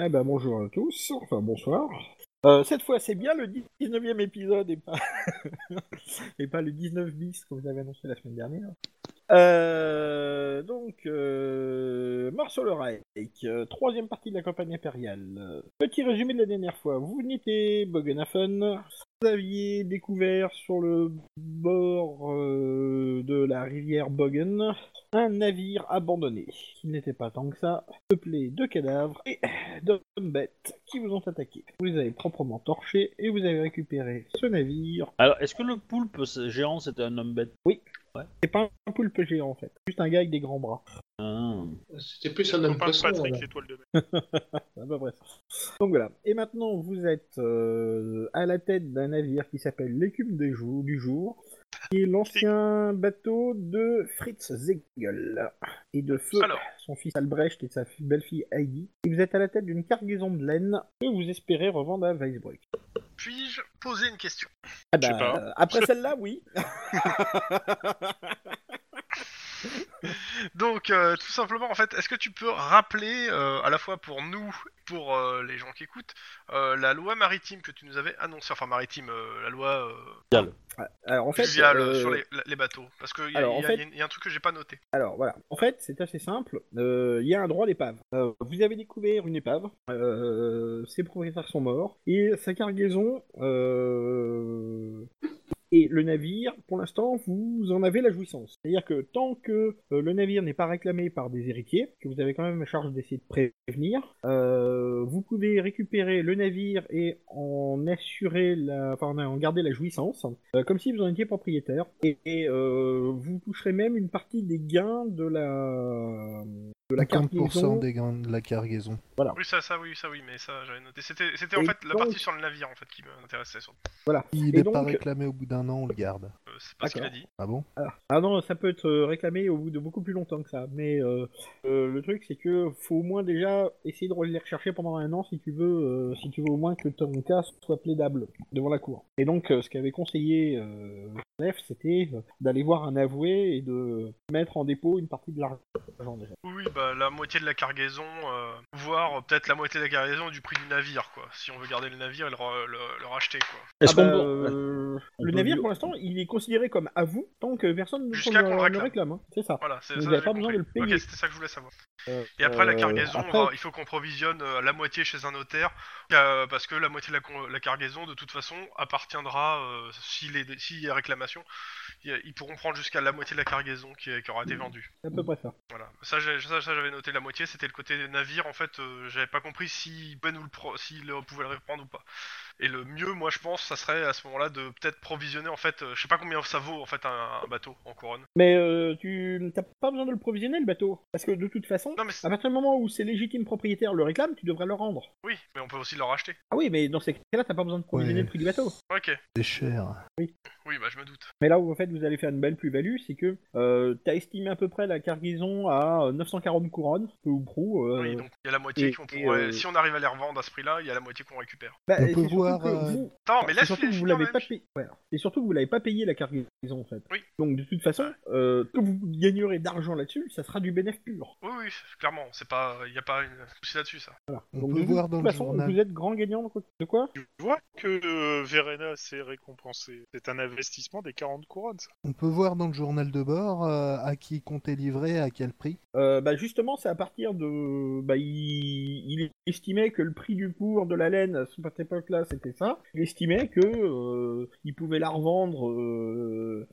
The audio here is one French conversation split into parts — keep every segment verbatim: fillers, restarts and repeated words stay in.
Eh ben bonjour à tous, enfin bonsoir. Euh, cette fois, c'est bien le dix-neuvième épisode et pas, et pas le dix-neuf bis que vous avez annoncé la semaine dernière. Euh, donc, euh, Mort sur le Reich, euh, troisième partie de la campagne impériale. Euh, Petit résumé de la dernière fois. Vous n'étiez Bogenhafen, vous aviez découvert sur le bord euh, de la rivière Bogen un navire abandonné, qui n'était pas tant que ça, peuplé de cadavres et d'hommes bêtes qui vous ont attaqué. Vous les avez proprement torchés et vous avez récupéré ce navire. Alors, est-ce que le poulpe géant c'était un homme bête? Oui. Ouais. C'est pas un poulpe géant en fait, juste un gars avec des grands bras. Ah. C'était plus un homme Copain de poisson. Patrick, voilà. l'étoile de mer. À peu près ça. Donc voilà. Et maintenant, vous êtes euh, à la tête d'un navire qui s'appelle l'Écume des jou- du jour, qui est l'ancien bateau de Fritz Zegel et de Feu, Alors. son fils Albrecht et sa fi- belle-fille Heidi. Et vous êtes à la tête d'une cargaison de laine que vous espérez revendre à Weisbruck. Puis-je poser une question? Ah Je sais bah, pas. euh, après celle-là, oui. Donc, euh, tout simplement, en fait, est-ce que tu peux rappeler, euh, à la fois pour nous, pour euh, les gens qui écoutent, euh, la loi maritime que tu nous avais annoncée, enfin maritime, euh, la loi euh, Alors en fait, fluviale euh, sur les, les bateaux, parce qu'il y, a- alors, en y, a- fait- y a un truc que j'ai pas noté. Alors voilà, en fait c'est assez simple, Euh, il y a un droit d'épave. Euh, vous avez découvert une épave, euh, ses propriétaires sont morts, et sa cargaison euh, et le navire, pour l'instant, vous en avez la jouissance. C'est-à-dire que tant que euh, le navire n'est pas réclamé par des héritiers, que vous avez quand même la charge d'essayer de prévenir, euh, vous pouvez récupérer le navire et en assurer la, enfin en garder la jouissance, euh, comme si vous en étiez propriétaire, et, et, euh, vous toucherez même une partie des gains de la de la cinquante pour cent cargaison. des gains de la cargaison. Voilà. Oui, ça, ça, oui, ça, oui, mais ça, j'avais noté. C'était, c'était Et en fait la donc- partie sur le navire, en fait, qui m'intéressait surtout. Voilà. Il Et n'est donc- pas réclamé au bout d'un an, on le garde. Euh, c'est pas ce qu'il a dit. Ah bon? Ah. Ah non, ça peut être euh, réclamé au bout de beaucoup plus longtemps que ça. Mais euh, euh, le truc, c'est que faut au moins déjà essayer de les rechercher pendant un an si tu veux, euh, si tu veux au moins que ton cas soit plaidable devant la cour. Et donc, euh, ce qu'avait conseillé euh, Joseph, c'était euh, d'aller voir un avoué et de mettre en dépôt une partie de l'argent déjà. Oui, oui, bah la moitié de la cargaison, euh, voire euh, peut-être la moitié de la cargaison du prix du navire, quoi. Si on veut garder le navire et le, ra- le- le racheter, quoi. Est-ce Ah qu'on bah, peut- euh, on le peut navire, lui- pour l'instant, il est considéré comme à vous tant que personne ne, Jusqu'à qu'on le ne réclame. réclame. Hein. C'est ça. Voilà, c'est Vous ça. n'avez j'ai pas besoin de compris. le payer. Ok, c'était ça que je voulais savoir. Euh, Et après la euh, cargaison, après- on va- il faut qu'on provisionne euh, la moitié chez un notaire, euh, parce que la moitié de la, con- la cargaison, de toute façon, appartiendra, euh, s'il est, s'il y a réclamation, ils ils pourront prendre jusqu'à la moitié de la cargaison qui, qui aura été vendue. C'est à peu près ça. Voilà. Ça, j'ai- ça, ça, j'avais noté la moitié, c'était le côté navire. En fait, euh, j'avais pas compris s'ils pouvaient nous le pro- s'ils euh, pouvaient le reprendre ou pas. Et le mieux, moi, je pense, ça serait à ce moment-là de peut-être provisionner. En fait, euh, je sais pas combien ça vaut en fait un, un bateau en couronne. Mais euh, tu n'as pas besoin de le provisionner le bateau. Parce que de toute façon, Non, mais c'est- à partir du moment où ses légitimes propriétaires le réclament, tu devrais le rendre. oui, mais on peut aussi le racheter. Ah oui, mais dans ces cas-là, t'as pas besoin de provisionner Ouais. le prix du bateau. Ok. C'est cher. Oui, bah je me doute. Mais là où en fait vous allez faire une belle plus-value, c'est que euh, t'as estimé à peu près la cargaison à euh, neuf cent quarante couronnes, peu ou prou. Euh, Oui, donc il y a la moitié et- qu'on et, pourrait. euh, Si on arrive à les revendre à ce prix-là, il y a la moitié qu'on récupère. bah, On c'est peut surtout voir, que euh, vous- Attends, mais c'est laisse surtout que vous finir l'avez même. pas payé. Ouais. Et surtout que vous l'avez pas payé la cargaison en fait. Oui. Donc de toute façon, euh, que vous gagnerez d'argent là-dessus, ça sera du bénéfice pur. Oui, oui, clairement, c'est pas, il y a pas une souci là-dessus, ça. Voilà. On Donc peut de voir toute dans le façon, journal. vous êtes grand gagnant de quoi, de quoi Tu vois que euh, Verena s'est récompensé. C'est un investissement des quarante couronnes, ça. On peut voir dans le journal de bord euh, à qui comptait livrer, à quel prix. Euh, bah justement, c'est à partir de... Bah, il... il estimait que le prix du cours de la laine, à cette époque-là, c'était ça. Il estimait que euh, il pouvait la revendre euh,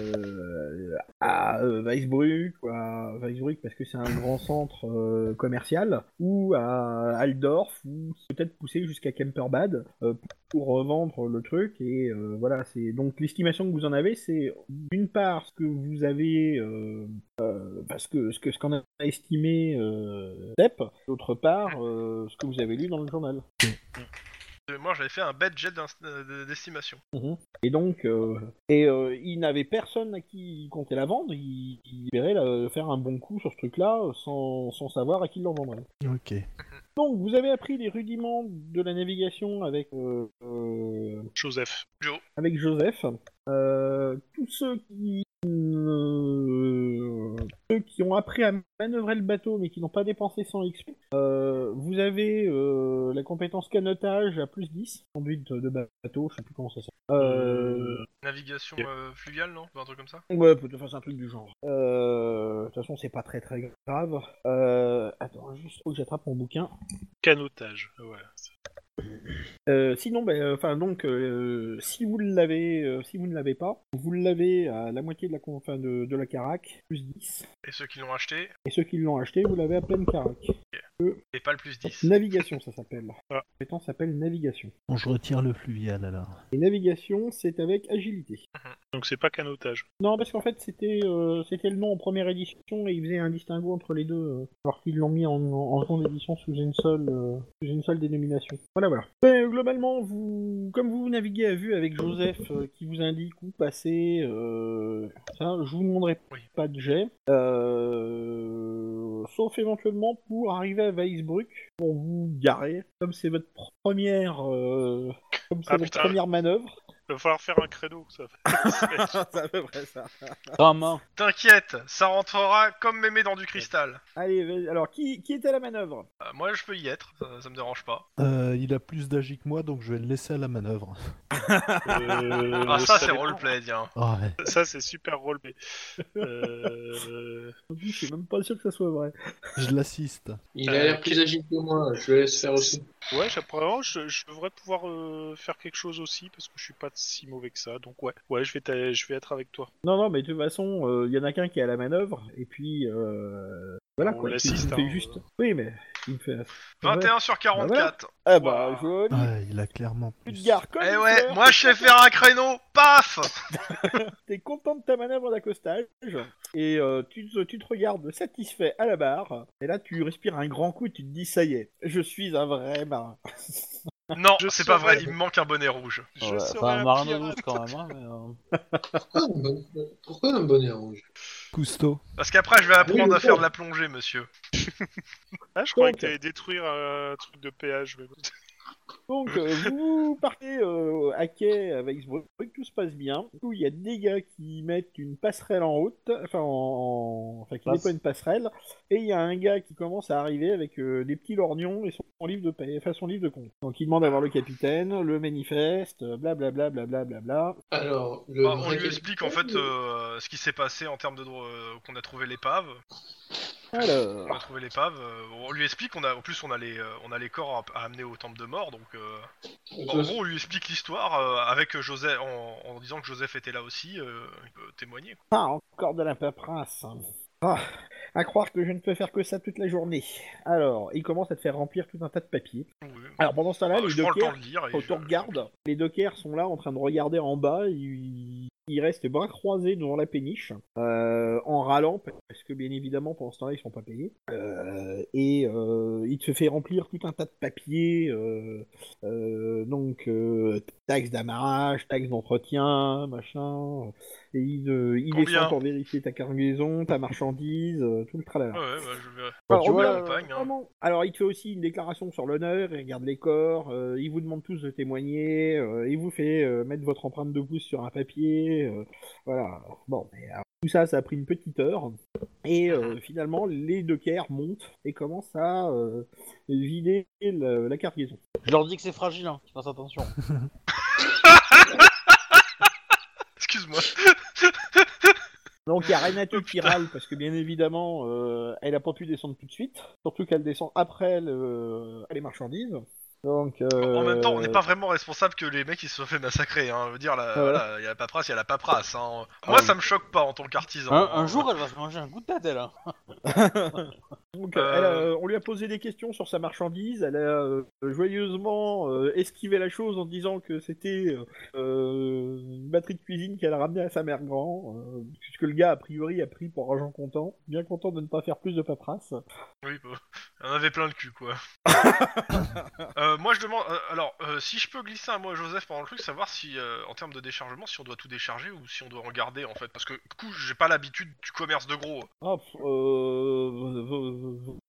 euh, à euh, Weisbruck, ou à Weisbruck parce que c'est un grand centre euh, commercial, ou à Altdorf, ou peut-être pousser jusqu'à Kemperbad euh, pour revendre le truc. Et euh, voilà, c'est donc l'estimation que vous en avez, c'est d'une part ce que vous avez... Euh, euh, parce que ce que ce qu'on a estimé euh, Step, d'autre part euh, ce que vous avez lu dans le journal. Euh, Moi, j'avais fait un bête jet d'in- euh, d'estimation. Et donc, euh, et euh, il n'avait personne à qui il comptait la vendre. Il, il espérait la- faire un bon coup sur ce truc-là sans, sans savoir à qui il l'en vendrait. Ok. Donc, vous avez appris les rudiments de la navigation avec euh, euh, Joseph. Joe. avec Joseph. Euh, tous ceux qui ne ceux qui ont appris à manœuvrer le bateau mais qui n'ont pas dépensé cent X P, euh, vous avez euh, la compétence canotage à plus dix, conduite de bateau, je sais plus comment ça s'appelle. Euh... Navigation euh, fluviale, non? Un truc comme ça? Ouais, peut-être faire un truc du genre. Euh... De toute façon, c'est pas très très grave. Euh... Attends, juste faut que j'attrape mon bouquin. Canotage, ouais. Euh, sinon, bah, euh, enfin donc, euh, si vous l'avez, euh, si vous ne l'avez pas, vous l'avez à la moitié de la, con- enfin, de, de la carac, plus dix. Et ceux qui l'ont acheté, Et ceux qui l'ont acheté, vous l'avez à pleine carac. et pas le plus dix. Navigation, ça s'appelle. Ah. La compétence s'appelle navigation. Bon, je retire le fluvial alors. Et navigation, c'est avec agilité. Donc c'est pas canotage. Non, parce qu'en fait, c'était euh, c'était le nom en première édition et ils faisaient un distinguo entre les deux, euh, alors qu'ils l'ont mis en, en seconde édition sous une seule euh, sous une seule dénomination. Voilà, voilà. Ben, globalement, vous, comme vous naviguez à vue avec Joseph euh, qui vous indique où passer, euh, ça, je vous demanderai Oui. pas de jet, euh, sauf éventuellement pour arriver à Weisbruck, pour vous garer, comme c'est votre première, euh, comme c'est Ah, votre putain. première manœuvre. Il va falloir faire un créneau, ça. C'est à peu près ça. Rama. T'inquiète, ça rentrera comme mémé dans du cristal. Allez, vas-y. Alors, qui, qui est à la manœuvre? Euh, moi, je peux y être, ça, ça me dérange pas. Euh, il a plus d'agi que moi, donc je vais le laisser à la manœuvre. Euh, Ah, ça, c'est dépend. roleplay, tiens. Ah ouais. Ça, c'est super roleplay. Euh... Je suis même pas sûr que ça soit vrai. Je l'assiste. Il a Euh, l'air plus agile que moi, je le laisse faire aussi. Ouais, apparemment, je, je devrais pouvoir euh, faire quelque chose aussi parce que je suis pas si mauvais que ça. Donc ouais, ouais, je vais, t'a- je vais être avec toi. Non, non, mais de toute façon, il y en a qu'un qui est à la manœuvre, et puis euh, voilà On quoi. l'assiste, Il me fait hein, juste. euh. Oui, mais il me fait. vingt et un sur quarante-quatre. Ah bah, joli. Ouais, il a clairement Tu te plus. gares comme Eh une ouais, fleur. moi, je sais faire un créneau, paf. T'es content de ta manœuvre d'accostage, et euh, tu, te- tu te regardes satisfait à la barre, et là tu respires un grand coup, et tu te dis ça y est, je suis un vrai marin. Non, Je c'est pas saurais. vrai, il me manque un bonnet rouge. Je Ouais, serai enfin, un un marin de pirate. douce quand même, hein, mais, euh, Pourquoi un bon- Pourquoi un bonnet rouge? Cousteau. Parce qu'après, je vais apprendre Oui, à faire oui. de la plongée, monsieur. Ah, je croyais Donc- que t'allais détruire un truc de péage. Mais... Donc, euh, vous partez euh, à quai à Weisbruck, tout se passe bien. Du coup, il y a des gars qui mettent une passerelle en haute, enfin, en... enfin qui Passe. déploient une passerelle, et il y a un gars qui commence à arriver avec euh, des petits lorgnons et son, son livre de paie, enfin son livre de compte. Donc, il demande à voir le capitaine, le manifeste, blablabla, blablabla, bla, bla, bla. Alors, le Bah, on vrai lui explique en capitaine, fait euh, ce qui s'est passé en termes de dro- euh, qu'on a trouvé l'épave. On a Alors, trouvé l'épave. euh, on lui explique qu'on a, en plus on a les, euh, on a les corps à, à amener au temple de mort, donc euh, de toute en façon, gros on lui explique l'histoire euh, avec Joseph, en, en disant que Joseph était là aussi, euh, il peut témoigner. Quoi. ah, encore de la paperasse. Ah, à croire que je ne peux faire que ça toute la journée. Alors, il commence à te faire remplir tout un tas de papiers. Oui. Alors, pendant ce temps-là, Bah, les je prends le temps dockers, de lire et quand je- on regarde, les dockers sont là en train de regarder en bas, ils, ils restent bras croisés devant la péniche, euh, en râlant, parce que bien évidemment, pendant ce temps-là, ils sont pas payés. Euh, et euh, il te fait remplir tout un tas de papiers, euh, euh, donc euh, taxes d'amarrage, taxes d'entretien, machin. Et il, euh, il Combien descend pour vérifier ta cargaison, ta marchandise, euh, tout le tralala. Ouais, ouais, bah, je vais. Alors, tu on vois, regarde, euh, campagne, hein. vraiment. Alors, il te fait aussi une déclaration sur l'honneur, il regarde les corps, euh, il vous demande tous de témoigner, euh, il vous fait euh, mettre votre empreinte de pouce sur un papier, euh, voilà. Bon, mais alors, tout ça, ça a pris une petite heure, et euh, finalement, les dockers montent et commencent à euh, vider le- la cargaison. je leur dis que c'est fragile, hein, qu'ils fassent attention. Excuse-moi. Donc il y a Renate qui râle parce que bien évidemment euh, elle a pas pu descendre tout de suite, surtout qu'elle descend après le... les marchandises. Donc euh... En même temps, on n'est pas vraiment responsable que les mecs ils se soient fait massacrer. Hein. Je veux dire, la, Ouais. voilà, il y a la paperasse, il y a la paperasse. Hein. Moi, Ah, ça me choque pas en tant qu'artisan. Un, hein. un jour, elle va se manger un coup de tête, elle. Hein. Donc, Euh, elle a- on lui a posé des questions sur sa marchandise, elle a euh, joyeusement euh, esquivé la chose en disant que c'était euh, une batterie de cuisine qu'elle a ramenée à sa mère grand, euh, puisque le gars a priori a pris pour argent comptant, bien content de ne pas faire plus de paperasse. Oui, bah, il y en avait plein le cul, quoi. euh, moi, je demande. euh, alors, euh, si je peux glisser un mot à Joseph pendant le truc, savoir si, euh, en termes de déchargement, si on doit tout décharger ou si on doit en garder, en fait. Parce que, du coup, j'ai pas l'habitude du commerce de gros. Ah, pff, euh,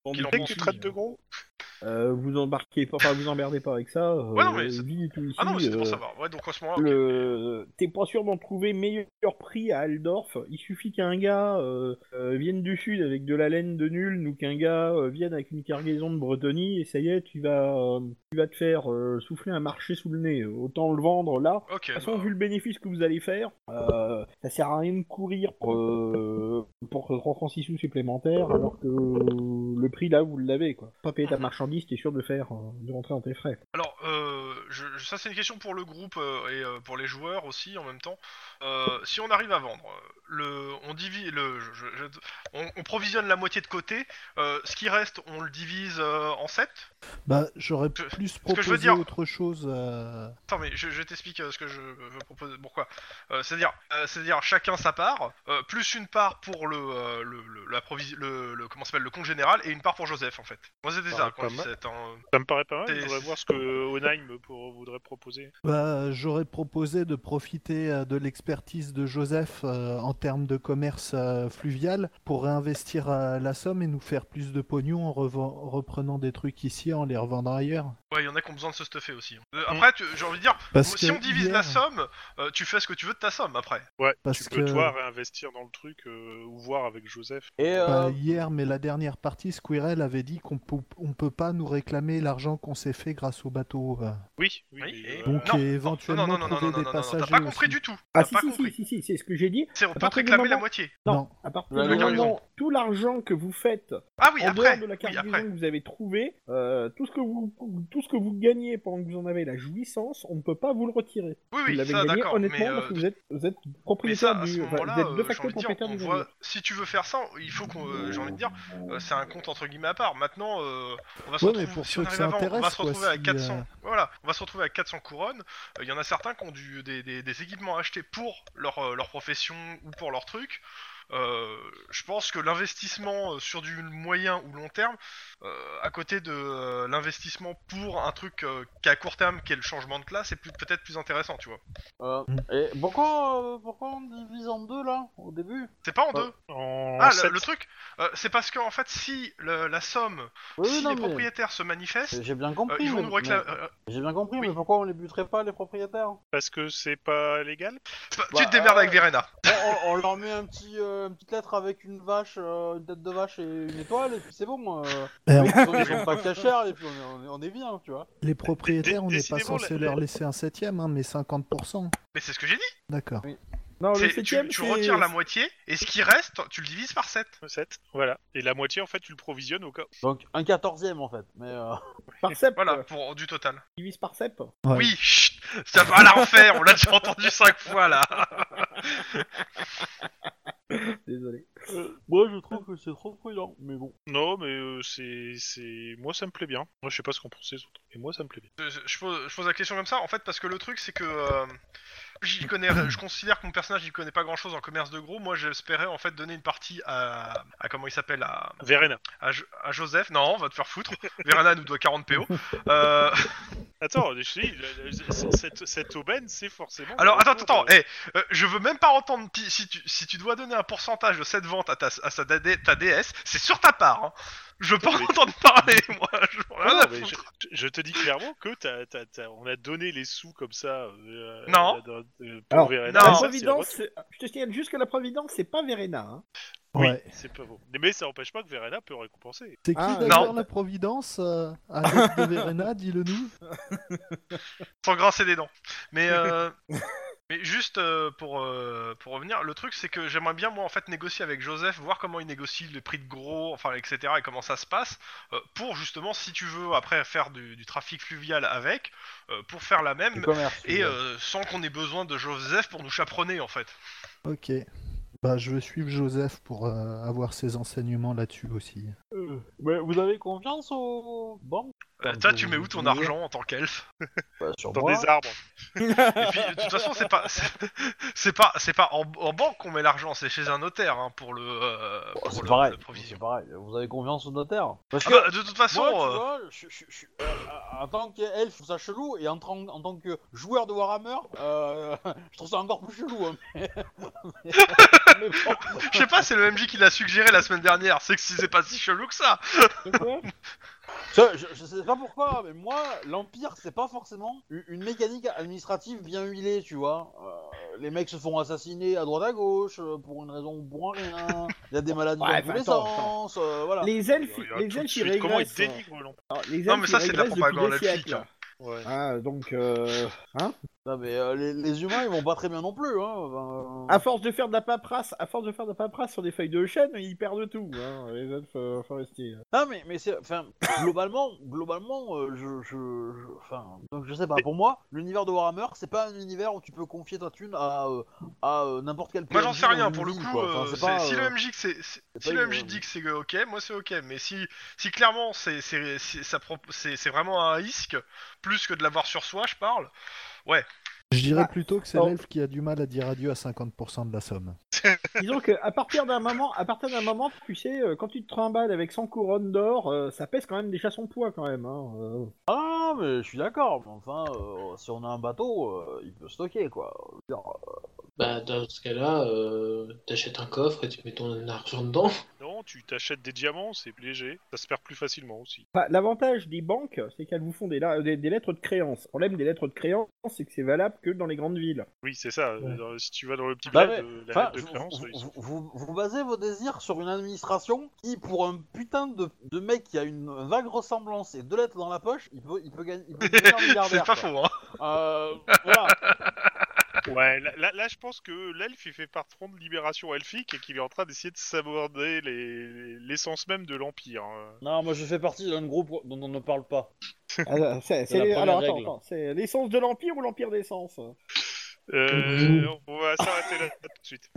Bon, Qu'il en du Dès coup, que tu pense. traites de gros. euh, vous embarquez pas, enfin vous emmerdez pas avec ça. Euh, Ouais, non, mais c'est- vie du tout ici. Ah non, mais c'était pour euh, savoir. Ouais, donc en ce moment, ok. Le... T'es pas sûr d'en trouver meilleur prix à Aldorf. Il suffit qu'un gars euh, euh, vienne du sud avec de la laine de nul, ou qu'un gars euh, vienne avec une cargaison de Bretonie, et ça y est, tu vas, euh, tu vas te faire euh, souffler un marché sous le nez. Autant le vendre là. Ok, De toute façon, bah, vu le bénéfice que vous allez faire, euh, ça sert à rien de courir pour, euh, pour trois francs six sous supplémentaires, alors que le prix là, vous l'avez, quoi. Pas payer ta marchandise, t'es sûr de faire, euh, de rentrer dans tes frais. alors, euh, je, je- ça c'est une question pour le groupe euh, et euh, pour les joueurs aussi en même temps. Euh, si on arrive à vendre, euh, le, on divise, le, je- je- je- on, on provisionne la moitié de côté. Euh, ce qui reste, on le divise euh, en sept. Bah, j'aurais Je- plus ce que je veux proposé dire- autre chose. euh, Attends, mais je, je t'explique euh, ce que je veux proposer. Pourquoi euh, C'est-à-dire, euh, c'est-à-dire chacun sa part, euh, plus une part pour le, euh, le, le, la provis- le, le- comment ça s'appelle, le compte général et une part pour Joseph en fait. Moi c'était Ah, ça pas quand je dis mal. sept, hein. Ça me paraît pas mal. C'est- Je voudrais voir ce que Onheim pour- voudrait proposer. Bah, j'aurais proposé de profiter euh, de l'expertise de Joseph euh, en termes de commerce euh, fluvial pour réinvestir euh, la somme et nous faire plus de pognon en reven- reprenant des trucs ici en les revendant ailleurs. Ouais, il y en a qui ont besoin de se stuffer aussi. Euh, après, tu- j'ai envie de dire, Parce si que on divise hier- la somme, euh, tu fais ce que tu veux de ta somme après. Ouais, Parce tu peux que- toi réinvestir dans le truc euh, ou voir avec Joseph. Et Bah, euh, hier, mais la dernière partie, Squirrel avait dit qu'on peut, on peut pas nous réclamer l'argent qu'on s'est fait grâce au bateau. euh. Oui, oui. Oui, mais, et- euh, Donc non, éventuellement non, non, non, non, trouver non, des non, non, non, passagers t'as pas compris aussi. du tout. Ah T'as si pas si, si compris. si si c'est ce que j'ai dit. C'est on À peut te partir du réclamer la moment- moitié. Non, Non. à partir La du cargaison. moment tout l'argent que vous faites Ah oui, en après. dehors de la Oui, cargaison après. que vous avez trouvée, euh, tout ce que vous tout ce que vous gagnez pendant que vous en avez la jouissance, on ne peut pas vous le retirer. Oui, Vous oui, l'avez ça gagné d'accord. honnêtement Mais, euh, parce que vous êtes vous êtes mais propriétaire ça, à ce du, enfin, moment-là, vous êtes de euh, j'ai facto envie de dire, propriétaire on du voit. navire. Si tu veux faire ça, il faut qu'on. euh, j'ai envie de dire, euh, c'est un compte entre guillemets à part. Maintenant, euh, on va se Ouais, mais retrouver. pour Si ceux on que arrive ça à vendre, on va intéresse, se quoi, retrouver avec si, quatre cents. euh, Voilà, on va se retrouver avec quatre cents couronnes. Il y en a certains qui ont du, des, des, des équipements achetés pour leur, euh, leur profession ou pour leur truc. Euh, je pense que l'investissement euh, sur du moyen ou long terme, euh, à côté de euh, l'investissement pour un truc euh, qui est à court terme, qui est le changement de classe, c'est plus- peut-être plus intéressant, tu vois. euh, Mm. et pourquoi, euh, pourquoi on divise en deux là au début? C'est pas en Ouais. deux. en Ah, le, sept. le truc, euh, c'est parce que en fait, si le- la somme, Oui, si non, les mais propriétaires se manifestent, j'ai bien euh, compris. ils vont mais- nous réclamer. mais- euh, J'ai bien compris, oui. mais pourquoi on les buterait pas les propriétaires? Parce que c'est pas légal. c'est pas- Bah, tu te démerdes euh, avec Verena. on, on- on leur met un petit, euh, une petite lettre avec une vache, euh, une tête de vache et une étoile, et puis c'est bon. Euh, Eh, ils sont, ils sont pas cachers, et puis on est, on est, on est bien, tu vois. Les propriétaires, on n'est pas décidément, censé la- leur la- laisser un septième, hein, mais cinquante pour cent. Mais c'est ce que j'ai dit. D'accord. Non, le C'est- tu, septième, tu c'est- retires la moitié et ce qui reste, tu le divises par sept. sept, voilà. Et la moitié, en fait, tu le provisionnes au cas. Donc un quatorzième en fait, mais euh... par sept. Voilà, euh, pour du total. divise par sept. Ouais. Oui, chut, ça va la refaire, on l'a déjà entendu cinq fois là. Désolé. moi je trouve que c'est trop prudent, mais bon. Non, mais euh, c'est, c'est, moi ça me plaît bien. Moi je sais pas ce qu'en pensent les autres, mais moi ça me plaît bien. Je, je pose, je pose la question comme ça, en fait, parce que le truc c'est que euh, j'y connais, je considère que mon personnage il connaît pas grand chose en commerce de gros. Moi j'espérais en fait donner une partie à, à comment il s'appelle, à, Verena. à, Jo- à Joseph. Non, on va te faire foutre. Verena nous doit quarante P O. Euh, Attends, je te dis, la- la- cette, cette aubaine, c'est forcément. alors le attends, retour attends, de- eh, euh, je veux même pas entendre pi- si tu, si tu dois donner un pourcentage de cette vente à ta, à sa, dé- ta déesse, c'est sur ta part. Hein. Je veux pas Non, mais- entendre parler, moi. Je veux rien Non, à mais je, foutre. je te dis clairement que t'as, t'as, t'as- on a donné les sous comme ça. Euh, Non. euh, euh, pour Alors, Verena. non. La et ça, c'est le Providence, retour. c'est- je te signale juste que la Providence, c'est pas Verena. Hein. Oui, Ouais. c'est pas bon. Mais ça n'empêche pas que Verena peut récompenser. C'est qui Ah, d'ailleurs non. la Providence euh, à l'aide de Verena, dis-le nous. Sans grincer des dents. Mais, euh, mais juste euh, pour, euh, pour revenir, le truc c'est que j'aimerais bien moi en fait négocier avec Joseph, voir comment il négocie le prix de gros, enfin et cetera et comment ça se passe, euh, pour justement si tu veux après faire du, du trafic fluvial avec, euh, pour faire la Du même commerce. et euh, sans qu'on ait besoin de Joseph pour nous chaperonner en fait. Ok. Bah, je vais suivre Joseph pour euh, avoir ses enseignements là-dessus aussi. Euh, mais vous avez confiance aux banques? Euh, toi, tu mets où ton argent en tant qu'elfe? Bah, sur Dans moi. des arbres. Et puis, de toute façon, c'est pas, c'est, c'est pas, c'est pas en, en banque qu'on met l'argent, c'est chez un notaire hein, pour le, euh, Bon, pour c'est le, pareil. le provision. C'est pareil. Vous avez confiance au notaire? Parce Ah que bah, de toute façon, moi, tu euh, vois, je, je, je, euh, en tant qu'elfe, je trouve ça chelou, et en, tant- en tant que joueur de Warhammer, euh, je trouve ça encore plus chelou. Hein, mais... mais- mais bon. je sais pas, c'est le M J qui l'a suggéré la semaine dernière. C'est que si c'est pas si chelou que ça. De quoi Je, je, je sais pas pourquoi, mais moi, l'Empire, c'est pas forcément une, une mécanique administrative bien huilée, tu vois. Euh, les mecs se font assassiner à droite à gauche, euh, pour une raison ou pour un rien. Il y a des maladies Ouais, dans tous les attends, sens, euh, voilà. Les elfes, Il y a les tout de elfes, ils suite, comment il régressent. dénigre l'empire. Alors, les Non, elfes, mais ça, ils c'est de la régressent propagande depuis des elfique, siècles. hein. Ouais. Ah, donc, euh, hein Non, mais euh, les, les humains, ils vont pas très bien non plus, hein. Enfin, euh, À force de faire de la paperasse, à force de faire de la paperasse sur des feuilles de chêne, ils perdent tout, hein, les elfes euh, forestiers. Non, mais, mais c'est, enfin, globalement, globalement, euh, je, je, je- enfin, donc je sais pas. Pour moi, l'univers de Warhammer, c'est pas un univers où tu peux confier ta thune à, euh, à euh, n'importe quel. Moi, j'en P N J sais dans rien. une Pour le ville, coup, quoi. Enfin, euh, c'est c'est- pas, si le euh, M J que c'est, c'est- c'est si pas le une- M J dit que c'est ok, moi c'est ok. Mais si, si clairement c'est, c'est, c'est, ça pro- c'est, c'est vraiment un risque, plus que de l'avoir sur soi, je parle. Ouais. Je dirais Ah, plutôt que c'est oh. l'elfe qui a du mal à dire adieu à cinquante pour cent de la somme. Disons que à partir d'un moment, à partir d'un moment, tu sais, euh, quand tu te trimbales avec cent couronnes d'or, euh, ça pèse quand même déjà son poids quand même. Hein, euh. Ah, mais je suis d'accord. Mais enfin, euh, si on a un bateau, euh, il peut stocker, quoi. Je veux dire, Bah, dans ce cas-là, euh, t'achètes un coffre et tu mets ton argent dedans. Non, tu t'achètes des diamants, c'est léger. Ça se perd plus facilement aussi. Enfin, l'avantage des banques, c'est qu'elles vous font des, la- des, des lettres de créance. Le problème des lettres de créance, c'est que c'est valable que dans les grandes villes. Oui, c'est ça. Ouais. Dans- si tu vas dans le petit Bah bled, ouais, euh, la enfin, lettre de vous, créance, vous, ils sont- vous- vous- vous basez vos désirs sur une administration qui, pour un putain de, de mec qui a une vague ressemblance et deux lettres dans la poche, il peut, il peut gagner, il peut devenir milliardaire. c'est pas quoi. faux, hein. Euh, voilà. Ouais, là, là, là, je pense que l'elfe, il fait patron de Libération Elfique et qu'il est en train d'essayer de saborder les- l'essence même de l'Empire. hein. Non, moi je fais partie d'un groupe dont on ne parle pas. Ah, c'est, C'est la c'est- première alors attends, règle. attends, c'est l'essence de l'Empire ou l'Empire d'essence? Euh, on va s'arrêter là tout de suite.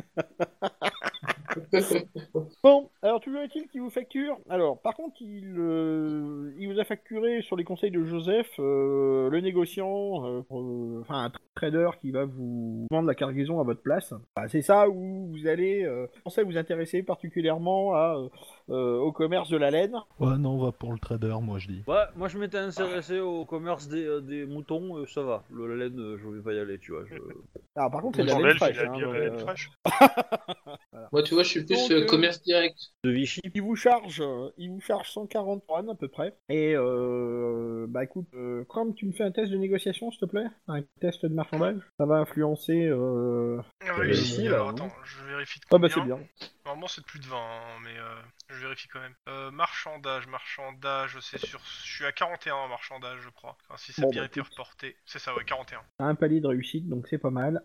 Bon, alors toujours est-il qu'il vous facture. Alors, par contre, il, euh, il vous a facturé sur les conseils de Joseph, euh, le négociant, euh, euh, enfin un trader qui va vous vendre la cargaison à votre place. Enfin, c'est ça où vous allez euh, commencer à vous intéresser particulièrement à, euh, euh, au commerce de la laine. Ouais, non, on va pour le trader, moi je dis. Ouais, moi je m'étais intéressé au commerce des, euh, des moutons, euh, ça va. Le la laine, euh, je vais pas y aller, tu vois. Je... Alors, par contre, c'est de la Ton laine elfe, fraîche. il a hein, bien donc, la laine euh, fraîche. Moi, tu vois, je suis plus Donc, euh, euh, commerce direct. De Vichy. Il vous charge, euh, il vous charge cent quarante couronnes à peu près. Et euh, bah écoute, euh, Chrome, tu me fais un test de négociation, s'il te plaît, un test de marchandage. Ça va influencer. Euh... Réussi, là, alors non attends, je vérifie de Ah bah combien. c'est bien. Normalement c'est de plus de vingt, hein, mais euh, je vérifie quand même. Euh, marchandage, marchandage, c'est sur... Je suis à quarante et un en marchandage, je crois. Enfin, si ça a Bon, bien bah, été écoute. reporté. C'est ça, ouais, quarante et un. T'as un palier de réussite, donc c'est pas mal.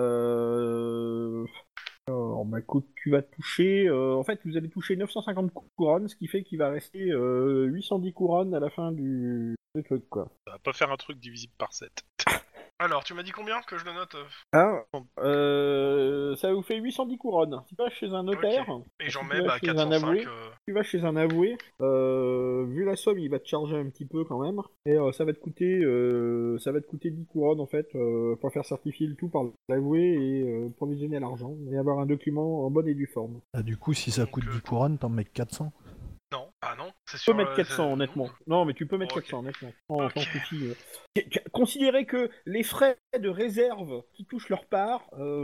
Euh... Alors, bah écoute, tu vas toucher. euh, En fait, vous allez toucher neuf cent cinquante couronnes, ce qui fait qu'il va rester euh, huit cent dix couronnes à la fin du, du truc, quoi. Ça va pas faire un truc divisible par sept. Alors, tu m'as dit combien que je le note euh Ah, euh, ça vous fait huit cent dix couronnes. Si tu vas chez un notaire, Et j'en si mets tu vas bah, chez un quatre cent cinq. avoué, euh, tu vas chez un avoué, euh, vu la somme, il va te charger un petit peu quand même, et euh, ça va te coûter, euh, ça va te coûter dix couronnes en fait, euh, pour faire certifier le tout par l'avoué et euh, provisionner l'argent, et avoir un document en bonne et due forme. Ah, du coup, si ça Donc, coûte euh, dix couronnes, t'en mets que quatre cents. Non, ah non, c'est Tu sûr. peux mettre euh, quatre cents c'est- honnêtement. Non, mais tu peux mettre Oh, ok. quatre cents honnêtement. Sans, sans Ok. souci. euh. Considérez que les frais de réserve qui touchent leur part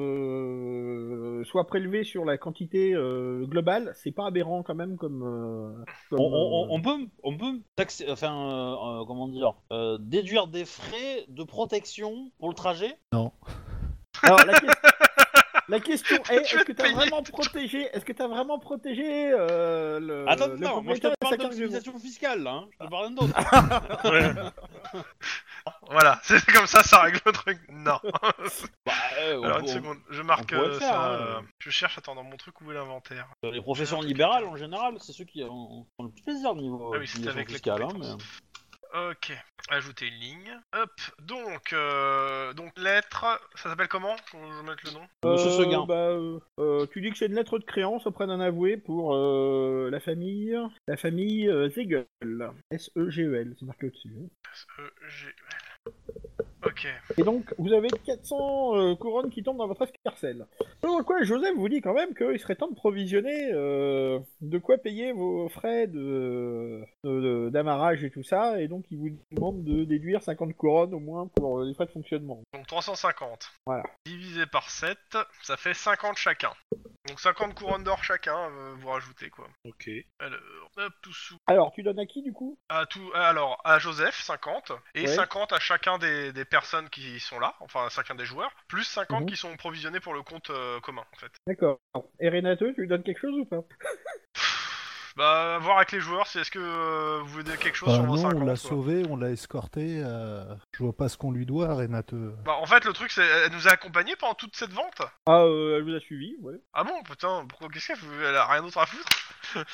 euh, soient prélevés sur la quantité euh, globale, c'est pas aberrant quand même comme. euh, comme, On, on- euh, on peut, on peut taxer, enfin, euh, euh, comment dire, euh, déduire des frais de protection pour le trajet. Non. Alors la, que- la question est Tu est-ce que veux t'as payer vraiment protégé, est-ce que t'as vraiment protégé euh, le, Attends, le non, moi je te propriétaire et sa parle cargaison. d'optimisation fiscale, là, hein. Je te parle d'un autre. Voilà, c'est comme ça, ça règle le truc. Non. Bah, euh, on Alors, peut- une on- seconde, je marque pourrait le euh, faire, ça. hein. euh, Je cherche, attends, dans mon truc où est l'inventaire. les professions un truc libérales à dire. en général, c'est ceux qui ont, ont le plus plaisir au niveau Ah oui, c'était optimisation avec les fiscale, hein, compétences. mais- Ok, ajouter une ligne. Hop, donc, euh, donc lettre, ça s'appelle comment? Je vais mettre le nom. Monsieur Euh, Seguin. bah, euh, euh, tu dis que c'est une lettre de créance auprès d'un avoué pour euh, la famille, la famille euh, Zegel. S E G E L, c'est marqué au-dessus. hein. S-E-G... Ok. Et donc, vous avez quatre cents euh, couronnes qui tombent dans votre escarcelle. Donc, quoi, Joseph vous dit quand même qu'il serait temps de provisionner euh, de quoi payer vos frais de, de- de- d'amarrage et tout ça, et donc il vous demande de déduire cinquante couronnes au moins pour euh, les frais de fonctionnement. Donc trois cent cinquante. Voilà. Divisé par sept, ça fait cinquante chacun. Donc cinquante couronnes d'or chacun, euh, vous rajoutez quoi. Ok. Alors, hop, tout sous. Alors, tu donnes à qui du coup? À tout, alors, à Joseph, cinquante, et Ouais. cinquante à chacun des, des personnes qui sont là, enfin à chacun des joueurs, plus cinquante Mhm. qui sont provisionnés pour le compte euh, commun, en fait. D'accord. Et Renato, tu lui donnes quelque chose ou pas? Bah, voir avec les joueurs, c'est est-ce que euh, vous voulez quelque chose Bah sur vos non, cinquante on l'a quoi. sauvé, on l'a escorté. euh, Je vois pas ce qu'on lui doit, Renate. Bah, en fait, le truc, c'est elle nous a accompagnés pendant toute cette vente. Ah, euh, elle vous a suivi, ouais. Ah bon, putain, pourquoi, qu'est-ce qu'elle fait? Elle a rien d'autre à foutre.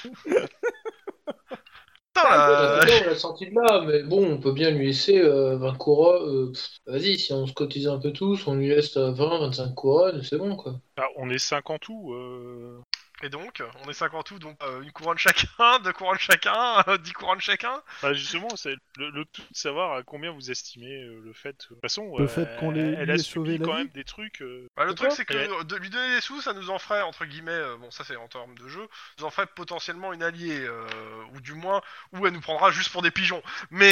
Putain, Euh, là, on l'a sorti de là, mais bon, on peut bien lui laisser euh, vingt couronnes. euh, pff, Vas-y, si on se cotise un peu tous, on lui laisse euh, vingt, vingt-cinq couronnes, c'est bon quoi. Ah, on est cinq en tout. Euh... Et donc, on est cinquante tout, donc euh, une couronne chacun, deux couronnes chacun, euh, dix couronnes chacun. Bah justement, c'est le, le tout de savoir à combien vous estimez euh, le fait. De toute façon, Le euh, fait qu'on l'ait- elle lui a ait subi sauvé la quand vie. même des trucs. euh, Bah, le C'est truc, quoi c'est que Et- de lui donner des sous, ça nous en ferait, entre guillemets, euh, bon, ça c'est en termes de jeu, nous en ferait potentiellement une alliée, euh, ou du moins, ou elle nous prendra juste pour des pigeons. Mais,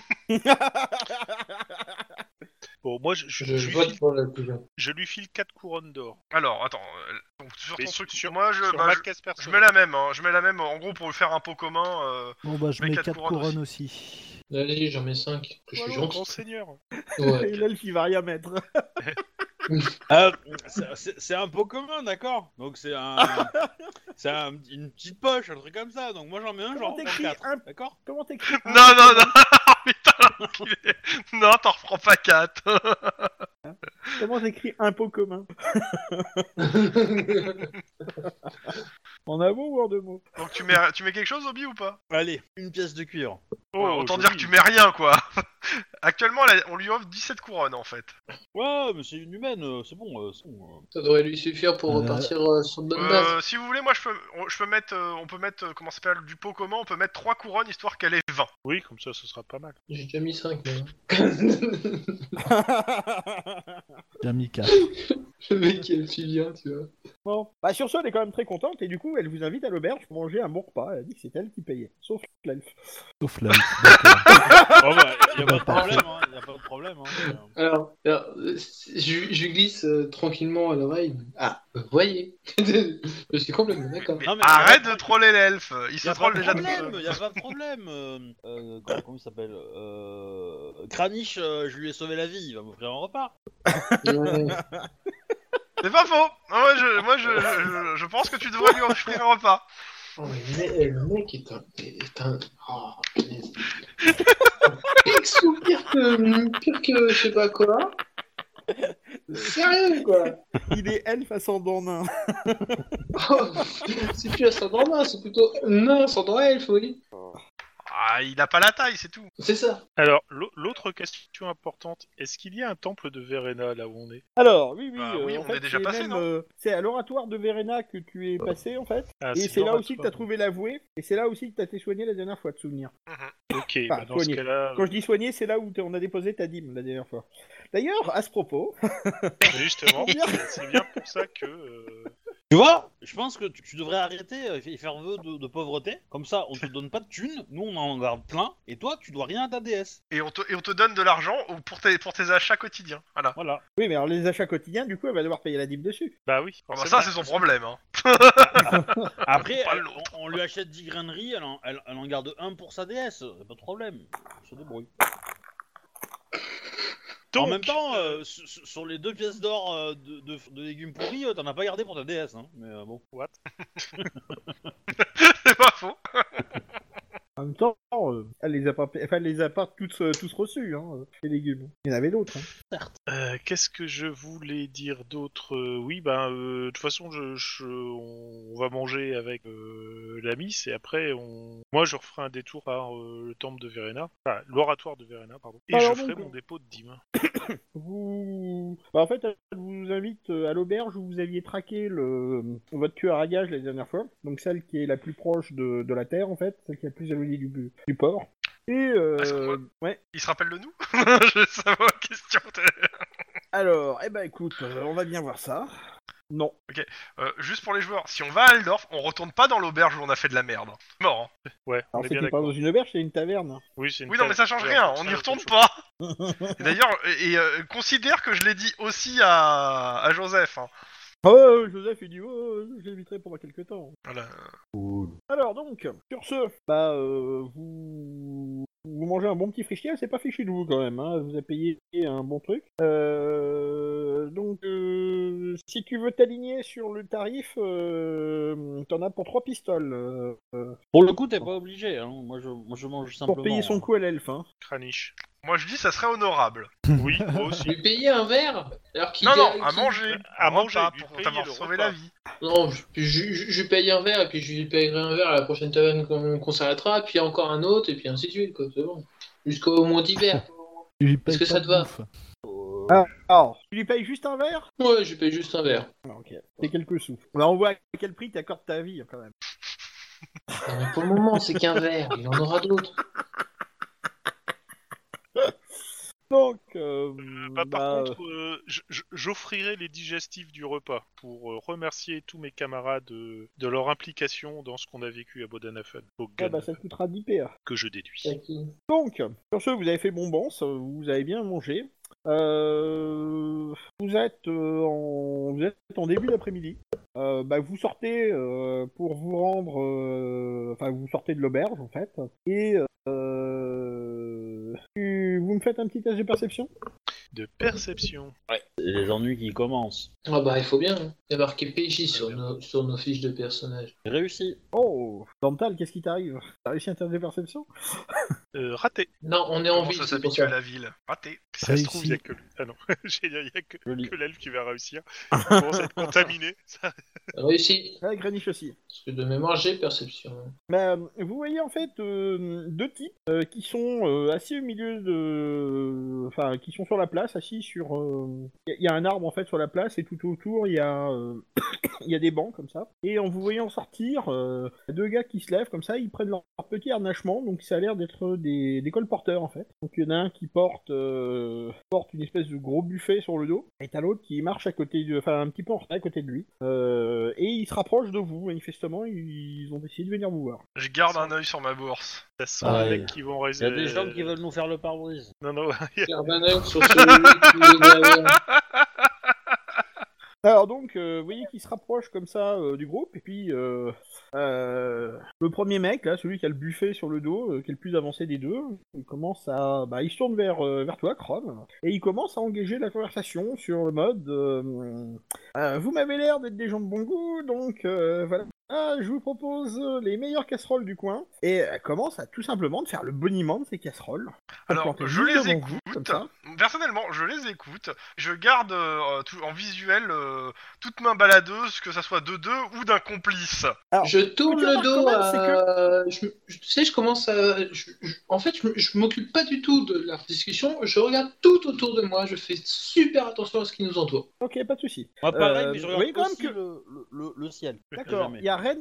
Bon, moi, je, je, Je, je lui vote file, pour la pigeon. je lui file quatre couronnes d'or. alors, attends, euh, donc, sur Mais ton sur- truc, sur- moi, je, sur bah, ma je, caisse je personnelle. mets la même, hein, je mets la même, en gros, pour faire un pot commun, euh, Bon bah je mets mets quatre quatre couronnes couronnes aussi. Allez, j'en mets cinq, que je suis Voilà, grand gentil. seigneur. Ouais. Et l'elfe, il va rien mettre. Euh, c'est- c'est c'est un pot commun, d'accord. Donc c'est un, c'est un- une petite poche, un truc comme ça. Donc moi j'en mets un, Comment j'en reprends t'écris quatre, un- d'accord. Comment t'écris un non, non, Pokémon non, putain, l'enculé. Non, t'en reprends pas quatre. Comment t'écris un pot commun? En un mot ou en deux mots? Donc tu mets, tu mets quelque chose, Obi, ou pas? Allez, une pièce de cuivre. Oh, Ouais, autant joli. dire que tu mets rien, quoi. Actuellement, elle a- on lui offre dix-sept couronnes, en fait. Ouais, mais c'est une humaine, euh, c'est bon. euh, c'est bon, euh. Ça devrait lui suffire pour Euh, repartir euh, sur de bonnes bases. Euh, si vous voulez, moi, je peux, on- je peux mettre, euh, on peut mettre, euh, comment ça s'appelle, du pot commun, on peut mettre trois couronnes, histoire qu'elle ait vingt. Oui, comme ça, ce sera pas mal. J'ai déjà mis cinq, moi. J'ai mis quatre. Le mec qui a le bien, tu vois. Bon, bah sur ce, elle est quand même très contente et du coup, elle vous invite à l'auberge pour manger un bon repas. Elle a dit que c'est elle qui payait, sauf l'elfe. Sauf là. d'accord. Oh bah, y a pas de problème, hein. Y a pas de problème. Hein. Alors, alors, euh, je, je glisse euh, tranquillement à l'oreille. Ah, vous voyez. Je suis complètement d'accord. Mais Non, mais arrête y a- de troller l'elfe, il Y se a pas troll de déjà tout problème, seul. y a pas de problème. Euh, euh, comment, comment il s'appelle euh, Kranich, euh, je lui ai sauvé la vie, il va m'offrir un repas. Ouais. C'est pas faux. Moi, je, moi, je, je, je pense que tu devrais lui offrir un repas. Oh, mais le mec- le mec est un. Est un... Oh, punaise. Pixou, pire que. Pire que je sais pas quoi. Sérieux, quoi. Il est elfe ascendant nain. Oh, c'est plus ascendant nain, c'est plutôt nain ascendant elfe, oui. Ah, il a pas la taille, c'est tout. C'est ça. Alors, l'au- l'autre question importante, est-ce qu'il y a un temple de Verena là où on est? Alors, oui, oui, Bah euh, oui, en on fait, est déjà c'est passé, même, non euh, c'est à l'oratoire de Verena que tu es passé, en fait. Ah, et c'est là aussi que l'oratoire. t'as trouvé l'avoué. Et c'est là aussi que t'as été soigné la dernière fois, de souvenir. Ok, Enfin, bah, dans soigné. ce cas-là, Quand je dis soigné, c'est là où t'es- on a déposé ta dîme la dernière fois. D'ailleurs, à ce propos, justement, Bien. c'est- c'est bien pour ça que. euh, Tu vois, je pense que tu, tu devrais arrêter euh, et faire vœu de, de pauvreté. Comme ça, on te donne pas de thunes, nous on en garde plein, et toi tu dois rien à ta déesse. Et on te, et on te donne de l'argent pour tes, pour tes achats quotidiens. Voilà. Voilà. oui, mais alors les achats quotidiens, du coup, elle va devoir payer la dîme dessus. Bah oui. Ah bah forcément. ça, c'est son problème. Hein. Après, Pas elle- l'autre. on, on lui achète dix graineries, elle en, elle, elle en garde un pour sa déesse, pas de problème. Elle se débrouille. En Donc, même temps, euh, sur, sur- sur les deux pièces d'or euh, de, de- de légumes pourris, euh, t'en as pas gardé pour ta déesse, hein. Mais euh, bon. What? C'est pas faux. En même temps, euh, elle les a pas, enfin, elle les a pas toutes, euh, tous reçus, hein, les légumes. Il y en avait d'autres. Hein. Euh, Qu'est-ce que je voulais dire d'autre Euh, Oui, ben, euh, de toute façon, je, je- on va manger avec euh, la Miss et après, on... moi, je referai un détour par euh, le temple de Verena, enfin, l'oratoire de Verena, pardon, et Alors je ferai donc, mon dépôt de dîmes. Vous, bah, en fait, elle vous invite euh, à l'auberge où vous aviez traqué le... votre tueur à gages la dernière fois. Donc celle qui est la plus proche de, de la terre, en fait, celle qui est la plus éloignée du, du port. Et euh... Est-ce que moi- ouais. Il se rappelle de nous? Je sais pas ma question. Alors, eh ben écoute, euh, on va bien voir ça. Non. Euh, juste pour les joueurs, si on va à Aldorf, on retourne pas dans l'auberge où on a fait de la merde. Mort. Hein. Ouais, on Alors est bien c'était pas d'accord. dans une auberge, c'est une taverne. Oui, c'est une Oui, non, mais ça change rien, on n'y retourne pas. Et d'ailleurs, et, euh, considère que je l'ai dit aussi à, à Joseph. Hein. Oh, Joseph, il dit, oh, je l'éviterai pendant quelques temps. Voilà. Alors donc, sur ce, bah, euh, vous... vous mangez un bon petit frichier, c'est pas fichu de vous quand même, hein, elle vous a payé un bon truc. Euh, donc, euh, si tu veux t'aligner sur le tarif, euh, t'en as pour trois pistoles. Euh, euh, Pour le coup, t'es pas obligé. Hein. Moi, je, moi, je mange simplement. pour payer son coup à l'elfe. Hein. Craniche. Moi je dis ça serait honorable. Oui, moi aussi. Lui payer un verre alors qu'il Non, non, gagne- à qu'il- manger. À Un manger, repas lui pour payer t'avoir le sauvé repas. la vie. Non, je, je, je- je lui paye un verre et puis je lui payerai un verre à la prochaine taverne qu'on qu'on s'arrêtera, puis encore un autre et puis ainsi de suite, quoi. C'est bon. Jusqu'au moins dix verres. Tu lui payes Est-ce que pas ça de te va bouffe. Ah, alors, tu lui payes juste un verre? Ouais, je lui paye juste un verre. Ah, ok, c'est quelques sous. Bah, on voit à quel prix t'accordes ta vie, quand même. Non, mais pour le moment, c'est qu'un verre. Il en aura d'autres. Donc, euh, Bah, par bah, contre, euh, j- j- j'offrirai les digestifs du repas pour euh, remercier tous mes camarades euh, de leur implication dans ce qu'on a vécu à Bodenhafen, au ah, Gun, bah, ça te coûtera dix P A. que je déduis. C'est qui Donc, sur ce, vous avez fait bonbons, vous avez bien mangé. Euh, vous, êtes, euh, en, vous êtes en début d'après-midi. Euh, bah, vous sortez euh, pour vous rendre... euh, Enfin, vous sortez de l'auberge, en fait. Et euh, tu- vous me faites un petit test de perception? De perception. C'est les ennuis qui commencent. Ah bah, il faut bien. Hein. Il y a marqué P J sur nos, sur nos fiches de personnages. J'ai réussi. Oh, Dantal, qu'est-ce qui t'arrive? T'as réussi un test de perception? Euh, raté. Non, on est en Comment ville, ça c'est pour s'habitue à ça. la ville? Raté. Ça se trouve, il y a Réussi. que... Ah non, j'ai dit, il y a que, Joli. que l'elfe qui va réussir. Il commence à être contaminé. Ça- Réussi. Ouais, Greenwich aussi. Parce que de mémoire, j'ai perception. Bah, vous voyez en fait euh, deux types euh, qui sont euh, assis au milieu de... Enfin, qui sont sur la place, assis sur... Il y, y a un arbre en fait sur la place et tout autour il y a... euh, Il y a des bancs comme ça. Et en vous voyant sortir, euh, deux gars qui se lèvent comme ça, ils prennent leur, leur petit harnachement, donc ça a l'air d'être des, des colporteurs en fait. Donc il y en a un qui porte, euh, porte une espèce de gros buffet sur le dos, et t'as l'autre qui marche à côté de... Enfin, un petit peu en retrait à côté de lui. Euh, et ils se rapprochent de vous, manifestement, ils ont décidé de venir vous voir. Je garde un œil sur ma bourse. Ça sent Ah, les ouais. mecs qui vont Il y réserver. a des gens qui veulent nous faire le pare-brise. Non, non, il y a- Garde un œil sur celui qui est derrière. Alors donc, euh, vous voyez qu'il se rapproche comme ça euh, du groupe, et puis euh, euh, le premier mec, là, celui qui a le buffet sur le dos, euh, qui est le plus avancé des deux, il commence à... Bah, il se tourne vers, euh, vers toi, Chrome, et il commence à engager la conversation sur le mode euh, euh, vous m'avez l'air d'être des gens de bon goût, donc euh, voilà. Ah, je vous propose les meilleures casseroles du coin, et elle commence à tout simplement de faire le boniment de ces casseroles. Alors, Planter je juste les devant vous, comme écoute. ça. Personnellement, je les écoute. Je garde euh, tout, en visuel euh, toute main baladeuse, que ça soit de deux ou d'un complice. Alors, Je tourne ce que tu le remarques dos quand même, à... Je, je- tu sais, je commence à... je- je- en fait, je, je m'occupe pas du tout de leur discussion. Je regarde tout autour de moi. Je fais super attention à ce qui nous entoure. ok, pas de souci. Moi, pareil, Euh, mais je vous voyez regarde quand même aussi que- le, le, le- le ciel. D'accord, Jamais. il y a Ren.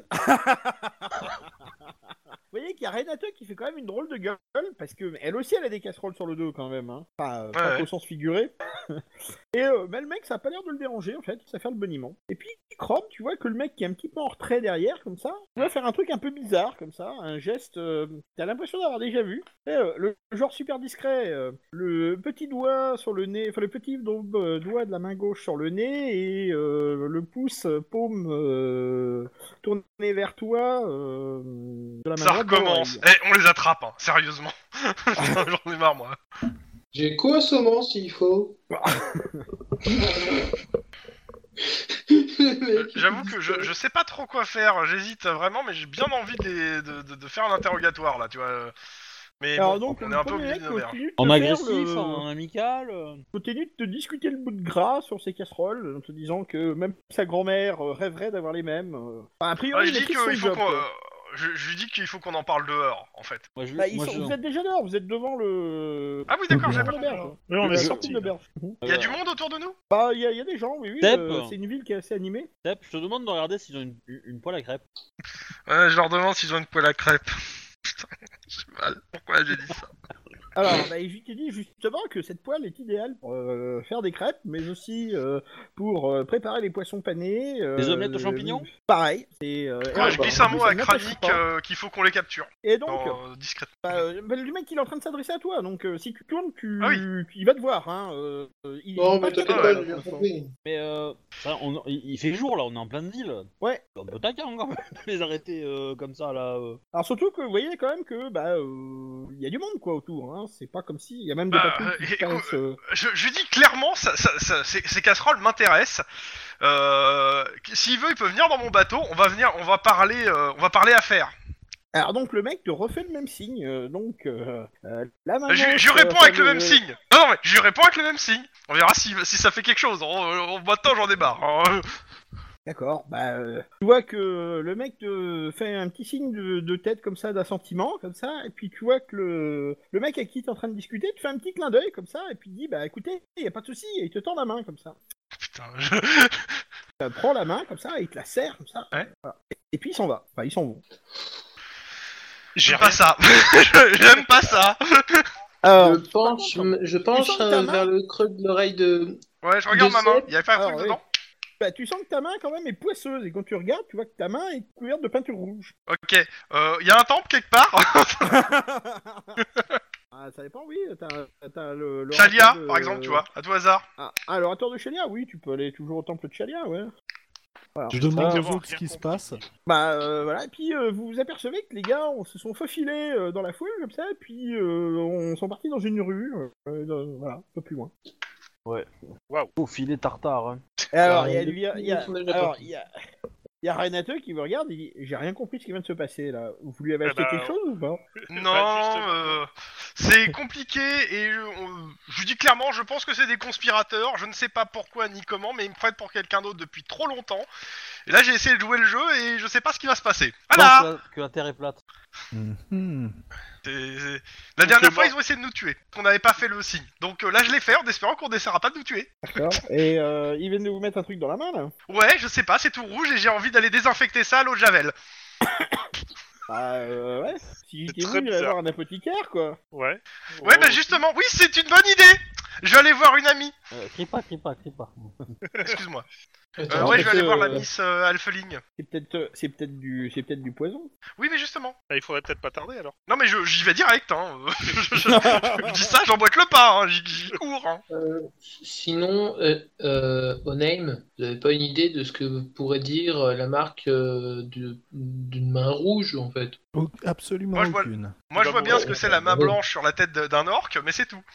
Vous voyez qu'il y a Renata qui fait quand même une drôle de gueule, parce que elle aussi elle a des casseroles sur le dos quand même, hein. Enfin, euh, pas Ouais. au sens figuré. Et euh, mais le mec ça a pas l'air de le déranger en fait, ça fait le boniment. Et puis Chrome, tu vois que le mec qui est un petit peu en retrait derrière, comme ça, il va faire un truc un peu bizarre comme ça, un geste, euh, t'as l'impression d'avoir déjà vu. Et, euh, le genre super discret, euh, le petit doigt sur le nez, enfin le petit do- euh, doigt de la main gauche sur le nez et euh, le pouce euh, paume euh, tourné vers toi euh, de la main Ça droite de recommence. l'oreille. Eh, on les attrape, hein, sérieusement. Putain, j'en ai marre, moi. J'ai quoi saumon s'il faut Euh, J'avoue que je, je sais pas trop quoi faire, j'hésite vraiment, mais j'ai bien envie de, les- de, de, de faire un interrogatoire là, tu vois. Mais Alors bon, donc, on le est un peu au premier milieu mec de l'auberge. continue de En te faire agressif, le- en amical. euh. continue de te discuter le bout de gras sur ses casseroles, en te disant que même sa grand-mère euh, rêverait d'avoir les mêmes. euh. Enfin, a priori, Ouais, je il dis maîtrise son qu'il faut job, qu'on. quoi. euh, je, je lui dis qu'il faut qu'on en parle dehors, en fait. Moi, je, Bah, ils moi, sont- je- Vous êtes déjà dehors, vous êtes devant le... Ah oui, d'accord, L'auberge. j'avais pas l'auberge. compris. Oui, on Le- est le sorti. coup de l'auberge. Mhm. Il y a Euh, du monde autour de nous? Bah, il y, a- il y a des gens, oui, oui. Step. euh, c'est une ville qui est assez animée. Step, je te demande de regarder s'ils ont une, une, une poêle à crêpes. Ouais, je leur demande s'ils ont une poêle à crêpes. Putain, j'ai mal. Pourquoi j'ai dit ça? Alors, bah, je t'ai dit justement que cette poêle est idéale pour euh, faire des crêpes, mais aussi euh, pour euh, préparer les poissons panés. euh, Des omelettes aux champignons. Pareil. C'est, euh, et Ouais, en- je bah, glisse en un plus, mot à ça n'empêche Kranik pas. euh, qu'il faut qu'on les capture. Et donc, Dans, euh, discrètement. bah, euh, bah, le mec il est en train de s'adresser à toi, donc euh, si tu tournes, tu... Ah oui. il va te voir. Hein, euh, il Non, il mais va t'inquiète te- pas, pour j'ai bien l'instant. compris. Mais euh, ça, on, il, il fait jour là, on est en pleine ville. Ouais. C'est un peu taquin quand même de les arrêter euh, comme ça là. euh. Alors surtout que vous voyez quand même que bah euh, il y a du monde quoi autour. Hein. C'est pas comme si il y a même des Bah, patrouilles qui euh, disparaissent, euh. Je, je lui dis clairement, ça, ça, ça- ces, ces casseroles m'intéressent. Euh, S'il veut, il peut venir dans mon bateau. On va venir, on va parler, euh, on va parler affaires. Alors donc le mec te refait le même signe. euh, donc euh, euh, la main Je, gauche, je lui réponds euh, avec le enfin, même signe. Non, non, mais je lui réponds avec le même signe. On verra si, si ça fait quelque chose. On, on, maintenant, j'en débarre. hein. D'accord, bah euh, tu vois que le mec te fait un petit signe de, de tête comme ça, d'assentiment, comme ça, et puis tu vois que le, le mec avec qui t'es en train de discuter te fait un petit clin d'œil comme ça, et puis il dit bah écoutez, il y a pas de souci, et il te tend la main comme ça. Putain. Je... Il te prend la main comme ça, et il te la serre comme ça. Ouais. Voilà. Et, et puis il s'en va, enfin ils s'en vont. J'ai J'aime pas ça. J'aime pas ça. Alors, Je penche, par contre, je tu penche sens que ta euh, main- vers le creux de l'oreille de. Ouais, je regarde De ma main. Seb. Il y avait pas un Alors, truc oui. dedans? Bah, tu sens que ta main quand même est poisseuse, et quand tu regardes, tu vois que ta main est couverte de peinture rouge. Ok. Euh, Il y a un temple quelque part. Ah, ça dépend, oui. T'as, t'as le, le Chalia, rapport de- par exemple, tu vois, à tout hasard. Ah, ah, l'orateur de Chalia, oui, tu peux aller toujours au temple de Chalia, ouais. Voilà. Je demande Ça, aux avoir autres ce rien qui se compris. passe. Bah euh, voilà, et puis euh, vous vous apercevez que les gars on, se sont faufilés euh, dans la foule comme ça, et puis euh, on sont partis dans une rue, euh, dans- voilà, un peu plus loin. Au filet tartare. Hein. Et alors Ah, il y a, les lui, il y a, petits il y a- sont déjà alors partis. il y a, il y a Renate qui me regarde, il dit j'ai rien compris ce qui vient de se passer là. Vous lui avez Eh acheté bah, quelque chose ou pas? Non, Bah, justement. euh, c'est compliqué et je, on- je dis clairement, je pense que c'est des conspirateurs. Je ne sais pas pourquoi ni comment, mais ils me prennent pour quelqu'un d'autre depuis trop longtemps. Et là, j'ai essayé de jouer le jeu et je sais pas ce qui va se passer. Je Voilà. pense que la, que la terre est plate. Mhm. C'est- c'est- La Donc, dernière euh, fois, moi- ils ont essayé de nous tuer, qu'on n'avait pas fait le signe. Donc euh, là, je l'ai fait en espérant qu'on n'essaiera pas de nous tuer. D'accord. Et euh, ils viennent de vous mettre un truc dans la main là? Ouais, je sais pas, c'est tout rouge et j'ai envie d'aller désinfecter ça à l'eau de Javel. Bah euh, ouais, si C'est j'étais très vous, j'irais bizarre. voir un apothicaire quoi. Ouais. Ouais, Oh, bah justement, oui, c'est une bonne idée. Je vais aller voir une amie. Euh, crie pas, crie pas, crie pas. Excuse-moi. Euh, Attends, ouais, je vais parce aller que, voir la euh, Miss euh, Alpheling. C'est peut-être, euh, c'est peut-être du, c'est peut-être du poison. Oui, mais justement. ah, il faudrait peut-être pas tarder alors. Non, mais je- j'y vais direct, hein. je, je- je dis ça, j'emboîte le pas, hein. J'y j'y cours, hein. Euh, sinon, euh, euh, Onaim, vous n'avez pas une idée de ce que pourrait dire euh, la marque euh, de- d'une main rouge en fait? Au- Absolument Moi, je vois- aucune. Moi, je Bah, vois bien bon, ce que c'est la main blanche sur la tête de- d'un orc, mais c'est tout.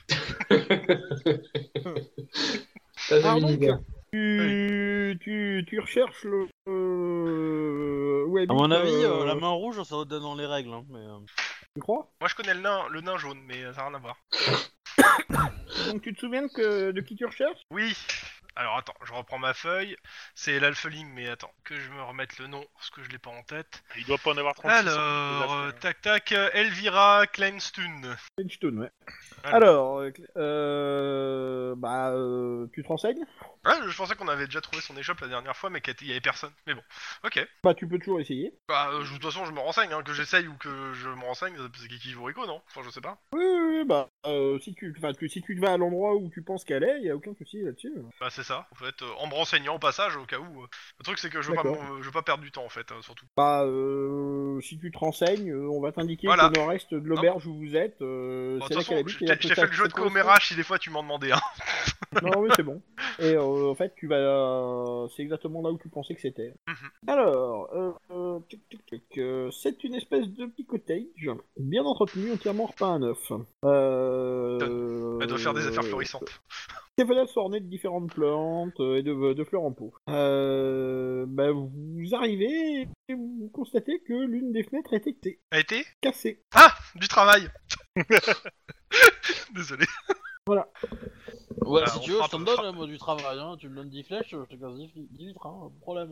Pas Ah, un donc, univers. tu, tu, tu recherches le. Euh, où À habite, mon avis, euh, euh, la main rouge, ça doit être dans les règles. Hein, mais, euh, Tu crois? Moi, je connais le nain, le nain jaune, mais euh, ça n'a rien à voir. Donc tu te souviens que, de qui tu recherches? Oui. Alors, attends, je reprends ma feuille. C'est l'Alpheling, mais attends, que je me remette le nom, parce que je l'ai pas en tête. Il doit pas en avoir trente-six. hein, Alors, déjà, euh, c'est- tac tac, euh, Elvira Kleinstun. Flintstone, ouais. Voilà. Alors, euh, euh, bah, euh, tu te renseignes? Ouais, je pensais qu'on avait déjà trouvé son échoppe la dernière fois, mais qu'il y avait personne. Mais bon, ok. Bah, tu peux toujours essayer. Bah, euh, je- de toute façon, je me renseigne, hein, que j'essaye ou que je me renseigne, c'est Kiki Vorico, non? Enfin, je sais pas. Oui, oui, oui, bah, euh, si tu, enfin, tu, si tu vas à l'endroit où tu penses qu'elle est, y a aucun souci là-dessus. Bah, c'est ça, en fait, euh, en me renseignant au passage, au cas où. euh, le truc, c'est que je veux, pas, D'accord. me- je veux pas perdre du temps, en fait, euh, surtout. Bah, euh, si tu te renseignes, euh, on va t'indiquer Voilà. qu'au nord-est de l'auberge où vous êtes, euh, Bon, de c'est toute là façon, qu'elle habite. je et t'ai après je t'ai ça- fait le jeu ça de correspond- commérage si des fois tu m'en demandais un. Non, oui, c'est bon. Et euh, en fait, tu vas, euh, c'est exactement là où tu pensais que c'était. Mhm. Alors, euh, euh, tic, tic, tic, euh, c'est une espèce de petit cottage, bien entretenu, entièrement repeint à neuf. Euh... Elle doit faire des affaires florissantes. Ces fenêtres sont ornées de différentes plantes euh, et de, de fleurs en pot. Euh, bah, vous arrivez et vous constatez que l'une des fenêtres a été A été cassée. Ah, du travail. Désolé. Voilà. Ouais, Ah, si on tu veux, je frappe- t'en donne, frappe. hein, moi, du travail, hein. Tu me donnes dix flèches, je te casse dix vitres, hein, pas de problème.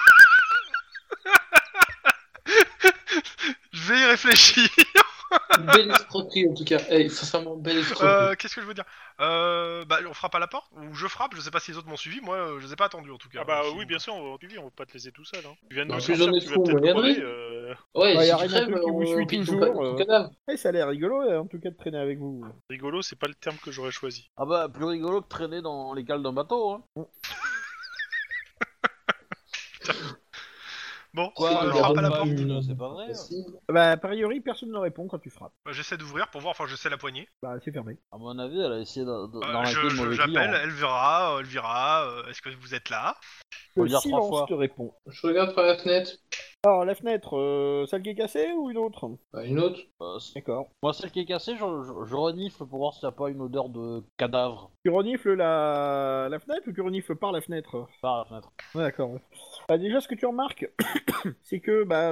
Je vais y réfléchir. Belle escroquerie en tout cas. Eh, sincèrement, belle escroquerie. Euh, Qu'est-ce que je veux dire euh, Bah, on frappe à la porte ou je frappe. Je sais pas si les autres m'ont suivi. Moi, euh, je les ai pas attendus en tout cas. Ah bah Si oui, vous- bien sûr, on va suivi, on va pas te laisser tout seul. Hein. Tu viens de Bah, nous plus sortir, on est tu vas fous, peut-être moyen de crever. rire. Euh... Ouais, Bah, y si a tu rien crèves, qui vous on suit pique ton, toujours, ton euh. cadavre. Eh, ça a l'air rigolo en tout cas de traîner avec vous. Rigolo, c'est pas le terme que j'aurais choisi. Ah bah, plus rigolo que traîner dans les cales d'un bateau, hein. Bon, Quoi, je alors, frappe à la bah, porte. une- C'est pas vrai. Si. Bah, a priori, personne ne répond quand tu frappes. Bah, J'essaie d'ouvrir pour voir. Enfin, je sais la poignée. Bah, c'est fermé. À mon avis, elle a essayé de- de- Euh, d'arnaquer je- le je- mauvais J'appelle. client. Elle verra. euh, Elle verra. euh, Est-ce que vous êtes là? Faut Le le dire trois silence fois. te répond. Je regarde par la fenêtre. Alors, la fenêtre, euh, celle qui est cassée ou une autre? Bah, une autre. Euh, c'est- D'accord. moi, celle qui est cassée, je, je- je renifle pour voir s'il n'y a pas une odeur de cadavre Tu renifles la... la fenêtre ou tu renifles par la fenêtre? par la fenêtre. Ouais, d'accord. Ouais. Bah, déjà, ce que tu remarques, c'est que bah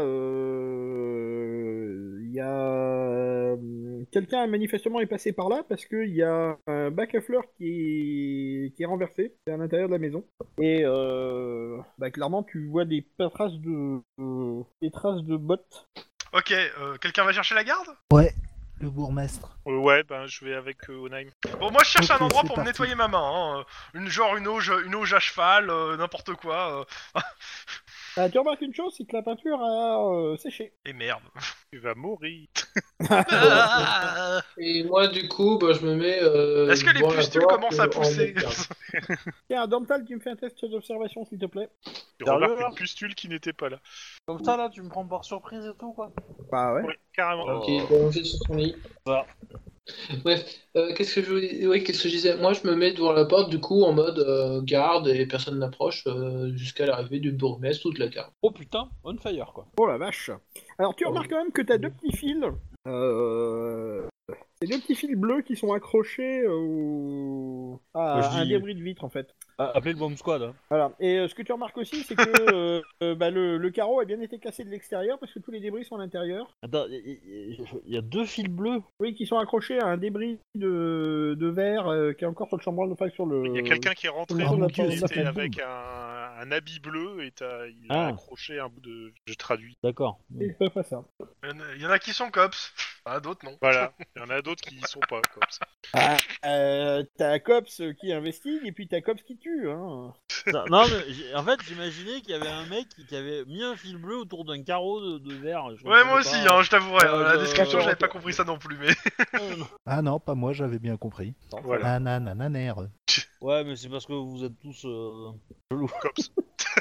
euh, il y a euh, quelqu'un manifestement est passé par là parce qu'il y a un bac à fleurs qui est qui est renversé à l'intérieur de la maison et euh, bah, clairement tu vois des traces de euh, des traces de bottes. Ok. euh, Quelqu'un va chercher la garde? Ouais, le bourgmestre. Euh, ouais, ben je vais avec euh, Onaim. Bon, moi, je cherche Ok, un endroit c'est pour me parti. nettoyer ma main. Hein. Une genre une auge, une auge à cheval, euh, n'importe quoi. euh. Ah, tu remarques une chose, c'est que la peinture a euh, séché. Et merde. Tu vas mourir. Ah. Et moi, du coup, bah, je me mets. Euh, Est-ce que les devant la pustules porte, commencent à euh, en pousser? mode garde. Tiens, Dormtal, tu me fais un test d'observation s'il te plaît. Tu Sérieux, remarques là une pustule qui n'était pas là. Comme ça, là, tu me prends par surprise et tout, quoi. Bah ouais. Oui, carrément. Oh. Ok, allongé sur son lit. Ça. Bref, euh, qu'est-ce que je voulais... Oui, qu'est-ce que je disais? Moi, je me mets devant la porte, du coup, en mode euh, garde et personne n'approche euh, jusqu'à l'arrivée du bourgmestre ou de la garde. Oh putain, on fire, quoi. Oh la vache. Alors tu Oh. remarques quand même que t'as deux petits fils. Euh... C'est deux petits fils bleus qui sont accrochés au... à Moi, je un dis- débris de vitre en fait. Ah, appelez le bomb squad, hein. Voilà. Et euh, ce que tu remarques aussi, c'est que euh, euh, bah, le, le carreau a bien été cassé de l'extérieur parce que tous les débris sont à l'intérieur. Attends, il y, y a deux fils bleus. Oui, qui sont accrochés à un débris de, de verre euh, qui est encore sur le chambranle, enfin sur le. Il y a quelqu'un qui est rentré, Oh mon qui Dieu, ça était fait avec un, un habit bleu et t'as- il a Ah. accroché un bout de... Je traduis. D'accord. C'est pas pas ça. Il y en a- il y en a qui sont cops. Ah, d'autres non. Voilà, il y en a d'autres qui y sont pas comme ça. Ah, euh, t'as Cops qui investigue et puis t'as Cops qui tue. Hein. Ça- non, mais j'ai- en fait, j'imaginais qu'il y avait un mec qui, qui avait mis un fil bleu autour d'un carreau de, de verre. Je Ouais, moi comprenais aussi, pas. hein, je t'avouerai. Euh, la je- description, D'accord, j'avais ok. pas compris ça non plus, mais. Euh, non. Ah non, pas moi, j'avais bien compris. Voilà, Nananananer. Ouais, mais c'est parce que vous êtes tous euh, chelous. cops.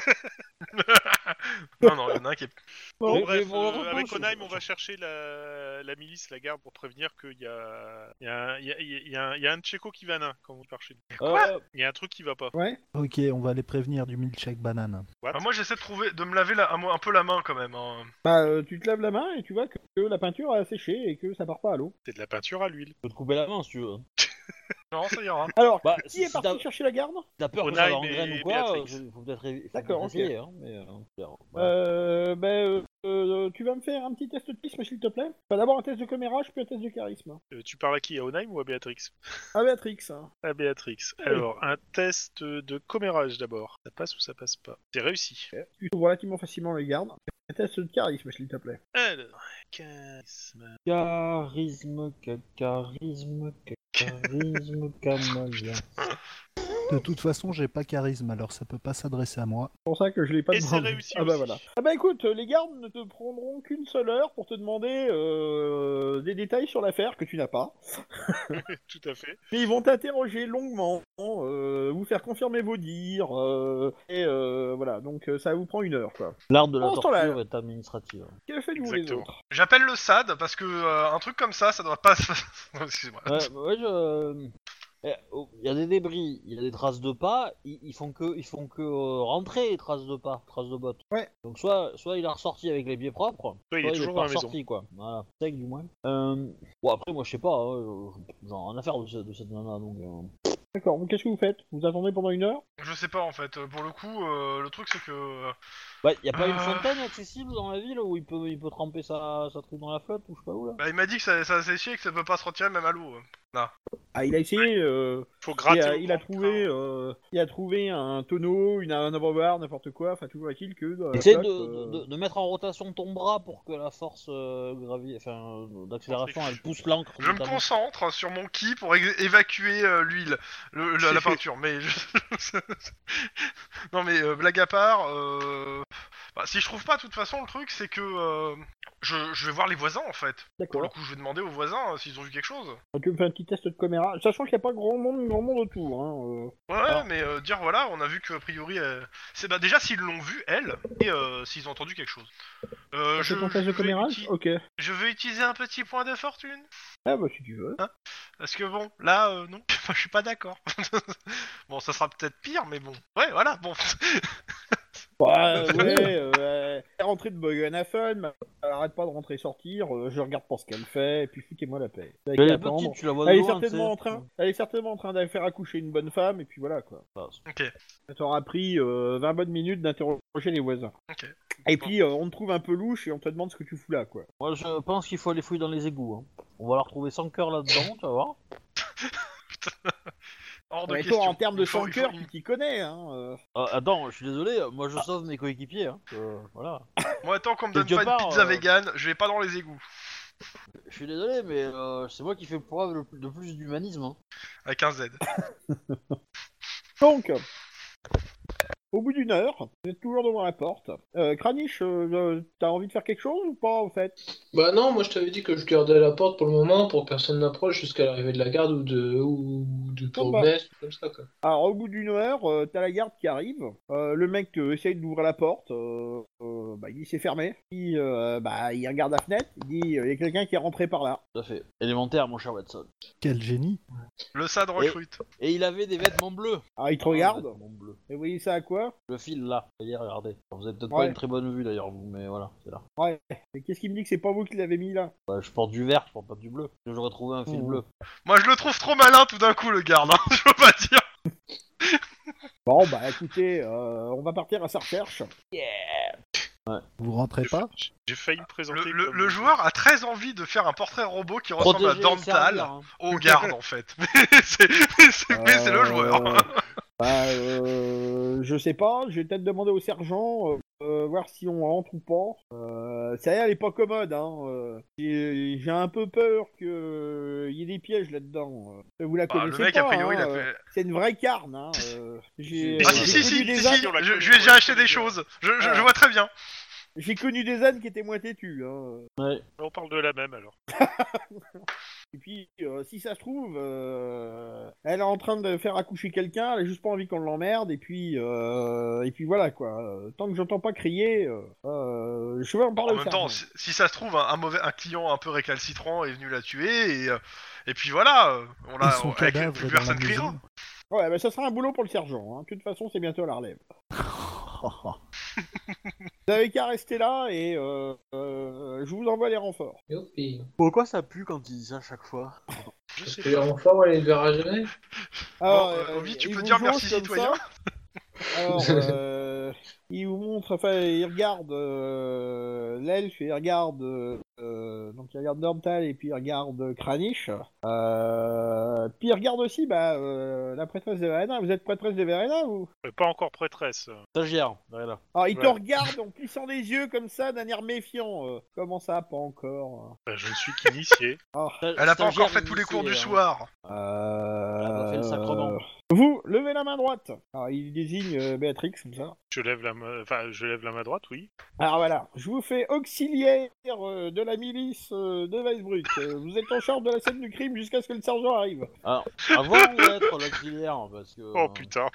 non, non, il y en a un qui est. Bon, Mais- bref, mais pour le euh, repos, avec je- Onaim, on va chercher la, la milice, la garde, pour te prévenir qu'il y a... Il y, a, un- il y, a, il y a un- il y a un Tchéco qui va nain quand vous par chez nous. Euh, Il y a un truc qui va pas. Ouais. Ok, on va les prévenir du milkshake banane. What Ah, moi, j'essaie de trouver, de me laver la- un, un peu la main quand même. Hein. Bah, euh, tu te laves la main et tu vois que, que la peinture a séché et que ça part pas à l'eau. C'est de la peinture à l'huile. je peux te couper la main si tu veux. Non, ça ira. Alors, Bah, qui si- est si parti t'as- chercher la garde? T'as peur que Onaim ça l'engraine et ou quoi Béatrix. Il faut peut-être évi- faut D'accord, peut-être ok. essayer, hein, mais... Euh, voilà. Euh, bah, euh, euh, tu vas me faire un petit test de charisme, s'il te plaît. Enfin, d'abord un test de commérage, puis un test de charisme. Euh, tu parles à qui? À Onaim ou à Béatrix? Ah, Béatrix. Hein. À Béatrix. Alors, un test de commérage d'abord. Ça passe ou ça passe pas? C'est réussi. Tu trouves relativement facilement les gardes. Un test de charisme, s'il te plaît. Alors, charisme. Charisme, ca- charisme, ca- charisme, camélia. De toute façon, j'ai pas charisme, alors ça peut pas s'adresser à moi. C'est pour ça que je l'ai pas Et demandé. c'est réussi Ah bah aussi. voilà. Ah bah écoute, les gardes ne te prendront qu'une seule heure pour te demander euh, des détails sur l'affaire que tu n'as pas. Tout à fait. Mais ils vont t'interroger longuement, euh, vous faire confirmer vos dires, euh, et euh, voilà, donc euh, ça vous prend une heure quoi. L'art de la Pendant ce temps-là- torture est administrative. Que faites-vous les Exactement. autres? J'appelle le S A D parce que euh, un truc comme ça, ça doit pas. se- Excuse-moi. Ouais, bah ouais, je... eh, oh, il y a des débris, il y a des traces de pas, ils, ils font que, ils font que euh, rentrer les traces de pas, traces de bottes. Ouais. Donc soit, soit il a ressorti avec les pieds propres, Soit il est toujours pas dans la maison. ressorti quoi. Voilà, sec du moins. Euh... Bon après moi je sais pas, hein, j'en ai rien à faire de, ce- de cette nana donc. Euh... D'accord, donc qu'est-ce que vous faites? Vous attendez pendant une heure? Je sais pas en fait. Pour le coup, euh, le truc c'est que euh, Bah, y a pas une Euh. fontaine accessible dans la ville où il peut, il peut tremper sa, sa truc dans la flotte ou je sais pas où là? bah, il m'a dit que ça, ça a séché et que ça peut pas se retirer même à l'eau. Ah, il a essayé. Euh, Faut et, gratter. euh, au il a grand trouvé, train. euh, il a trouvé un tonneau, une, un overboard, n'importe quoi. Enfin, toujours est-il que dans la Essaye de, flotte, euh, de, de mettre en rotation ton bras pour que la force euh, gravi... enfin, euh, d'accélération elle pousse l'encre. Je me notamment. concentre sur mon ki pour é- évacuer euh, l'huile, le- le- la peinture. Mais je- non mais euh, blague à part, euh, bah, si je trouve pas, de toute façon le truc c'est que euh, je, je vais voir les voisins en fait. Pour le D'accord. coup, je vais demander aux voisins euh, s'ils ont vu quelque chose. Tu me fais un petit test de caméra, sachant qu'il n'y a pas grand monde, grand monde autour. Hein, euh. Ouais, ouais, Ah. mais euh, dire voilà, on a vu qu'a priori, euh, c'est bah déjà s'ils l'ont vu elle et euh, s'ils ont entendu quelque chose. Euh, T'as je, fait ton je test de vais caméra? uti- Ok. je vais utiliser un petit point de fortune. Ah bah si tu veux. Parce que bon, là, euh, non, moi je suis pas d'accord. Bon, ça sera peut-être pire, mais bon. Ouais, voilà, bon. Bah ouais, euh, elle est rentrée de Bogenhafen, mais elle arrête pas de rentrer sortir, euh, je regarde pas ce qu'elle fait, et puis foutez-moi la paix. Vous avez Elle qu'à est attendre. petite, tu la vois de Elle est loin, certainement tu en sais. train, elle est certainement en train de faire accoucher une bonne femme, et puis voilà quoi. Ok, Ça t'aura pris euh, vingt bonnes minutes d'interroger les voisins. ok. Et puis euh, on te trouve un peu louche et on te demande ce que tu fous là quoi. Moi je pense qu'il faut aller fouiller dans les égouts. Hein. On va leur trouver cent cœurs là-dedans, tu vas voir. Hors de Ouais, question. toi en termes de Il faut- sang il faut- cœur, tu t'y connais hein. euh. Euh, attends, je suis désolé, moi je sauve mes coéquipiers. Hein. Euh, voilà. Moi, tant qu'on me donne Quelque pas une part, pizza euh, vegan, je vais pas dans les égouts. Je suis désolé, mais euh, c'est moi qui fais preuve de plus- de plus d'humanisme. Hein. Avec un Z. Donc, au bout d'une heure, vous êtes toujours devant la porte. Euh, Kranich, euh, euh, t'as envie de faire quelque chose ou pas en fait? Bah non, moi je t'avais dit que je gardais la porte pour le moment pour que personne n'approche jusqu'à l'arrivée de la garde ou de ou de Bon, bah. bourgmestre ou comme ça quoi. Alors au bout d'une heure, euh, t'as la garde qui arrive. Euh, le mec euh, essaye d'ouvrir la porte. Euh, euh, bah, il dit c'est fermé. Il, euh, bah, il regarde la fenêtre. Il dit il y a quelqu'un qui est rentré par là. Tout à fait. Élémentaire, mon cher Watson. Quel génie. Le S A D recrute. Et il avait des vêtements bleus. Alors il te Ah, regarde. des vêtements bleus. Et vous voyez ça à quoi? Le fil là, voyez, regardez. Vous avez peut-être Ouais. pas une très bonne vue d'ailleurs, vous, mais voilà, c'est là. Ouais. Et qu'est-ce qui me dit que c'est pas vous qui l'avez mis là? Bah, je porte du vert, je porte pas du bleu. J'aurais trouvé un fil Mmh. bleu. Moi, je le trouve trop malin tout d'un coup, le garde. Hein, je peux pas dire. Bon bah écoutez, euh, on va partir à sa recherche. Vous rentrez J'ai- pas? J'ai failli me présenter. Le, le- comme- le joueur a très envie de faire un portrait robot qui ressemble Protéger à et Dantal servir, hein. au garde, en fait. Mais c'est c'est- mais c'est le joueur. Euh, Bah, euh, je sais pas, je vais peut-être demander au sergent, euh, euh, voir si on rentre ou pas. Euh, ça elle est pas commode, hein. euh, J'ai j'ai un peu peur qu'il y ait des pièges là-dedans. euh. Vous la Bah, connaissez le mec, pas, a priori, hein, il a euh, fait... c'est une vraie carne, hein. euh, J'ai Ah j'ai si, si, connu si, des si, ânes- si, on l'a je, connu, je lui ai ouais, déjà acheté c'est des bien. choses. Je, je- Ah. je vois très bien. J'ai connu des ânes qui étaient moins têtus, hein. Ouais. On parle de la même alors. Et puis, euh, si ça se trouve, euh, elle est en train de faire accoucher quelqu'un, elle a juste pas envie qu'on l'emmerde, et puis, euh, et puis voilà quoi. Euh, Tant que j'entends pas crier, euh, euh, je vais en parler En au même temps, sergent. si, si ça se trouve, un, un mauvais, un client un peu récalcitrant est venu la tuer, et, euh, et puis voilà, euh, on Et l'a, son avec, cadavre plus dans personne la criera. maison. Ouais, bah ça sera un boulot pour le sergent. Hein. De toute façon, c'est bientôt à la relève. Vous avez qu'à rester là et euh, euh, je vous envoie les renforts. Youpi. Pourquoi ça pue quand il dit ça à chaque fois? Je Parce sais que les pas. renforts, elle les verra jamais. Alors, euh, Ovi, tu il peux vous dire jauge merci, comme citoyen ça. Alors, euh, il vous montre, enfin, il regarde euh, l'elfe et il regarde, euh, donc il regarde Dormtal et puis il regarde Kranich. Euh, puis il regarde aussi, bah, euh, la prêtresse de Verena. Vous êtes prêtresse de Verena, vous? Euh, Pas encore prêtresse. Stagiaire, voilà. Alors, il te Ouais. regarde en plissant les yeux comme ça, d'un air méfiant. euh. Comment ça, pas encore? Bah, je ne suis qu'initié. Ah, Elle a pas encore fait tous les cours du soir. euh... Elle a pas fait le sacrement. Vous, levez la main droite. Alors, il désigne euh, Béatrix, comme ça. Je lève la main, enfin, je lève la main droite, oui. Alors voilà, je vous fais auxiliaire euh, de la milice euh, de Weisbrück. Euh, vous êtes en charge de la scène du crime jusqu'à ce que le sergent arrive. Alors, avoir ou être l'auxiliaire, parce que... Oh putain.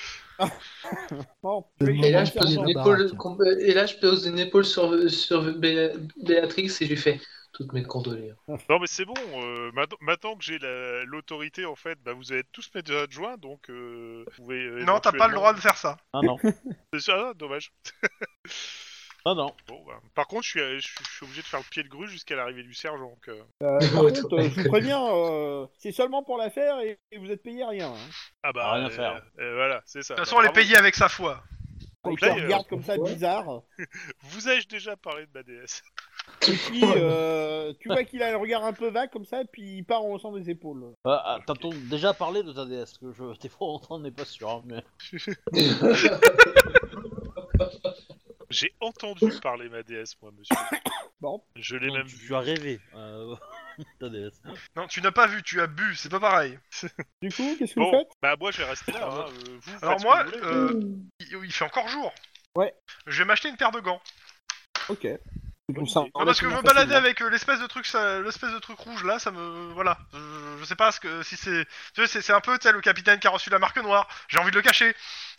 Bon, C'est je le vais Et là, moment je de pose fermer une la épaule, baraque. com- et là, je pose une épaule sur, sur Bé- Béatrix et je lui fais toutes mes condoléances. Non mais c'est bon. euh, maintenant, maintenant que j'ai la- l'autorité, en fait, bah, vous allez tous mes adjoints, donc euh, vous pouvez. euh, Non, t'as pas le éventuellement- droit de faire ça. Ah non. C'est ça, ah, dommage. Non, non. Bon, bah, par contre, je suis, je suis- je suis obligé de faire le pied de grue jusqu'à l'arrivée du sergent. Donc, euh, Euh, par Ouais, contre, toi, euh, je vous préviens, euh, c'est seulement pour l'affaire et, et vous êtes payé rien. Hein. Ah bah, Rien à euh, faire. euh, voilà, c'est ça. De toute façon, Bah, elle est bravo. payée avec sa foi. Il te D'ailleurs, regarde comme ça, ouais. bizarre. Vous ai-je déjà parlé de ma déesse? Et puis, euh, tu vois qu'il a le regard un peu vague comme ça, puis il part en haussant des épaules. Euh, ah, T'as-t-on déjà parlé de ta déesse que je des fois on n'est pas sûr. Hein, mais... J'ai entendu parler ma déesse, moi, monsieur. Bon, Je l'ai Non, même tu, vu. tu as rêvé. Euh... ta déesse. Non, tu n'as pas vu, tu as bu, c'est pas pareil. du coup, qu'est-ce que Bon, vous faites? bah moi, je vais rester là. Hein. euh, vous, Alors faites ce moi, que vous voulez. euh, il, il fait encore jour. Ouais. Je vais m'acheter une paire de gants. Ok. Je trouve ça idée. Non, parce que me relativement balader facilement. avec euh, l'espèce de truc, ça- l'espèce de truc rouge là, ça me, voilà. Je, je sais pas ce que si c'est, tu vois, c'est c'est un peu, tu sais, le capitaine qui a reçu la marque noire. J'ai envie de le cacher.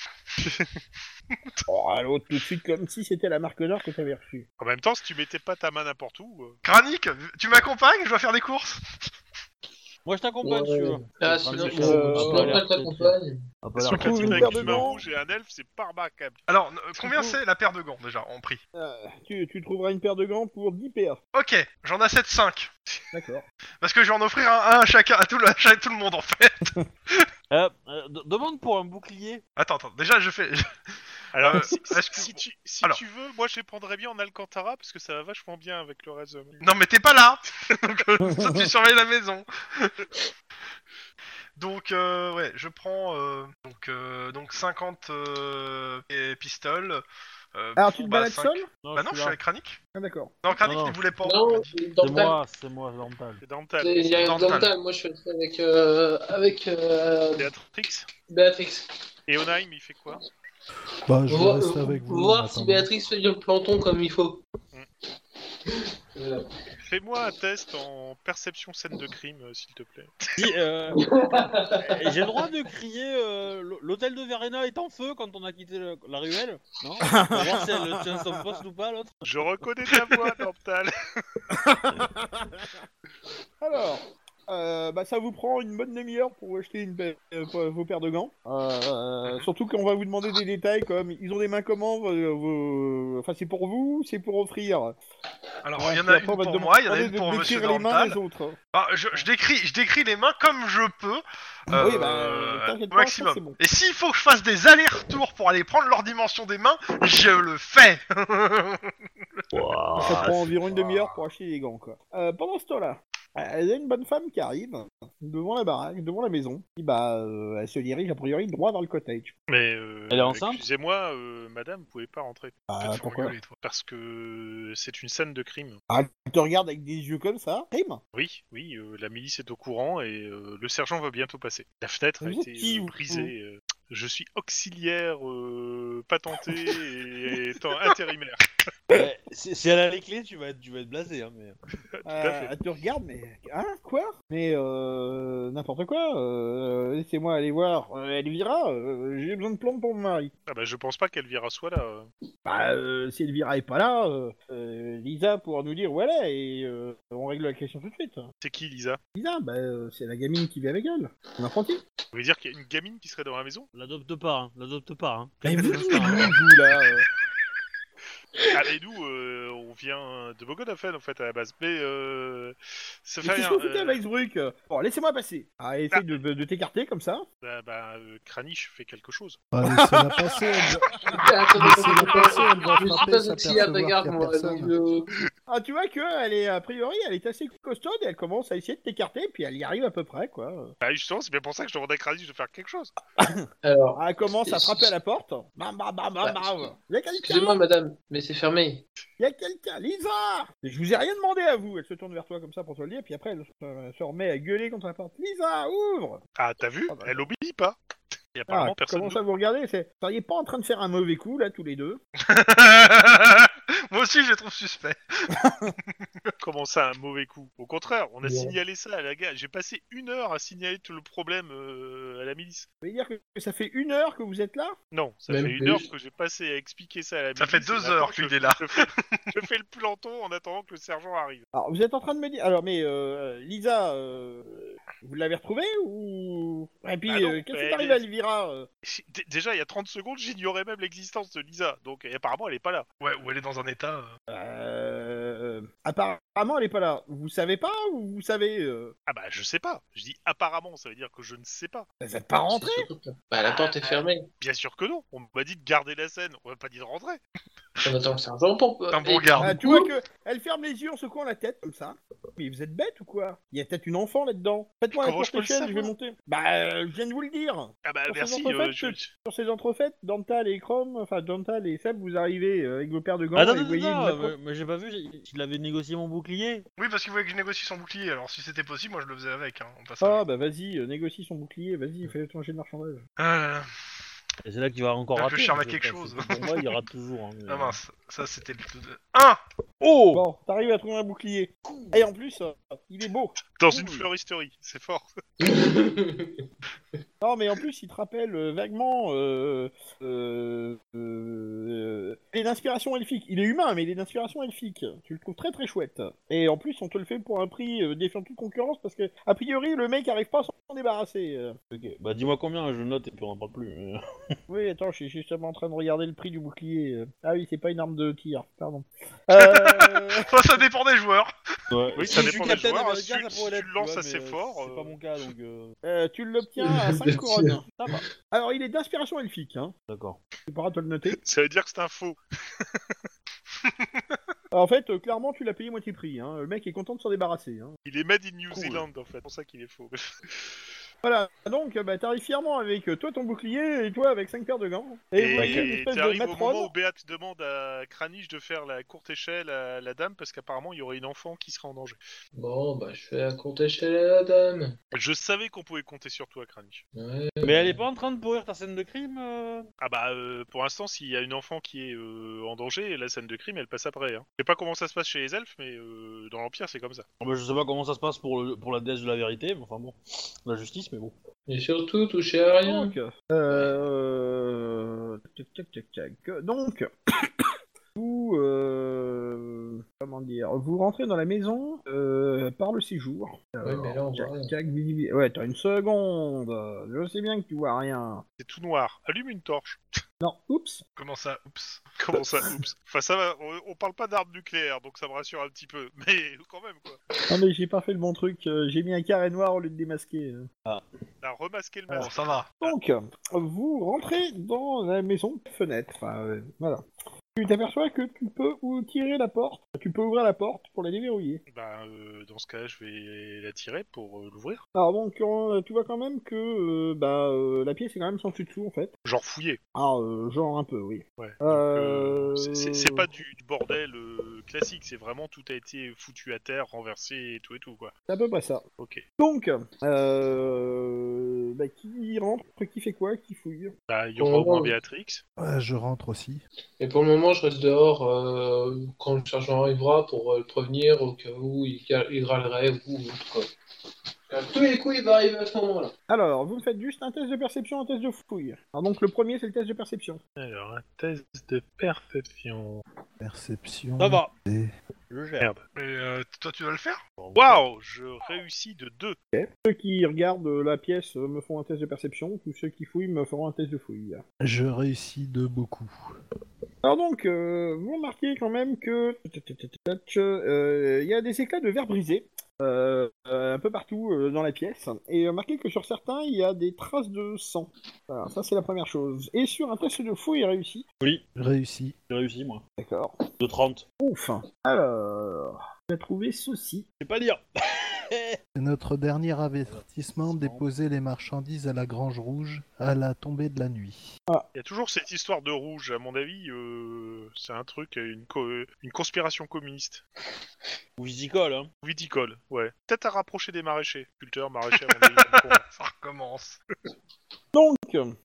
Oh, alors tout de suite comme si c'était la marque d'or que t'avais reçue. En même temps, si tu mettais pas ta main n'importe où... euh, Granic, tu m'accompagnes, je dois faire des courses. Moi je t'accompagne, Ouais. si tu veux. Ah, Je vais sinon, prendre je des euh, choses, sinon, ça a pas l'air elle très- t'accompagne. ça a pas Si l'air on Quand trouve tu une fais paire avec de une main gants. rouge et un elfe, c'est pas remarquable. Alors, euh, combien c'est la paire de gants déjà en prix? Euh, tu, tu trouveras une paire de gants pour dix P A. Ok, j'en achète cinq. D'accord. Parce que je vais en offrir un, un à chacun, à tout le, à tout le monde en fait. Euh, euh, d- demande pour un bouclier. Attends, attends, déjà je fais. Alors, Euh, si, est-ce que- si tu, si Alors. tu veux, moi je les prendrais bien en Alcantara parce que ça va vachement bien avec le reste. Non mais t'es pas là. Donc euh, toi, tu surveilles la maison. Donc euh, ouais, je prends euh, donc euh, donc cinquante euh, et pistoles. Euh, Alors pour, tu te bah, balades cinq- seul? Non, Bah non, je suis là. avec Kranik. Ah d'accord. Non, Kranik Non, non. il voulait pas. Non, il m'a dit. C'est Dental. moi, c'est moi, Dental. C'est Dental. Il y a Dental. Dental, moi je suis resté avec, euh, avec euh, Béatrix. Béatrix. Et Onaim, il fait quoi? Bah, je vais Voir, rester avec vous. en voir si attendant. Béatrix fait bien le planton comme il faut. Voilà. Fais-moi un test en perception scène de crime, euh, s'il te plaît. Si, euh, j'ai le droit de crier euh, l- l'hôtel de Verena est en feu quand on a quitté le- la ruelle? Non? Pour voir si elle tient son poste ou pas, l'autre. Je reconnais ta voix, Dental. Alors, euh, bah ça vous prend une bonne demi-heure pour acheter une paire- euh, pour vos paires de gants. Euh, surtout qu'on va vous demander des détails comme ils ont des mains comment, vos- vos- enfin c'est pour vous, c'est pour offrir. Alors Ouais, il y en puis a après, on une va te pour moi, il y en a demander une pour de Monsieur décrire les mains des Dental. autres. Ah, je, je décris, je décris les mains comme je peux. euh, Oui, bah, t'inquiète au pas, maximum. ça, c'est bon. Et s'il faut que je fasse des allers-retours pour aller prendre leur dimension des mains, je le fais. Ça prend environ une demi-heure pour acheter les gants, quoi. Euh, pendant ce temps-là, euh, il y a une bonne femme qui arrive devant la baraque, devant la maison. Et bah, euh, elle se dirige a priori droit vers le cottage. Mais euh, Elle est enceinte excusez-moi, euh, madame, vous pouvez pas rentrer. Ah, Te faire pourquoi? engueuler, toi. Parce que c'est une scène de crime. Ah, tu te regardes avec des yeux comme ça, crime. Oui, oui, euh, la milice est au courant et euh, le sergent va bientôt passer. La fenêtre a Vous êtes été qui, euh, vous brisée. euh, je suis auxiliaire euh, patenté et étant intérimaire. Ouais, si, si elle a les clés, tu vas être, tu vas être blasé, hein, mais... Tout à Euh, fait. elle te regarde, mais hein, quoi? Mais euh, n'importe quoi. Euh, laissez-moi aller voir. Euh, elle vira. euh, J'ai besoin de plantes pour mon mari. Ah bah je pense pas qu'Elvira soit là. euh. Bah, euh, si Elvira est pas là, euh, euh, Lisa pourra nous dire où elle est et euh, on règle la question tout de suite. C'est qui Lisa? Lisa, bah, euh, c'est la gamine qui vit avec elle. Une apprentie. Vous voulez dire qu'il y a une gamine qui serait dans la maison? L'adopte pas, hein, l'adopte pas, hein. Mais vous, Juste un- vous, là. euh, Ah mais nous, euh, on vient de Bogodafen en fait à la base. Mais euh, ça Mais fait qu'est-ce rien. que vous foutez euh, à Weisbruck? Bon, laissez-moi passer. Ah, essaye de, de t'écarter comme ça. Bah, bah euh, Kranich fait quelque chose. Bah, laissez-la passer, elle va... Attendez, laissez-la passer, elle va je suis frapper, pas s'apercevoir auxiliaire de qu'il y a garde, moi. personne. Donc, euh, Ah, tu vois que elle est, a priori, elle est assez costaude et elle commence à essayer de t'écarter, puis elle y arrive à peu près, quoi. Bah justement, c'est bien pour ça que je demandais à Kranich de faire quelque chose. alors, Ah, elle commence à frapper à la porte. Bam, bam, bam, bam, Bah, bam. Il y a quelqu'un. excusez-moi, madame, mais c'est fermé. Il y a quelqu'un. Lisa. Je vous ai rien demandé à vous. Elle se tourne vers toi comme ça pour te le dire, puis après elle se, se remet à gueuler contre la porte. Lisa, ouvre. Ah t'as vu? Ah, bah. Elle obéit pas. Et Ah, apparemment personne. commence à vous regarder. C'est, vous seriez pas en train de faire un mauvais coup là, tous les deux? Moi aussi, je les trouve suspects. Comment ça, un mauvais coup? Au contraire, on a Ouais. signalé ça à la gare. J'ai passé une heure à signaler tout le problème euh, à la milice. Vous voulez dire que ça fait une heure que vous êtes là? Non, ça Même fait une plus. heure que j'ai passé à expliquer ça à la milice. Ça fait et deux maintenant, heures je- qu'il est là. Je fais, je fais le planton en attendant que le sergent arrive. Alors, vous êtes en train de me dire. Alors, mais euh, Lisa, euh, vous l'avez retrouvée ou? Ouais, Et puis, Bah non, euh, qu'est-ce mais qui t'arrive elle à est- Elvira euh D- Déjà, il y a trente secondes, j'ignorais même l'existence de Lisa, donc et apparemment elle est pas là. Ouais, ou elle est dans un état. euh, Euh, Apparemment, elle est pas là. Vous savez pas ou vous savez euh... Ah bah je sais pas, je dis apparemment, ça veut dire que je ne sais pas. Vous êtes pas rentré? C'est surtout que- Bah, la porte est fermée. Bien sûr que non, on m'a dit de garder la scène, on m'a pas dit de rentrer. On attend le sergent pour. Un bon Et garde. du Ah, tu coup, vois que elle ferme les yeux en secouant la tête comme ça. Mais vous êtes bête ou quoi? Il y a peut-être une enfant là-dedans. Faites-moi la Comment je courte peux le échelle, je vais savoir monter. Bah, euh, je viens de vous le dire. Ah bah Sur ces merci, entrefaites, euh, je... Sur ces entrefaites, Dantal et Chrome, enfin Dantal et Seb, vous arrivez euh, avec vos paires de gants Attends, et vous attends, voyez une attends, macro- mais, mais j'ai pas vu il avait négocié mon bouclier. Oui, parce qu'il voulait que je négocie son bouclier, alors si c'était possible, moi je le faisais avec, hein, en passant. Ah bah vas-y, euh, négocie son bouclier, vas-y, fais ton jet de marchandage. Ah là là. Et c'est là qu'il va encore Ah, rater. je cherche parce quelque que, chose. Pour moi, il rate toujours. Hein, mais- Ah mince, ça c'était le... un. Oh Bon, t'arrives à trouver un bouclier. Et en plus, euh, il est beau. Dans Cool. une fleuristerie, c'est fort. Non, mais en plus, il te rappelle euh, vaguement. Euh, euh, euh, il est d'inspiration elfique. Il est humain, mais il est d'inspiration elfique. Tu le trouves très très chouette. Et en plus, on te le fait pour un prix euh, défiant toute concurrence parce que, a priori, le mec arrive pas à s'en débarrasser. euh. Ok, bah dis-moi combien, je note et puis on en parle plus. mais- Oui, attends, je suis justement en train de regarder le prix du bouclier. euh. Ah oui, c'est pas une arme de tir, pardon. Euh... Oh, ça dépend des joueurs. Ouais. Oui, ça Si je dépend suis des capitaine joueurs, américain, si- ça si pourrait tu l'être, le lances vois, assez mais, euh, fort, C'est euh, pas mon cas donc. euh, euh, tu l'obtiens à cinq Bien couronnes. sûr. Ça va. Alors, il est d'inspiration elfique, hein. D'accord. Tu pourras te le noter. ça veut dire que c'est un faux. En fait, euh, clairement, tu l'as payé moitié prix. Hein. Le mec est content de s'en débarrasser. Hein. Il est made in New Cool. Zealand en fait, c'est pour ça qu'il est faux. Voilà, donc euh, bah, t'arrives fièrement avec euh, toi ton bouclier et toi avec cinq paires de gants. Et, vous voyez une Et espèce de t'arrives au matrone. moment où Béat demande à Kranich de faire la courte échelle à la dame parce qu'apparemment il y aurait une enfant qui serait en danger. Bon, bah, je fais la courte échelle à la dame. Je savais qu'on pouvait compter sur toi, Kranich. Ouais. Mais elle est pas en train de pourrir ta scène de crime euh Ah bah euh, pour l'instant s'il y a une enfant qui est euh, en danger, la scène de crime elle passe après. Hein. Je sais pas comment ça se passe chez les elfes, mais euh, dans l'Empire c'est comme ça. Ah bah, je sais pas comment ça se passe pour, le, pour la déesse de la vérité, mais enfin bon, la justice, mais bon. Et surtout, toucher à rien. Donc, euh... tac, tac, tac, tac. Donc, vous, euh... comment dire, vous rentrez dans la maison euh, par le séjour. Ouais, mais là, on Jack, voit rien. Jack, Billy, Billy. Ouais, t'as une seconde. Je sais bien que tu vois rien. C'est tout noir. Allume une torche. Non, oups. Comment ça? Oups. Comment ça? Oups. Enfin ça va, on, on parle pas d'armes nucléaires, donc ça me rassure un petit peu. Mais quand même quoi. Non mais j'ai pas fait le bon truc. euh, J'ai mis un carré noir au lieu de démasquer. euh. T'as remasqué le Bon, masque. ça va. Donc, vous rentrez dans la maison fenêtre. Enfin, euh, voilà. Tu t'aperçois que tu peux ou tirer la porte. Tu peux ouvrir la porte pour la déverrouiller. Bah euh, dans ce cas je vais la tirer pour euh, l'ouvrir. Alors donc, euh, tu vois quand même que euh, bah, euh, la pièce est quand même sans dessus dessous en fait. Genre fouiller. Ah, euh, genre un peu, oui. Ouais. Donc, Euh, euh, c'est- c'est c'est pas du, du bordel euh, classique, c'est vraiment tout a été foutu à terre, renversé et tout et tout quoi. C'est à peu près ça. Ok. Donc, euh, bah, qui rentre, qui fait quoi, qui fouille. Bah il y Pour aura le au moins moment, Béatrix. Ouais, je rentre aussi. Et pour le moment, je reste dehors euh, quand le sergent arrivera pour euh, le prévenir au cas où il, il râlerait ou autre quoi. À tous les coups, il va arriver à ce moment-là. Alors, vous me faites juste un test de perception, un test de fouille. Alors donc le premier c'est le test de perception. Alors un test de perception. Perception. Ça va, et- je gère. Merde. Et euh, toi tu dois le faire? Waouh, je réussis de deux. Ceux qui regardent euh, la pièce euh, me font un test de perception, tous ceux qui fouillent me feront un test de fouille. Je réussis de beaucoup. Alors donc, euh, vous remarquez quand même que euh, il y a des éclats de verre brisé euh, euh, un peu partout euh, dans la pièce, et remarquez que sur certains il y a des traces de sang. Voilà, ça c'est la première chose. Et sur un test de fouille réussi. Oui, Je réussis. j'ai réussi moi. D'accord. De trente. Ouf. Alors, on a trouvé ceci. Je sais pas lire. C'est notre dernier avertissement, déposer les marchandises à la Grange Rouge à la tombée de la nuit. Il y a toujours cette histoire de rouge, à mon avis, euh, c'est un truc, une, co- une conspiration communiste. Ou viticole, hein. Ou viticole, ouais. Peut-être à rapprocher des maraîchers. Culteurs, maraîchers, à mon avis, ils sont cons. Ça recommence. Donc,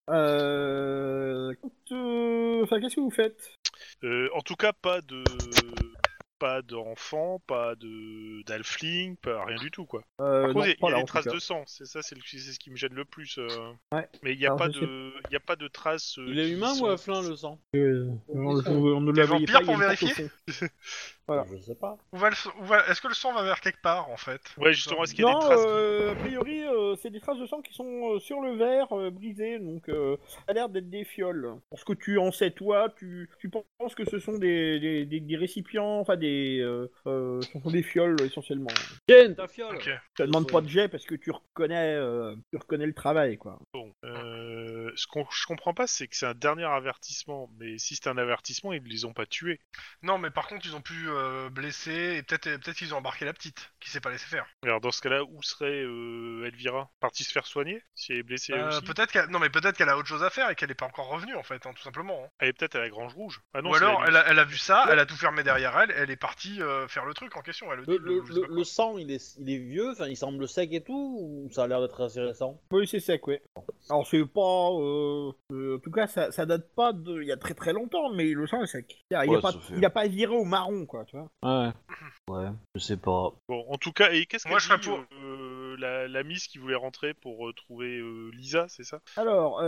euh, quand, euh, enfin, qu'est-ce que vous faites? Euh, en tout cas, pas de... Pas d'enfants, pas de d'alfling, pas rien du tout, quoi. Euh, Par non, contre, il y a, pas il y là, a en des tout traces cas. de sang, c'est ça, c'est le- c'est ce qui me gêne le plus. euh. Ouais. Mais il n'y a, Alors, pas je de... il y a pas de traces... euh, Il est qui humain sont- ou à flin le sang? Euh, on, on ne Des la voyait vampires pas, pour il y a une porte au vérifier fond. Voilà. Je sais pas. Où va le sang- où va- Est-ce que le sang va vers quelque part, en fait? Ouais, justement, est-ce qu'il y a Non, des traces qui- euh, a priori, euh, c'est des traces de sang qui sont euh, sur le verre, euh, brisé, donc euh, ça a l'air d'être des fioles. Pour ce que tu en sais, toi, tu, tu penses que ce sont des, des, des, des récipients, enfin des, euh, euh, ce sont des fioles essentiellement. Tiens, ta fiole. Ok. Je te demande pas de jet parce que tu reconnais, euh, tu reconnais le travail, quoi. Bon, euh, ce qu'on je comprends pas, c'est que c'est un dernier avertissement. Mais si c'est un avertissement, ils ne les ont pas tués. Non, mais par contre, ils ont pu euh, blesser, et peut-être peut-être qu'ils ont embarqué la petite, qui s'est pas laissé faire. Alors dans ce cas-là, où serait euh, Elvira? Partie se faire soigner si elle est blessée elle Euh, aussi. peut-être qu'elle... Non, mais peut-être qu'elle a autre chose à faire et qu'elle est pas encore revenue, en fait, hein, tout simplement. hein. Elle est peut-être à la Grange Rouge. Ah non, Ou c'est alors, la elle a, elle a vu ça, elle a tout fermé derrière elle, elle est partie euh, faire le truc en question, elle le dit. Le, le, je sais le- pas quoi. le sang, il est, il est vieux, enfin, il semble sec et tout, ou ça a l'air d'être assez récent? Oui, c'est sec, ouais. Alors c'est pas, euh, euh, en tout cas, ça, ça date pas de, il y a très très longtemps, mais le sang est sec. Il a, il a Ouais, pas, ça fait- il a pas viré au marron, quoi, tu vois. Ouais. Ouais, je sais pas. Bon, en tout cas, et qu'est-ce qu'elle Moi, je serais dit, pour. euh, la, la Miss qui voulait rentrer pour euh, trouver euh, Lisa, c'est ça? Alors,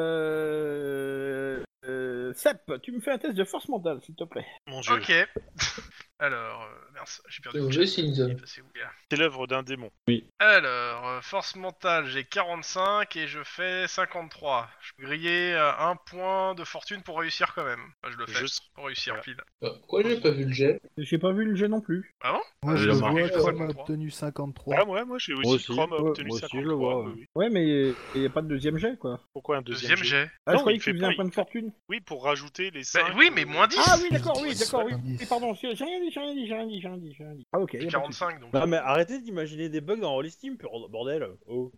euh, euh, Sep, tu me fais un test de force mentale, s'il te plaît. Mon Dieu, Ok. Alors, euh, mince, j'ai perdu C'est le mauvais chat. signe, ça. Il est passé où, là c'est l'œuvre d'un démon. Alors, euh, force mentale, j'ai quarante-cinq et je fais cinquante-trois. Je peux griller euh, un point de fortune pour réussir quand même. Enfin, je le fais, Je- pour réussir Voilà. pile. Bah, pourquoi j'ai pas vu le jet? J'ai pas vu le jet non plus. Ah bon Moi, Euh, je j'ai le remarqué vois, que Chrome a cinquante-trois. obtenu cinquante-trois. Ah ouais, moi j'ai aussi, Moi aussi. Chrome a Ouais, obtenu moi aussi, je cinquante-trois. le vois, oui, ouais. oui. Ouais, mais il y a pas de deuxième jet, quoi. Pourquoi un deuxième, Deuxième jet. Ah, Non, je croyais il que fait tu faisais pas- un point de fortune. Oui, pour rajouter les Bah, cinq. oui, mais moins dix. Ah oui, d'accord, oui, d'accord, oui. dix. Oui, pardon, j'ai j'ai rien dit, j'ai rien dit, j'ai rien dit, j'ai rien dit, j'ai rien dit. Ah ok, J'ai y a pas de souci. quarante-cinq donc. Non, mais arrêtez d'imaginer des bugs dans Rolling Steam, bordel. Oh.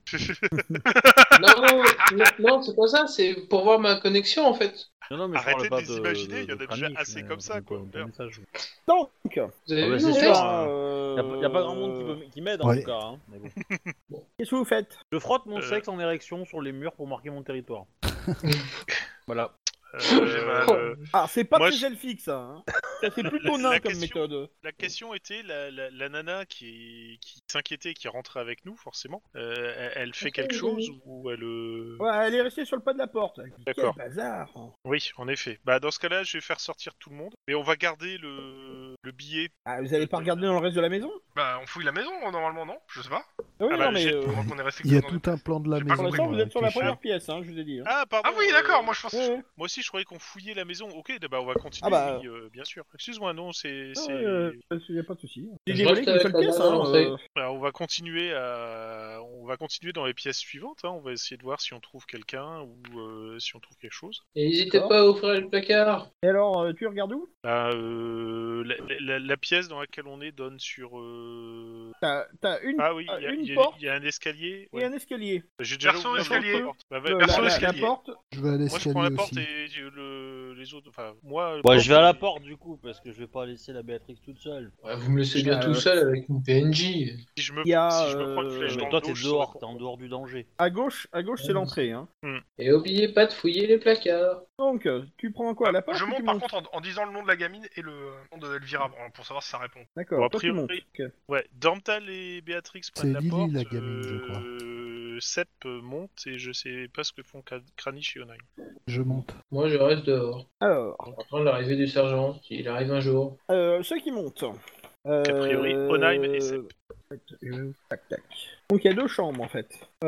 Non, non, non, non, c'est pas ça, c'est pour voir ma connexion en fait. Non, non, mais je Arrêtez parle pas de les imaginer, de, il y en a de déjà Kranich, assez mais, comme ça, euh, quoi. ton- ton message. Donc, Vous avez Ah vu bah, mon c'est test sûr, ça, hein. euh, Y a, pas- y a pas grand monde qui, peut- qui m'aide en Ouais. tout cas. Hein. Mais bon. Qu'est-ce que vous faites? Je frotte mon Euh. sexe en érection sur les murs pour marquer mon territoire. voilà. Euh, Ah, c'est pas Moi, très je- elfique ça. Hein. Ça, c'est plutôt La nain comme question- méthode. La question était la, la, la nana qui, est- qui s'inquiétait, qui est rentrée avec nous, forcément. Euh, elle, elle fait quelque chose ou elle. euh, Ouais, elle est restée sur le pas de la porte. Elle dit, D'accord. quel bazar. Oui, en effet. Bah dans ce cas-là, je vais faire sortir tout le monde, mais on va garder le, le billet. Ah, vous allez pas regarder dans le reste de la maison? Bah, on fouille la maison normalement, non? Je sais pas. Ah oui, Ah bah, non mais j'ai- euh, Pendant qu'on est resté Il y a que tout dans un plan de la J'ai pas pour maison. l'instant vous euh, êtes sur la caché. première pièce, hein, je vous ai dit. Hein. Ah pardon. Ah oui, euh, d'accord, moi je pense. Ouais, ouais. Moi aussi, je croyais qu'on fouillait la maison. Ok, bah on va continuer. Ah bah. Oui, euh, bien sûr. Excuse-moi, non, c'est. Ah, c'est- ouais, euh, y a pas de souci. J'ai Je dévoilé reste qu'une avec seule la pièce. dernière Hein, entrée. euh, Alors, on va continuer à, on va continuer dans les pièces suivantes. Hein. On va essayer de voir si on trouve quelqu'un ou euh, si on trouve quelque chose. Et n'hésitez D'accord. pas à ouvrir le placard. Et alors, euh, tu regardes où? Bah, euh, la, la- la pièce dans laquelle on est donne sur. euh, T'as t'as une, Ah oui, euh, il y, a- une il y a- porte il y a un escescalier. et Ouais. un escalier. J'ai déjà Perso, ouvert escalier. la porte. Bah, va- Le- perso, la, la- la escalier. porte. Je vais à Moi, je prends l'escalier la porte aussi. et le- les autres. Enfin, moi. Bah, porte, je vais à la et- porte du coup, parce que je vais pas laisser la Béatrix toute seule. Ouais, vous me laissez bien Euh, tout seul avec une P N J. Si je me, Il y a, si je me prends une euh, flèche Mais dans Mais le toi, dos, t'es je saurais dehors, t'es pourquoi. en dehors du danger. À gauche, à gauche, c'est Ouais, l'entrée. Hein. Et oubliez pas de fouiller les placards. Donc, euh, tu prends quoi? La porte Je ou tu monte par montes? contre en, en disant le nom de la gamine et le nom de Elvira pour, pour savoir si ça répond. D'accord, Bon, a toi tu montes. priori- Ok. Ouais, Dormtal et Béatrix prennent C'est la Lily, porte. la gamine, je crois. euh, Sep monte et je sais pas ce que font Kra- Kranich et Onai. Je monte. Moi, je reste dehors. Alors, En attendant l'arrivée du sergent, s'il arrive un jour. euh, ceux qui montent. Euh, A priori, Onheim et Sep. euh, Tac, tac. Donc il y a deux chambres en fait.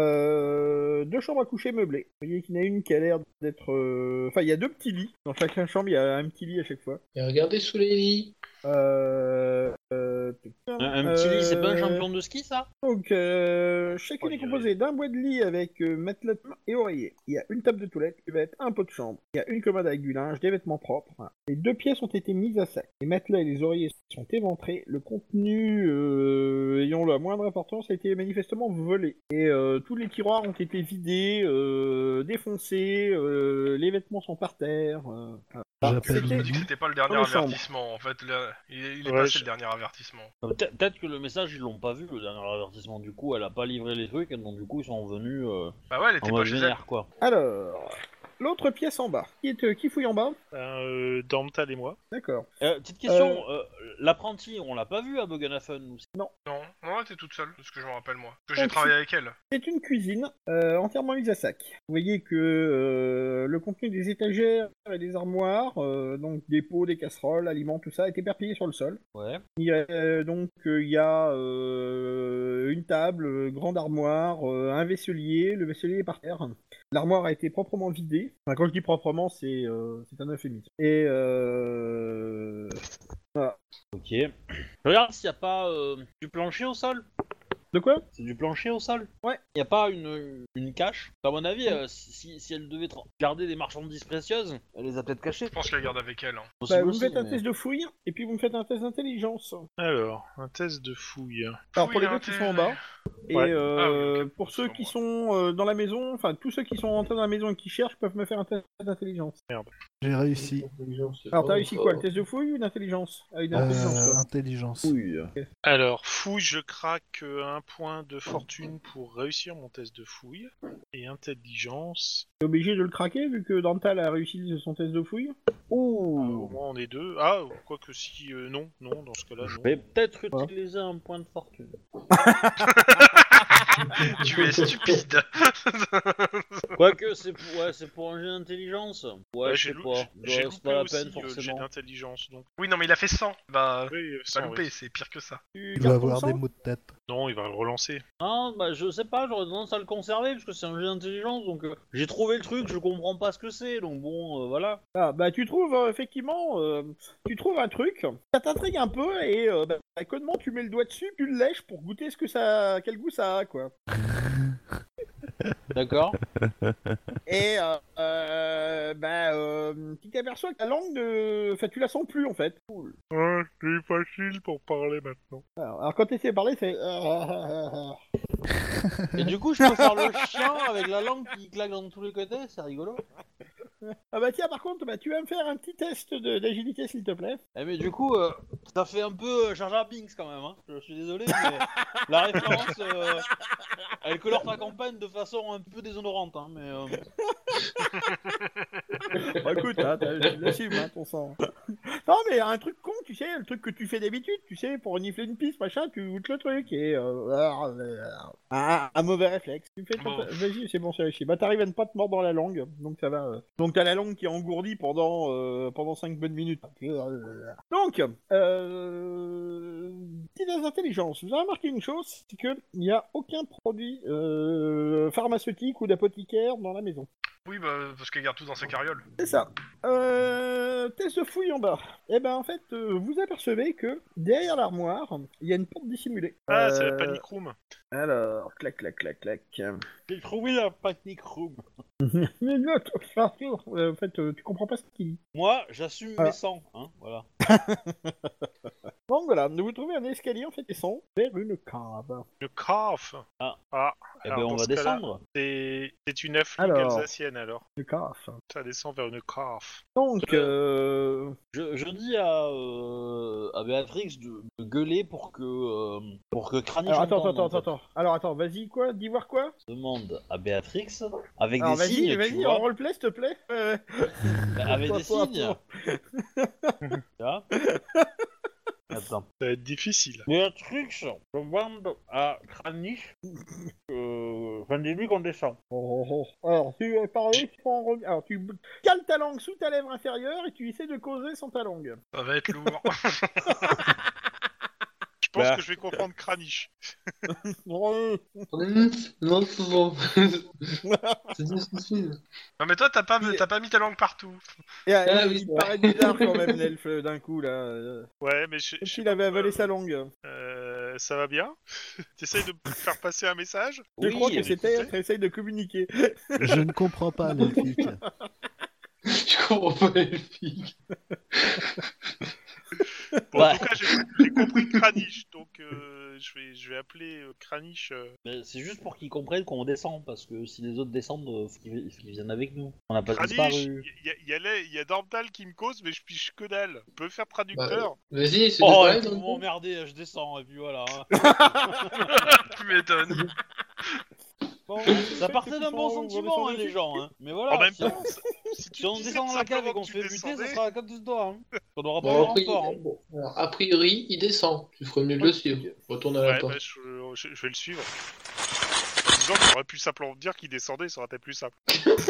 Euh, deux chambres à coucher meublées. Vous voyez qu'il y en a une qui a l'air d'être... euh, Enfin, il y a deux petits lits. Dans chaque chambre, il y a un petit lit à chaque fois. Et regardez sous les lits. Euh... euh, Un, un petit lit, c'est pas un euh, champion de ski ça? Donc, euh, chacune Oh, est il y a- composée d'un bois de lit avec euh, matelas et oreiller. Il y a une table de toilette, cuvette, un pot de chambre. Il y a une commode avec du linge, des vêtements propres. Voilà. Les deux pièces ont été mises à sac. Les matelas et les oreillers sont éventrés. Le contenu euh, ayant la moindre importance a été manifestement volé. Et euh, tous les tiroirs ont été vidés, euh, défoncés. euh, les vêtements sont par terre. euh, voilà. J'appelle C'était- Je me dis que Lily. c'était pas le dernier Dans les chambres. avertissement en fait. Là, il est, il est Ouais, passé je- le dernier avertissement. Pe- Peut-être que le message, ils l'ont pas vu, le dernier avertissement. Du coup, elle a pas livré les trucs, et donc du coup, ils sont venus euh, Bah ouais, elle était en pas mode chez elle. vénère, quoi. Alors, l'autre pièce en bas. Qui, est, euh, qui fouille en bas? euh, Dormtal et moi. D'accord. Euh, petite question, euh, l'apprenti, on l'a pas vu à Buggenhafen ou... Non, non, elle était toute seule, de ce que je me rappelle moi. Que j'ai Donc, travaillé avec elle. C'est une cuisine euh, entièrement mise à sac. Vous voyez que euh, le contenu des étagères et des armoires, euh, donc des pots, des casseroles, aliments, tout ça, est éparpillé sur le sol. Ouais. Il y a, euh, donc euh, il y a euh, une table, euh, grande armoire, euh, un vaisselier. Le vaisselier est par terre. L'armoire a été proprement vidée. Enfin, quand je dis proprement, c'est euh, c'est un euphémisme. Et euh... voilà. Ok. Je regarde s'il n'y a pas euh, du plancher au sol. De quoi? C'est du plancher au sol? Ouais. Il n'y a pas une, une cache? À mon avis, euh, si, si elle devait tra- garder des marchandises précieuses, elle les a peut-être cachées. Je pense qu'elle garde avec elle. Hein. Bah, Possible vous me aussi, faites un mais- test de fouille, et puis vous me faites un test d'intelligence. Alors, un test de fouille. Alors pour les Fouille deux qui sont en bas, et Ouais. euh, Ah oui, ok. pour ceux Selon qui moi. sont euh, dans la maison, enfin tous ceux qui sont rentrés dans la maison et qui cherchent peuvent me faire un test d'intelligence. J'ai réussi. Alors t'as réussi quoi, le test de fouille ou d'intelligence? Ah, une Euh, intelligence quoi. intelligence. Fouille. Alors, fouille, je craque euh, un point de fortune pour réussir mon test de fouille. Et intelligence. T'es obligé de le craquer vu que Dantal a réussi son test de fouille? Ah, au Ouh. moins on est deux. Ah, quoique si, euh, non, non, dans ce cas-là, Je non. vais peut-être utiliser un point de fortune. Tu es stupide. Quoique, c'est pour, ouais, c'est pour un jeu d'intelligence. Ouais, Ouais, je j'ai sais lou- pas. j'ai- j'ai Ouais, c'est loupé pas la aussi peine euh, le jet forcément. d'intelligence, donc. Oui, non, mais il a fait cent. Bah, Oui, euh, pas sans loupé, risque. c'est pire que ça. Tu Il gardes va ton avoir sang des maux de tête. Non, il va le relancer. Ah, bah je sais pas, j'aurais tendance à le conserver parce que c'est un jeu d'intelligence, donc euh, j'ai trouvé le truc, je comprends pas ce que c'est, donc bon, euh, voilà. Ah, bah tu trouves euh, effectivement, euh, tu trouves un truc, ça t'intrigue un peu et euh, bah, comment tu mets le doigt dessus, tu le lèches pour goûter ce que ça, quel goût ça a quoi. D'accord. Et euh, euh, bah euh, tu t'aperçois que la langue de, enfin tu la sens plus en fait. Cool. Oh, c'est facile pour parler maintenant. Alors, alors quand t'essaies de parler, c'est Et du coup, je peux faire le chien avec la langue qui claque dans tous les côtés, c'est rigolo. ah bah tiens par contre, bah tu vas me faire un petit test de- d'agilité s'il te plaît. Eh mais du coup, euh, ça fait un peu euh, Jar Jar Binks quand même, hein. Je suis désolé, mais la référence, euh, elle colore ta campagne de façon un peu déshonorante, hein, mais... Euh... Bah écoute, hein, t'as- tu l'assumes hein, ton sang. Non mais un truc con, tu sais, le truc que tu fais d'habitude, tu sais, pour renifler une piste, machin, tu goûtes le truc et euh, un, un mauvais réflexe. Tu me fais ton- Bon. Vas-y, c'est bon, c'est réussi. Bah t'arrives à ne pas te mordre dans la langue, donc ça va. euh. Donc t'as la langue qui est engourdie pendant euh, pendant cinq bonnes minutes. Donc, euh, petite intelligence. Vous avez remarqué une chose, c'est que il n'y a aucun produit euh, pharmaceutique ou d'apothicaire dans la maison. Oui, bah, parce qu'elle garde tout dans sa carriole. C'est ça. Euh, test de fouille en bas. Et ben en fait, euh, vous apercevez que derrière l'armoire, il y a une porte dissimulée. Ah, c'est la Euh, panic room. Alors, clac, clac, clac, clac. J'ai trouvé la panic room. Mais non, Arthur, euh, en fait, euh, tu comprends pas ce qu'il dit. Moi, j'assume Ah. mes sangs, hein, voilà. Donc voilà, vous trouvez un escalier en fait descend vers une cave. Le caf. Ah. Ah. Eh alors, ben, on dans va ce cas-là, descendre. C'est c'est une affluque Alors. alsacienne alors. Une cave. Ça descend vers une caf. Donc, euh... Je, je dis à, euh, à Béatrix de, de gueuler pour que euh, pour que Kranich Alors, attends, entende, attends, en attends, fait. attends. Alors attends, vas-y quoi, dis voir quoi. Demande à Béatrix avec Alors des vas-y, signes, tu vas-y, vois, en roleplay s'il te plaît. Euh... bah, avec Toi, des toi, signes. toi. Tu vois. Attends. Ça va être difficile. Béatrix demande à Kranich que, enfin dis-lui qu'on descend. Oh, oh, oh. Alors, tu veux parler, tu prends en re- Alors, tu cales ta langue sous ta lèvre inférieure et tu essaies de causer sans ta langue. Ça va être lourd. Je pense Bah. que je vais comprendre Kranich. Euh, Non, c'est bon. C'est difficile. non, mais toi, t'as pas, Il- t'as pas mis ta langue partout. Et, euh, Ah il oui, me c'est paraît bizarre quand même, l'elfe, d'un coup, là. euh, Ouais, mais je, Comme je s'il sais avait pas, avalé euh, sa langue. euh, ça va bien. T'essayes de me faire passer un message. Je Oui, crois que mais c'était écoutez. essaye de communiquer. Je ne comprends pas l'elfique. Je comprends pas les filles. Bon, Ouais. En tout cas, j'ai j'ai compris Kranich, donc euh, je vais je vais appeler euh, Kranich. euh. Mais c'est juste pour qu'ils comprennent qu'on descend, parce que si les autres descendent, euh, faut qu'ils qu'ils viennent avec nous. On n'a pas Kranich, disparu. il y, a- il y a les- il y a Dormtal qui me cause, mais je piche que dalle. Tu peux faire traducteur. Vas-y, c'est Oh, de ils parler, vont donc. m'emmerder, je descends, et puis voilà. hein. Tu m'étonnes. Bon, Faites ça ceux partait qui d'un sont bon au- sentiment, au- hein, les gens, hein. Mais voilà. En même si- temps, si tu Si on disais descend dans la cave et simplement qu'on que se tu fait buter, ça descendais- sera à cause de toi. Hein. On aura pas Bon, eu a, de priori, renfort. Hein. bon, alors, a priori, il descend. Tu ferais mieux de le suivre. Retourne à la Ouais, porte. bah, je, je- je vais le suivre. En disant qu'on aurait pu simplement dire qu'il descendait, ça aurait été plus simple.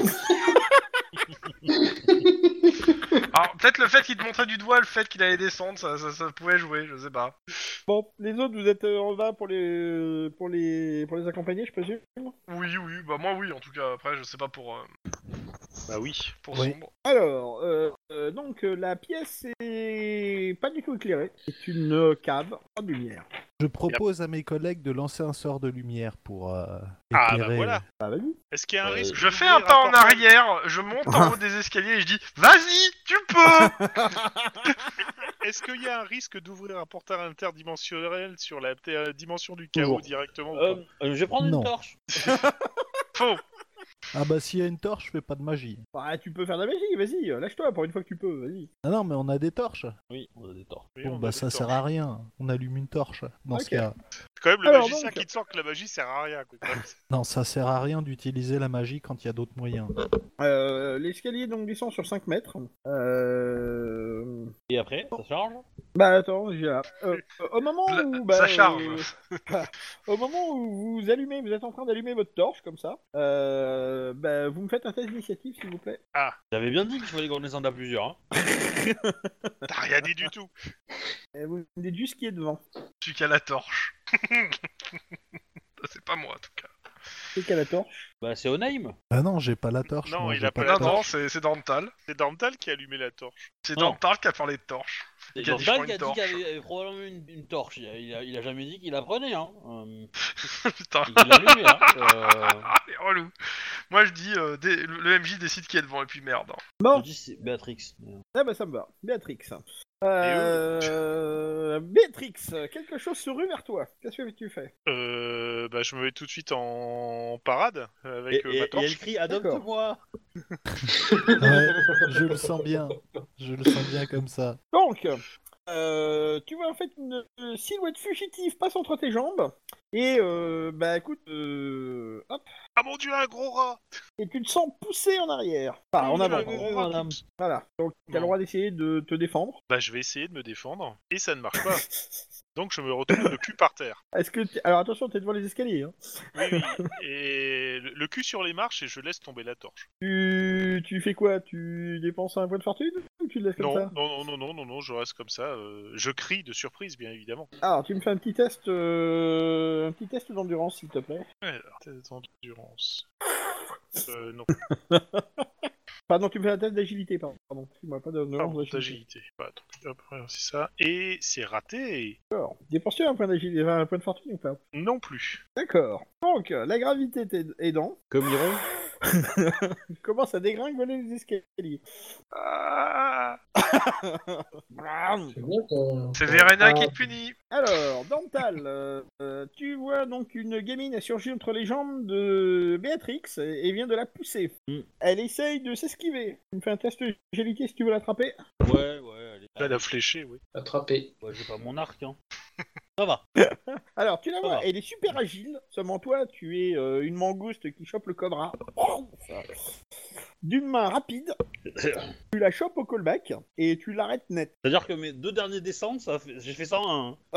Alors, peut-être le fait qu'il te montrait du doigt, le fait qu'il allait descendre, ça, ça, ça pouvait jouer, je sais pas. Bon, les autres, vous êtes euh, en va pour les pour les pour les accompagner, je présume. Oui, oui, bah moi oui, en tout cas, après, je sais pas pour... euh, Bah oui. pour Oui. sombre. Alors, euh, euh, donc euh, la pièce est pas du tout éclairée. C'est une euh, cave en lumière. Je propose à mes collègues de lancer un sort de lumière pour euh, Ah, bah éclairer. voilà. Ah vas-y. Est-ce qu'il y a un Euh, risque Je fais un d'ouvrir pas en portail arrière, je monte en haut des escaliers et je dis « Vas-y, tu peux !» Est-ce qu'il y a un risque d'ouvrir un portail interdimensionnel sur la euh, dimension du chaos Toujours. directement ou Euh, pas euh, je vais prendre Non. une torche. Faux. Ah bah s'il y a une torche, je fais pas de magie. Bah, tu peux faire de la magie, vas-y, euh, lâche-toi pour une fois que tu peux, vas-y. Ah non, mais on a des torches. Oui, on a des torches. Oui, Bon on bah a ça des sert torches. à rien. On allume une torche dans ce Ok. cas. C'est quand même le Alors, magicien donc- qui te sort que la magie sert à rien. Quoi. Non, ça sert à rien d'utiliser la magie quand il y a d'autres moyens. Euh, L'escalier donc descend sur cinq mètres. Euh... Et après, ça charge. Bah attends, j'ai là. Euh, euh, au moment La- où bah, ça charge. euh, au moment où vous allumez, vous êtes en train d'allumer votre torche comme ça. Euh, bah, vous me faites un test d'initiative s'il vous plaît. J'avais bien dit qu'il fallait qu'on descende à plusieurs. Hein. T'as rien dit du tout. Et vous me dites juste qui est devant. Celui qui a la torche. C'est pas moi, en tout cas. C'est qui a la torche. Bah, c'est Onaim. Ah non, j'ai pas la torche. Non, moi, il j'ai a pas de la Non, non, torche. c'est c'est Dantal. C'est Dormtal qui a allumé la torche. C'est Non. Dantal qui a parlé de torche. C'est Qui a dit, Jordan je prends qui a une dit qu'il torche. avait, avait probablement une, une torche. Il a, il, a, il a jamais dit qu'il la prenait. Hein. Euh, Putain. et qu'il l'allumait. Hein. Euh, Ah, les relous. Moi, je dis, euh, dé- le le M J décide qui est devant, et puis merde. hein. je Bon, dis c'est Béatrix. ah bah ça me va. Béatrix. Euh... Béatrix, quelque chose se rue vers toi. Qu'est-ce que tu fais? Euh, bah, je me mets tout de suite en parade avec Et, euh, et- ma et torche. elle crie adopte-moi. Ouais, je le sens bien. Je le sens bien comme ça. Donc, euh, tu vois en fait une, une silhouette fugitive passe entre tes jambes. Et euh, bah écoute, euh, hop, Ah mon dieu, un gros rat. et tu te sens poussé en arrière. Enfin, en Mon Dieu, avant. un gros Oui, rat madame. qui- Voilà. Donc, tu as le Non. droit d'essayer de te défendre. Bah, je vais essayer de me défendre et ça ne marche pas. Donc je me retrouve le cul par terre. Est-ce que tu- alors attention, t'es devant les escaliers. Hein. Oui, oui. Et le, le cul sur les marches et je laisse tomber la torche. Tu, tu fais quoi? Tu dépenses un point de fortune ou tu le laisses comme Non, ça? non, non, non, non, non, non, je reste comme ça. euh, je crie de surprise, bien évidemment. Alors, tu me fais un petit test, euh, un petit test d'endurance, s'il te plaît. Alors, test d'endurance. Euh, non, Pardon, tu me fais un test d'agilité, pardon. Pardon, excuse-moi, pas d'endurance, pardon, d'agilité. d'agilité. Bah, tant pis, hop, voilà, c'est ça. Et c'est raté. D'accord. Dépenses-tu un point d'agilité, enfin, un point de fortune ou pas? Non plus. D'accord. Donc, la gravité t'aide- aidant, Comme Iron. commence à dégringoler les escaliers. Ah C'est bien qu'on- C'est Verena Ah, qui te punit. Alors, Dental, euh, euh, tu vois donc une gamine a surgi entre les jambes de Béatrix et, et vient de la pousser. Mm. Elle essaye de s'esquiver. Tu me fais un test d'agilité si tu veux l'attraper. Ouais, ouais, allez. Là, la fléchée, oui. Attrapé. Ouais, j'ai pas mon arc. Hein. Ça va. Alors, tu la vois, Ça va. elle est super agile. Seulement toi, tu es euh, une mangouste qui chope le cobra. D'une main rapide, tu la chopes au callback et tu l'arrêtes net. C'est-à-dire que mes deux derniers descentes, ça fait... j'ai fait ça en un. Hein.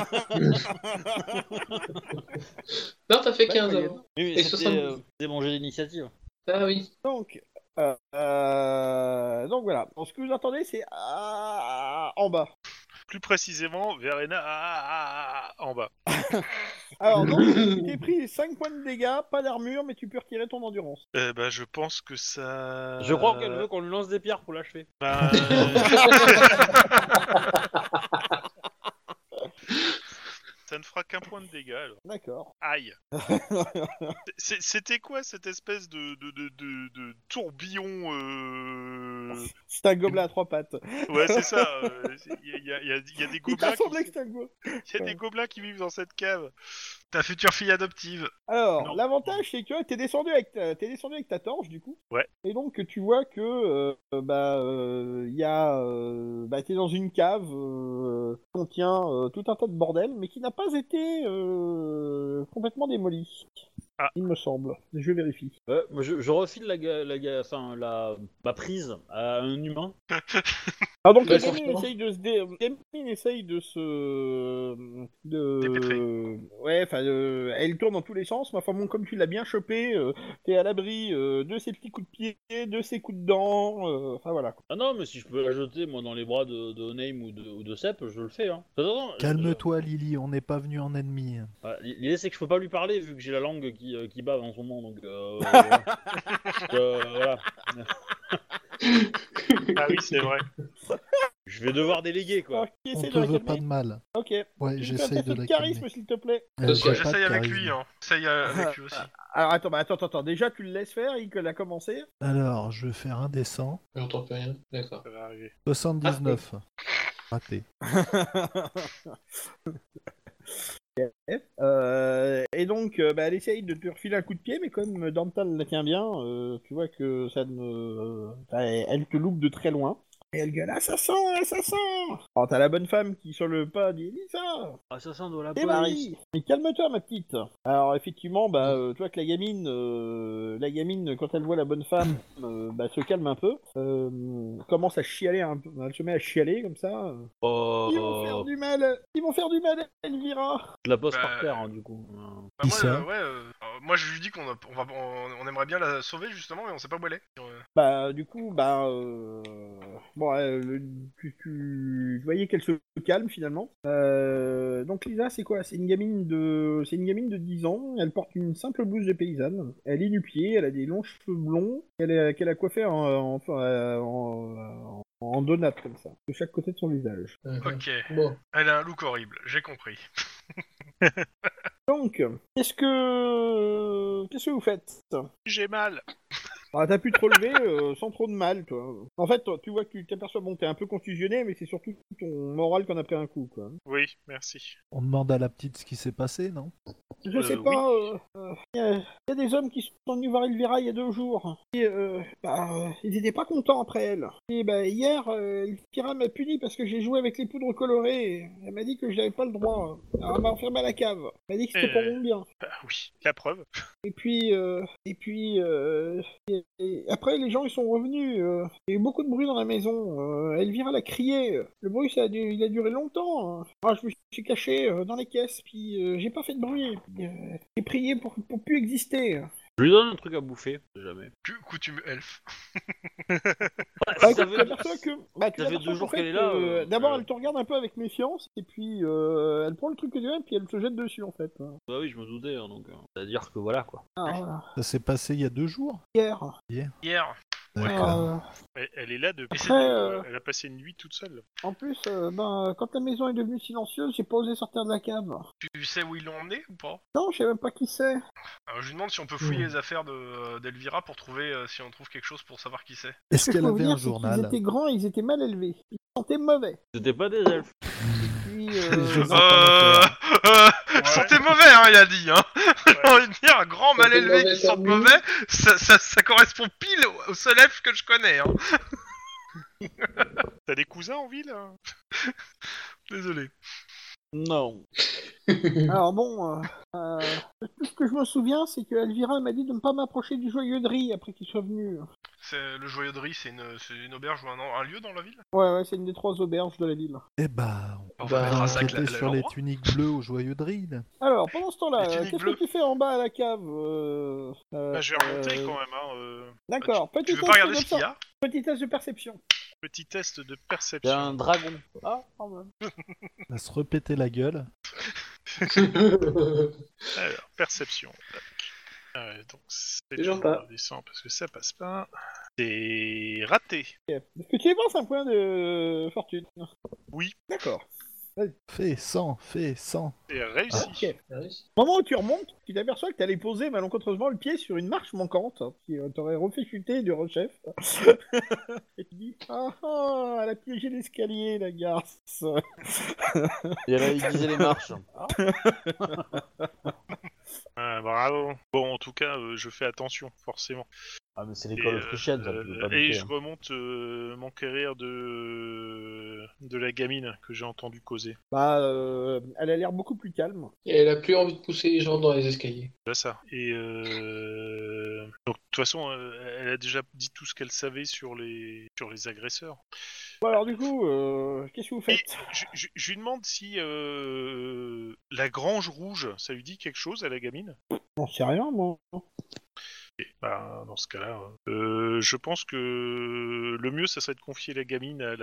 Non, t'as fait Bah, quinze moyenne. avant. Oui, mais Et c'était soixante-douze. euh, c'était mon jeu d'initiative. Ah oui. Donc, euh, euh, donc voilà. Donc, ce que vous entendez, c'est ah, en bas. Plus précisément, Verena ah, ah, ah, en bas. Alors, donc, tu t'es pris cinq points de dégâts, pas d'armure, mais tu peux retirer ton endurance. Euh, bah, je pense que ça. Je crois qu'elle veut qu'on lui lance des pierres pour l'achever. Bah, ça ne fera qu'un point de dégâts alors. D'accord. Aïe. C'est- C'était quoi cette espèce de, de, de, de, de tourbillon euh, euh, C'est un gobelin à trois pattes. Ouais, c'est ça. Il y, a, y, a, y a des Il gobelins. t'assemble Qui... avec un go. Y a des gobelins qui vivent dans cette cave. Ta future fille adoptive. Alors, Non. l'avantage, c'est que t'es descendu avec ta, t'es descendu avec ta torche, du coup. Ouais. Et donc, tu vois que, euh, bah, euh, y a, euh, bah, t'es dans une cave euh, qui contient euh, tout un tas de bordel, mais qui n'a pas été euh, complètement démoli. Ah. Il me semble. Je vérifie. Ouais, moi, je, je refile la, ga- la, ga- enfin, la, ma prise à un humain. Alors donc, Ouais, la gamine franchement. essaye de se, dé... la gamine essaye de se, de, Dépêtrer. ouais, enfin, euh, elle tourne dans tous les sens. Mais enfin bon, comme tu l'as bien chopé, euh, t'es à l'abri euh, de ses petits coups de pied, de ses coups de dents. euh, Enfin voilà. Ah non, mais si je peux la jeter, moi, dans les bras de, de Name ou de, ou de Sep, je le fais. Hein. Attends, attends, Calme-toi, Lily, on n'est pas venu en ennemi. je- Ouais, l'idée, c'est que je peux pas lui parler, vu que j'ai la langue qui, euh, qui bave en ce moment, donc... Euh, euh, voilà. Ah oui, c'est vrai. Je vais devoir déléguer, quoi. Alors, qui On essaie te de la veut pas calmer. de mal. Ok. Ouais, Tu me fais un j'essaye test de la charisme, calmer. s'il te plaît. Elle, Ok. j'ai pas de J'essaye avec charisme. lui, hein. J'essaye euh, avec lui aussi. Alors attends, bah, attends, attends, attends. Déjà, tu le laisses faire, il a commencé. Alors, je vais faire un descend. J'entends plus rien. D'accord. Ça va arriver. soixante-dix-neuf. Raté. Euh, et donc, euh, bah, elle essaye de te refiler un coup de pied, mais comme Dantal la tient bien, euh, tu vois que ça ne, euh, bah, elle te loupe de très loin. Et elle gueule, assassin, assassin. Alors t'as la bonne femme qui sur le pas dit, Lisa, Assassin de la t'es Marie. Mais calme-toi, ma petite. Alors effectivement, bah, euh, tu vois que la gamine, euh, la gamine, quand elle voit la bonne femme, euh, bah, se calme un peu, euh, commence à chialer un peu, elle se met à chialer comme ça. Oh, Ils vont faire du mal, ils vont faire du mal, Elvira. Je la pose Bah, par terre, hein, du coup. Euh, Bah, Qui moi, ça euh, ouais, euh, euh, moi je lui dis qu'on a- on, va, on, on aimerait bien la sauver justement, mais on sait pas où elle est. Euh, Bah, du coup, bah, euh... bon, euh, le- tu, tu... tu voyais qu'elle se calme finalement. Euh... Donc Lisa, c'est quoi? C'est une gamine de, c'est une gamine de dix ans. Elle porte une simple blouse de paysanne. Elle est nu-pied. Elle a des longs cheveux blonds qu'elle a, qu'elle a coiffés en, en, en, en, en donut comme ça, de chaque côté de son visage. Mhm. Ok, Bon. elle a un look horrible, j'ai compris. Donc, qu'est-ce que, qu'est-ce que vous faites? J'ai mal. Ah, t'as pu te relever euh, sans trop de mal, toi. En fait, toi, tu vois que tu t'aperçois, bon, t'es un peu contusionné, mais c'est surtout ton moral qu'on a pris un coup, quoi. Oui, merci. On demande à la petite ce qui s'est passé, non? Je Euh, sais pas, euh, euh, y, a, y a des hommes qui sont venus voir Elvira il y a deux jours. Et, euh, bah, euh, ils étaient pas contents après elle. Et bah, hier, euh, Elvira m'a puni parce que j'ai joué avec les poudres colorées. Elle m'a dit que je n'avais pas le droit. Alors, elle m'a enfermé à la cave. Elle m'a dit que c'était Euh. pour mon bien. Bah oui, la preuve. Et puis, euh, et puis, euh, et, et après, les gens, ils sont revenus. Euh, il y a eu beaucoup de bruit dans la maison. Euh, Elvira l'a crié. Le bruit, ça a, du- il a duré longtemps. Ah, je me suis caché euh, dans les caisses, puis euh, j'ai pas fait de bruit. Puis, euh, j'ai prié pour, pour plus exister. Je lui donne un truc à bouffer, jamais. Cou- Coutume elfe. Bah, ça écoute, fait tu t'aperçois que, bah, tu ça fait t'aperçois deux jours qu'en qu'elle est là, euh, euh, D'abord, euh. elle te regarde un peu avec méfiance, et puis euh, elle prend le truc que tu as, puis elle te jette dessus, en fait. Bah oui, je me doutais, hein, donc... euh, C'est-à-dire que voilà, quoi. Ah, Ça s'est passé il y a deux jours. hier. Hier. D'accord. Euh, Elle, elle est là depuis. Après, euh, Elle a passé une nuit toute seule. en plus, euh, ben, quand la maison est devenue silencieuse, j'ai pas osé sortir de la cave. Tu sais où ils l'ont emmené ou pas? Non, je sais même pas qui c'est. Alors, je lui demande si on peut fouiller Hmm. les affaires de d'Elvira pour trouver euh, si on trouve quelque chose pour savoir qui c'est. Est-ce Ce qu'il qu'elle faut avait dire, un c'est qu'ils journal? étaient grands, ils étaient mal élevés. Ils sentaient mauvais. C'était pas des elfes. Et puis, Je euh, sais non, Euh... euh... Sentez mauvais, hein, il a dit, hein. J'ai envie de dire, un grand mal Sentez élevé mauvais qui sente comme lui. mauvais, ça, ça, ça correspond pile au, au seul elfe que je connais, hein. T'as des cousins en ville hein? Désolé. Non. alors bon, euh, euh, tout ce que je me souviens, c'est que Elvira m'a dit de ne pas m'approcher du joyeux de riz après qu'il soit venu. C'est le joyeux de riz, c'est une, c'est une auberge ou un, un lieu dans la ville? Ouais, ouais, c'est une des trois auberges de la ville. Eh bah, On Bah, va mettre un sac enquêter là, là, sur les l'endroit. tuniques bleues aux joyeux de Ride. Alors, pendant ce temps-là, Les euh, tuniques qu'est-ce bleues. que tu fais en bas à la cave euh, euh, Bah, je vais remonter euh, quand même. Hein, euh, D'accord, Tu petit veux test pas regarder de ce qu'il y sor- a? Petit test de perception. Petit test de C'est perception. un dragon. Ah, quand même. Elle va se repéter la gueule. Alors, perception. Tac. Euh, donc, c'est Toujours pas. descend parce que ça passe pas. C'est raté. Est-ce que tu dépenses un point de fortune? Oui. D'accord. Fais cent, fais cent. Et réussi. Ok. Ah oui. Au moment où tu remontes, tu t'aperçois que t'allais poser malencontreusement le pied sur une marche manquante hein, qui euh, t'aurait refait chuter du rechef. Et tu dis ah ah, elle a piégé l'escalier la garce. Et elle a aiguisé les marches. Ah, bravo. Bon, en tout cas, euh, je fais attention, forcément. Ah mais c'est Et, l'école euh, autrichienne, ça, tu peux pas et douter, je hein. remonte euh, m'enquérir de de la gamine que j'ai entendu causer. Bah, euh, elle a l'air beaucoup plus calme. Et elle a plus envie de pousser les gens dans les escaliers. C'est ça. Et euh... donc de toute façon, euh, elle a déjà dit tout ce qu'elle savait sur les sur les agresseurs. Bon alors du coup, euh, qu'est-ce que vous Et faites? je, je- je lui demande si euh, la Grange Rouge, ça lui dit quelque chose à la gamine. J'en sais rien moi. Et, bah, dans ce cas-là, euh, je pense que le mieux, ça serait de confier la gamine à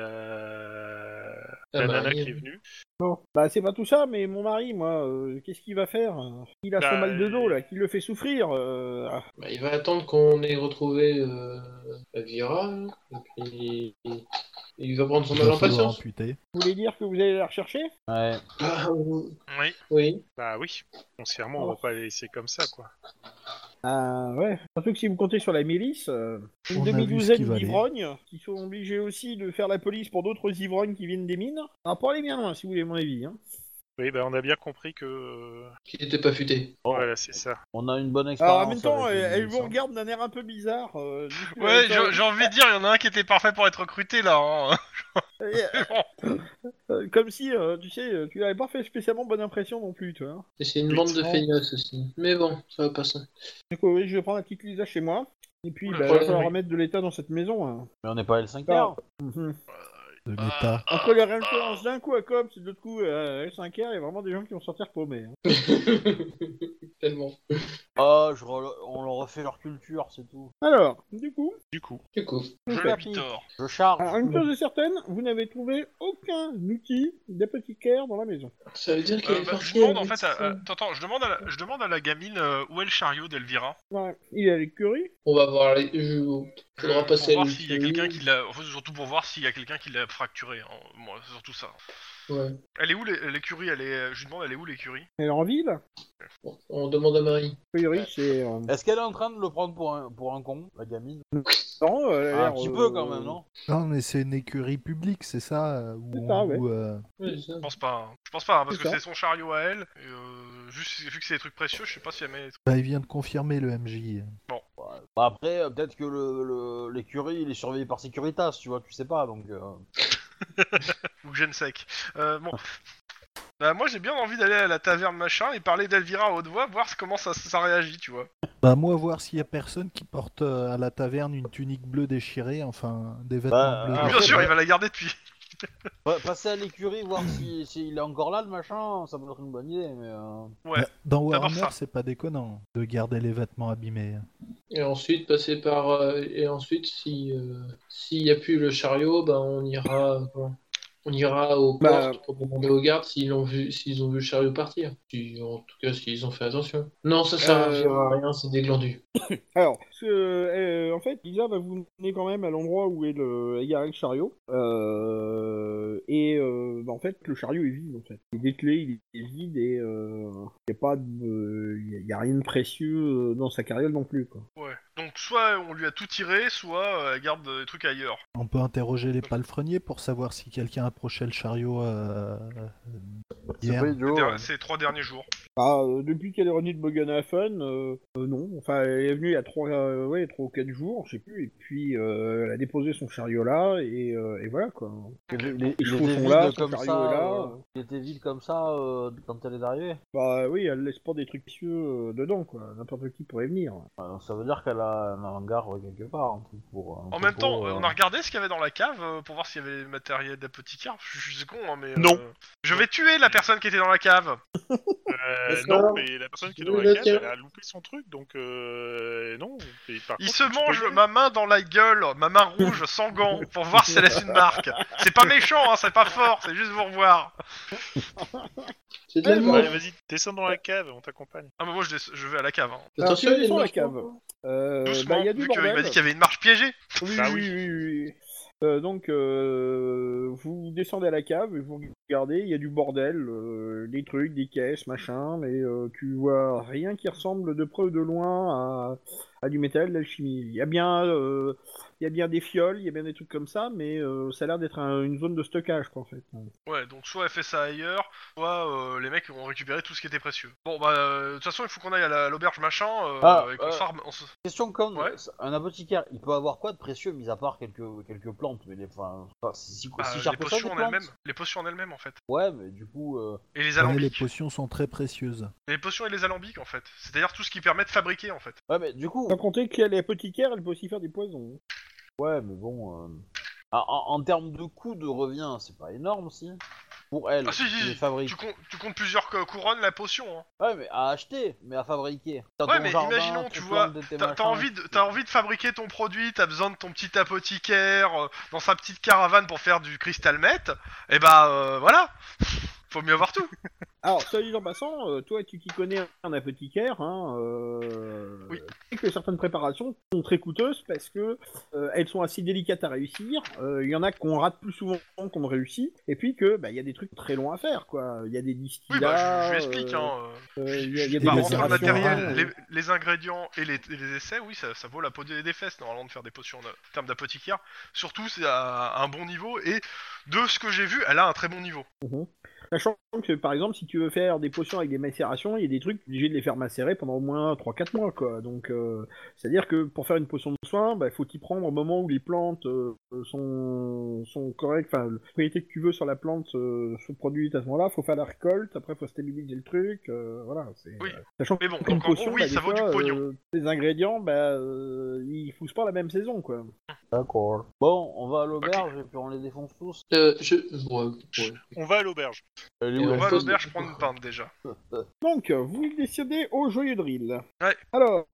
la, Ah la bah, nana oui. qui est venue. Non. Bah c'est pas tout ça, mais mon mari, moi, euh, qu'est-ce qu'il va faire? Il a son Bah, mal de dos euh, là, qui le fait souffrir. euh, ah. Bah, il va attendre qu'on ait retrouvé euh, Elvira, hein, et puis et il va prendre son Il mal va en falloir patience. amputer. Vous voulez dire que vous allez la rechercher? Ouais. Ah, oui. Oui. Oui. Bah oui. Foncièrement, on va pas la laisser comme ça, quoi. Ah ouais. Surtout que si vous comptez sur la milice, euh, une On a vu ce demi-douzaine qui valait. d'ivrognes qui sont obligés aussi de faire la police pour d'autres ivrognes qui viennent des mines. Alors pour aller bien loin, si vous voulez mon avis. Hein. Oui, bah on a bien compris que... euh, Qui n'était pas futé. Bon, Voilà, c'est ça. on a une bonne expérience. Alors en même temps, avec elle, les elle milices, vous hein. regarde d'un air un peu bizarre. Euh, du coup, Ouais, elle- j'ai j'ai envie de dire, il y en a un qui était parfait pour être recruté là. Hein. euh, euh, comme si, euh, tu sais, euh, tu n'avais pas fait spécialement bonne impression non plus, tu vois. Et c'est une Oui, bande de non. feignasses aussi. Mais bon, ça va passer. Du coup, oui, je vais prendre la petite Lisa chez moi. Et puis, Oula, bah, il va ouais, falloir oui. remettre de l'état dans cette maison. Hein. Mais on n'est pas à L cinq Ah. R. Mhm. De l'état. Ah, Entre les références d'un coup à Cops et de l'autre coup à L cinq R, il y a vraiment des gens qui vont sortir paumés. Hein. Tellement. Ah, je re- on leur refait leur culture, c'est tout. Alors, du coup, Du coup. Du coup. vous je faites. l'ai tort. Je charge. Alors, une chose est certaine, vous n'avez trouvé aucun outil d'apothicaire dans la maison. Ça veut dire qu'il Euh, est bah, parti. je demande en avec fait, à, ça. à- attends, attends, je demande à la, je demande à la gamine euh, où est le chariot d'Elvira. Ouais, il est à l'écurie. On va voir les. Je... Faudra Euh, passer pour à voir s'il y a l'écurie. quelqu'un qui l'a, en fait, surtout pour voir s'il y a quelqu'un qui l'a fracturé. Hein. Moi, c'est surtout ça. Ouais. Elle est où l'é- l'écurie? Elle est, je lui demande, elle est où l'écurie? Elle est en ville. Bon, on demande à Marie. A priori, c'est. Euh... Est-ce qu'elle est en train de le prendre pour un, pour un con, la gamine? Non, elle a Un l'air, petit euh, peu quand même, non? Non, mais c'est une écurie publique, c'est ça euh, où, C'est ça, ouais. où, euh, Ouais, c'est ça. Je pense pas. hein. Je pense pas, hein, parce C'est que ça. c'est son chariot à elle. Et, euh, juste, vu que c'est des trucs précieux, je sais pas si elle met. bah, il vient de confirmer le M J. Ouais. Bah après, euh, peut-être que le, le- l'écurie, il est surveillé par Securitas, tu vois, tu sais pas, donc... euh, Ou gène sec. Euh, bon. Bah, moi j'ai bien envie d'aller à la taverne machin et parler d'Elvira à haute voix, voir comment ça, ça réagit, tu vois. Bah moi voir s'il y a personne qui porte euh, à la taverne une tunique bleue déchirée, enfin des vêtements Bah, bleus. Ah, Bien ouais, sûr, ouais. il va la garder depuis. pa- passer à l'écurie, voir s'il si, s'il est encore là, le machin, ça peut être une bonne idée, mais... euh, Ouais. Bah, dans d'abord Warhammer, ça. c'est pas déconnant de garder les vêtements abîmés. Et ensuite passer par. euh, et ensuite, si euh, s'il n'y a plus le chariot, ben on ira. euh, comment On ira aux Bah, portes pour demander aux gardes s'ils ont vu s'ils ont vu le chariot partir. Si- en tout cas, s'ils ont fait attention. Non, ça servira à rien, c'est des glandus. Alors, parce que, euh, en fait, Lisa va vous mener quand même à l'endroit où est le, il y a le chariot. Euh, et euh, bah, en fait, le chariot est vide. En fait, il est déclé, il est vide et euh, il n'y a pas de, il y a rien de précieux euh, dans sa carriole non plus. Quoi. Ouais. Donc soit on lui a tout tiré, soit euh, elle garde des trucs ailleurs. On peut interroger les palefreniers pour savoir si quelqu'un approchait le chariot euh, C'est hier. pas Les idiot. der- ouais. Ces trois derniers jours. Ah, euh, depuis qu'elle est revenue de Bogenhafen, euh, euh, non. Enfin, elle est venue il y a trois, euh, ouais, trois ou quatre jours, je sais plus. Et puis, euh, elle a déposé son chariot là et, euh, et voilà quoi. Il, Ok. il- Les il chevaux était sont vide là, son comme chariot ça, est là. euh, il était vide comme ça euh, quand elle est arrivée. Bah oui, elle laisse pas des trucs précieux euh, dedans quoi. N'importe qui pourrait venir. Euh, ça veut dire qu'elle a un hangar euh, quelque part, un truc pour... un En truc même temps, pour, euh, euh, on a regardé ce qu'il y avait dans la cave euh, pour voir s'il y avait matériel d'apothicaire. Je je suis con, hein, mais. euh, Non. Je vais tuer la personne qui était dans la cave. Euh, Est-ce non, que- mais la personne qui est Oui, dans la le cave, tien. elle a loupé son truc, donc euh, non. Et par Il contre, se tu peux mange y aller. ma main dans la gueule, ma main rouge sans gants, pour voir si elle laisse une marque. C'est pas méchant, hein, c'est pas fort, c'est juste pour voir. C'est de l'allemand. Allez, vas-y, descends dans la cave, on t'accompagne. Ah bah moi je, des- je vais à la cave. Hein. Alors, Attention, si il y a elle descend une la marche, cave. non Euh, Doucement, bah, il y a du vu qu'il bordel. m'a dit qu'il y avait une marche piégée. Oui, Bah oui, oui. oui, oui, oui. Euh, donc, euh, vous descendez à la cave et vous regardez, il y a du bordel, euh, des trucs, des caisses, machin, mais euh, tu vois rien qui ressemble de près ou de loin à, à du métal, de l'alchimie. Il y a bien, euh, il y a bien des fioles, il y a bien des trucs comme ça, mais euh, ça a l'air d'être un- une zone de stockage, quoi, en fait. Ouais, donc soit elle fait ça ailleurs, soit euh, les mecs ont récupéré tout ce qui était précieux. Bon, bah, euh, de toute façon, il faut qu'on aille à la- à l'auberge machin, euh, Ah, et qu'on euh, se farme. on se- Question con, Ouais. un apothicaire, il peut avoir quoi de précieux, mis à part quelques, quelques plantes, mais les, enfin, enfin, si, si, Bah, si les cher que ça, potions des en plantes. elles-mêmes. Les potions en elles-mêmes, en fait. Ouais, mais du coup, euh, Et les Ouais, les alambics. potions sont très précieuses. Les potions et les alambics, en fait. C'est-à-dire tout ce qui permet de fabriquer, en fait. ouais, mais du coup, Sans compter qu'elle est apothicaire, elle peut aussi faire des poisons. ouais, mais bon, euh, en, en- en termes de coût de revient, c'est pas énorme, si. Pour elle, Ah si, qui si, les si. fabrique. Tu, comptes, tu comptes plusieurs cou- couronnes la potion, hein. Ouais, mais à acheter, mais à fabriquer. T'as Ouais, ton mais jardin, imaginons, tes tu vois, plantes, tes t'as machins. t'as envie, de, t'as envie de fabriquer ton produit, t'as besoin de ton petit apothicaire euh, dans sa petite caravane pour faire du crystal meth, et bah euh, voilà. Faut mieux avoir tout. Alors, soit dit en passant, euh, toi tu qui connais un apothicaire, hein, euh, Oui. tu sais que certaines préparations sont très coûteuses parce que euh, elles sont assez délicates à réussir. Euh, Il y en a qu'on rate plus souvent qu'on réussit, et puis que bah il y a des trucs très longs à faire, quoi. Il y a des Oui, bah je, distillats. je lui explique, euh, hein. euh, euh, je- il y a- je- il y a bah, des entre le macérations, matériel, hein, les, euh. les ingrédients et les, et les essais, oui, ça, ça vaut la peau des, des fesses normalement de faire des potions en, en termes d'apothicaire. Surtout, c'est à, à un bon niveau, et de ce que j'ai vu, elle a un très bon niveau. Mhm. Sachant que, par exemple, si tu veux faire des potions avec des macérations, il y a des trucs obligés de les faire macérer pendant au moins trois quatre mois, quoi. Donc, euh, c'est-à-dire que pour faire une potion de soin, bah, il faut t'y prendre au moment où les plantes euh, sont, sont correctes, enfin, la propriété que tu veux sur la plante euh, se produit à ce moment-là, faut faire la récolte, après faut stabiliser le truc, euh, voilà. C'est, Oui. euh, sachant Mais bon, qu'une donc en gros, potion, oui, bah, des ça vaut du fois, pognon. euh, les ingrédients, bah, euh, ils poussent pas la même saison, quoi. D'accord. Bon, on va à l'auberge et puis on les défonce tous. Euh, je... ouais, ouais. On va à l'auberge. Elle est Et où on On la va à pose- chose l'auberge prendre une pinte déjà. Donc, euh, vous décidez au joyeux drill. Ouais. Alors,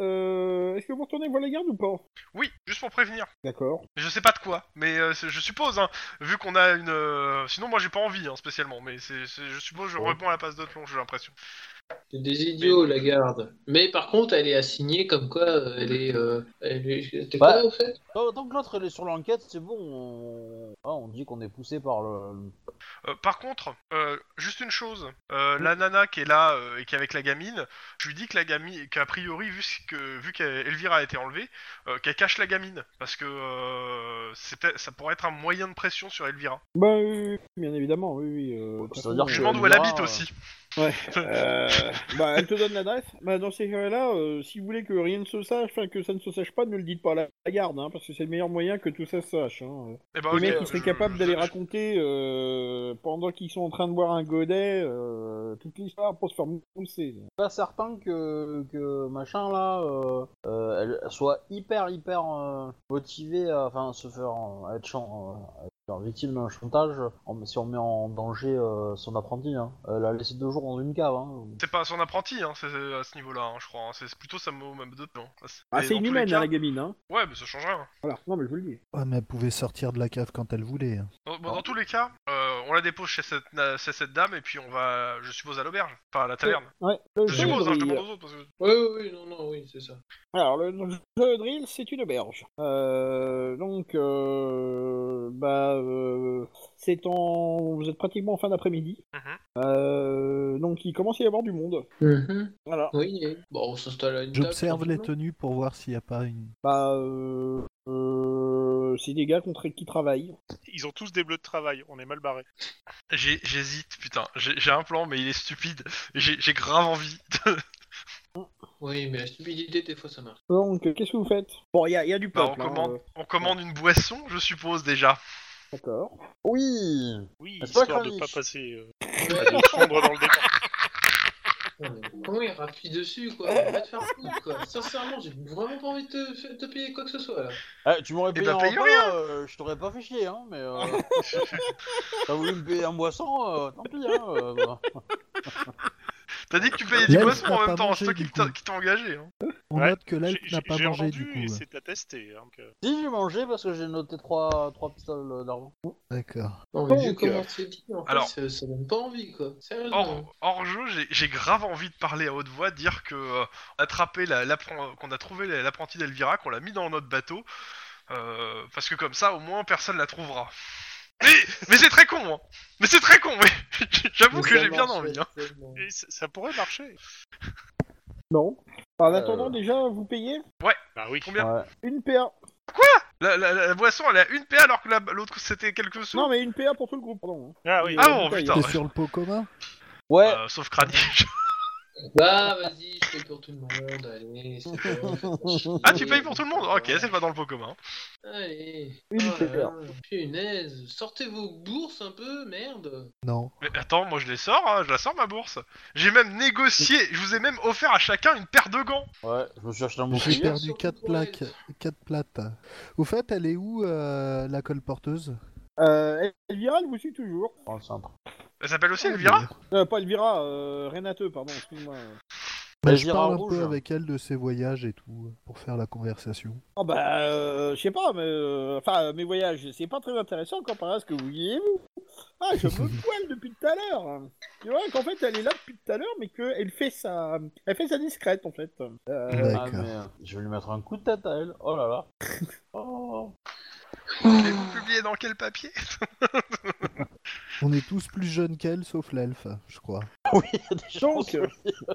euh, est-ce que vous retournez voir la garde ou pas? Oui, juste pour prévenir. D'accord. Je sais pas de quoi, mais euh, c'est- je suppose, hein, vu qu'on a une... euh, Sinon, moi, j'ai pas envie, hein, spécialement, mais c'est, c'est- je suppose je Ouais. réponds à la passe de plomb, j'ai l'impression. C'est des idiots, la garde. Mais par contre, elle est assignée comme quoi euh, elle est. Euh, elle est... T'es Bah. quoi, au fait? Tant, tant que l'autre elle est sur l'enquête, c'est bon. On... Ah, on dit qu'on est poussé par le. Euh, par contre, euh, juste une chose, euh, la nana qui est là euh, et qui est avec la gamine, je lui dis que la gamine, qu'a priori, vu, ce que, vu qu'Elvira a été enlevée, euh, qu'elle cache la gamine, parce que euh, c'est peut-être- ça pourrait être un moyen de pression sur Elvira. Bah oui, oui, bien évidemment, oui, oui. Euh, de toute C'est-à-dire façon, Je que lui demande où elle Elvira, habite euh, aussi. Ouais. Euh, bah, elle te donne l'adresse. Bah, dans ces cas-là, euh, si vous voulez que rien ne se sache, enfin que ça ne se sache pas, ne le dites pas à la, la garde, hein, parce que c'est le meilleur moyen que tout ça se sache. Hein. Eh ben, Les ok, mecs qui seraient je- capables je- d'aller je- raconter euh, pendant qu'ils sont en train de boire un godet euh, toute l'histoire pour se faire mousser. pas certain que, que machin là euh, euh, elle soit hyper hyper euh, motivée à enfin se faire euh, être, chan- euh, être victime d'un chantage en- si on met en danger euh, son apprenti. Hein. Elle a laissé deux jours dans une cave. Hein. C'est pas son apprenti, hein, c'est à ce niveau-là, hein, je crois. hein, C'est plutôt sa mo- même de plan. Ah, Et c'est dans tous les inhumaine, cas- hein, la gamine, hein. Ouais, mais ça change rien. Voilà, non, mais je vous le dis. Ouais, mais elle pouvait sortir de la cave quand elle voulait. hein. Dans, bon, dans tous les cas, euh, on la dépose chez cette, na- chez cette dame et puis on va, je suppose, à l'auberge. Enfin, à la taverne. Ouais, le Je jeu de suppose, hein, je drill. demande aux autres parce que... Oui, oui, oui, non, non, oui, c'est ça. Alors, le, le jeu de drill, c'est une auberge. Euh, donc, euh, bah, euh, c'est en... Vous êtes pratiquement en fin d'après-midi. Mhm. Euh, donc, il commence à y avoir du monde. Voilà. Oui, et- bon, on s'installe à une table. J'observe les tranquillement. tenues pour voir s'il n'y a pas une. Bah, euh, euh, c'est des gars qu'on tra- qui travaillent. Ils ont tous des bleus de travail, on est mal barrés. J'ai- J'hésite, putain. J'ai j'ai un plan, mais il est stupide. J'ai j'ai grave envie. de- Oui, mais la stupidité, des fois, ça marche. Donc, euh, qu'est-ce que vous faites? Bon, il y a, il y a du Bah, on peuple. hein, commande, euh, on commande une boisson, je suppose déjà. D'accord. Oui. Oui, Est-ce pas histoire de Kranich pas passer euh, à de fondre dans le débat. Ouais, mais Comment il rappuie dessus, quoi? Va te faire foutre, quoi. Sincèrement, j'ai vraiment pas envie de te, de te payer quoi que ce soit, là. Eh, tu m'aurais Eh payé ben, un paye repas, rien. euh, je t'aurais pas fait chier, hein, mais euh, t'as voulu me payer un boisson, euh, tant pis, hein. euh, bah. T'as dit que tu payais du L'elfe boisson n'a en même pas temps, mangé, c'est toi qui du t'a coup. qui t'as engagé. Hein. On Ouais, note que l'elfe J'ai- n'a pas j'ai mangé entendu du coup. et ouais. c'est attesté. hein, que- Si, j'ai mangé parce que j'ai noté trois, trois pistoles d'argent. D'accord. Non, mais Donc, vu comment euh, c'est dit, en fait, alors- ça, ça donne pas envie, quoi. Sérieusement. Hors, hors jeu, j'ai- j'ai grave envie de parler à haute voix, dire que euh, attraper la, l'appren- qu'on a trouvé la- l'apprenti d'Elvira, qu'on l'a mis dans notre bateau. Euh, parce que comme ça, au moins, personne la trouvera. Mais, mais c'est très con, hein. Mais c'est très con, oui. J'avoue que j'ai bien envie, hein. Et ça, ça pourrait marcher. Non. En Euh. attendant, déjà, vous payez Bah oui. Combien Ouais. une P A. la, la, la boisson, elle est à une P alors que la- l'autre, c'était quelques sous. Non, mais une P A pour tout le groupe, pardon. Ah oui. Ah Euh, bon, bouteille. putain. T'es sur le pot commun? Ouais. Euh, sauf Kranich. Bah, vas-y, je paye pour tout le monde, allez, c'est bon. Ah, tu payes pour tout le monde? Ok, c'est pas dans le pot commun. Allez. Une Oh là P A. là, punaise, sortez vos bourses un peu, merde. Non. Mais attends, moi je les sors, hein, je la sors ma bourse. J'ai même négocié, je vous ai même offert à chacun une paire de gants. Ouais, je me suis acheté un bon J'ai Regarde perdu sur quatre Google. plaques, quatre plates. Au fait, elle est où euh, la colle porteuse? Euh, Elvira, elle vous suit toujours. dans le centre. Elle s'appelle aussi Elvira? Euh, pas Elvira, euh, Renate, pardon, excuse-moi. Bah, je Elvira parle un Rouge. peu avec elle de ses voyages et tout, pour faire la conversation. Oh bah, euh, je sais pas, mais... euh, Enfin, mes voyages, c'est pas très intéressant comparé à ce que vous vivez-vous. Ah, je me poile depuis tout à l'heure. Tu vois qu'en fait, elle est là depuis tout à l'heure, mais qu'elle fait sa... Elle fait sa discrète, en fait. Euh, Ah, D'accord. mais euh, je vais lui mettre un coup de tête à elle. Oh là là. Oh. Et vous publiez dans quel papier? On est tous plus jeunes qu'elle, sauf l'elfe, je crois. Oui, il y a des Donc, chances. euh,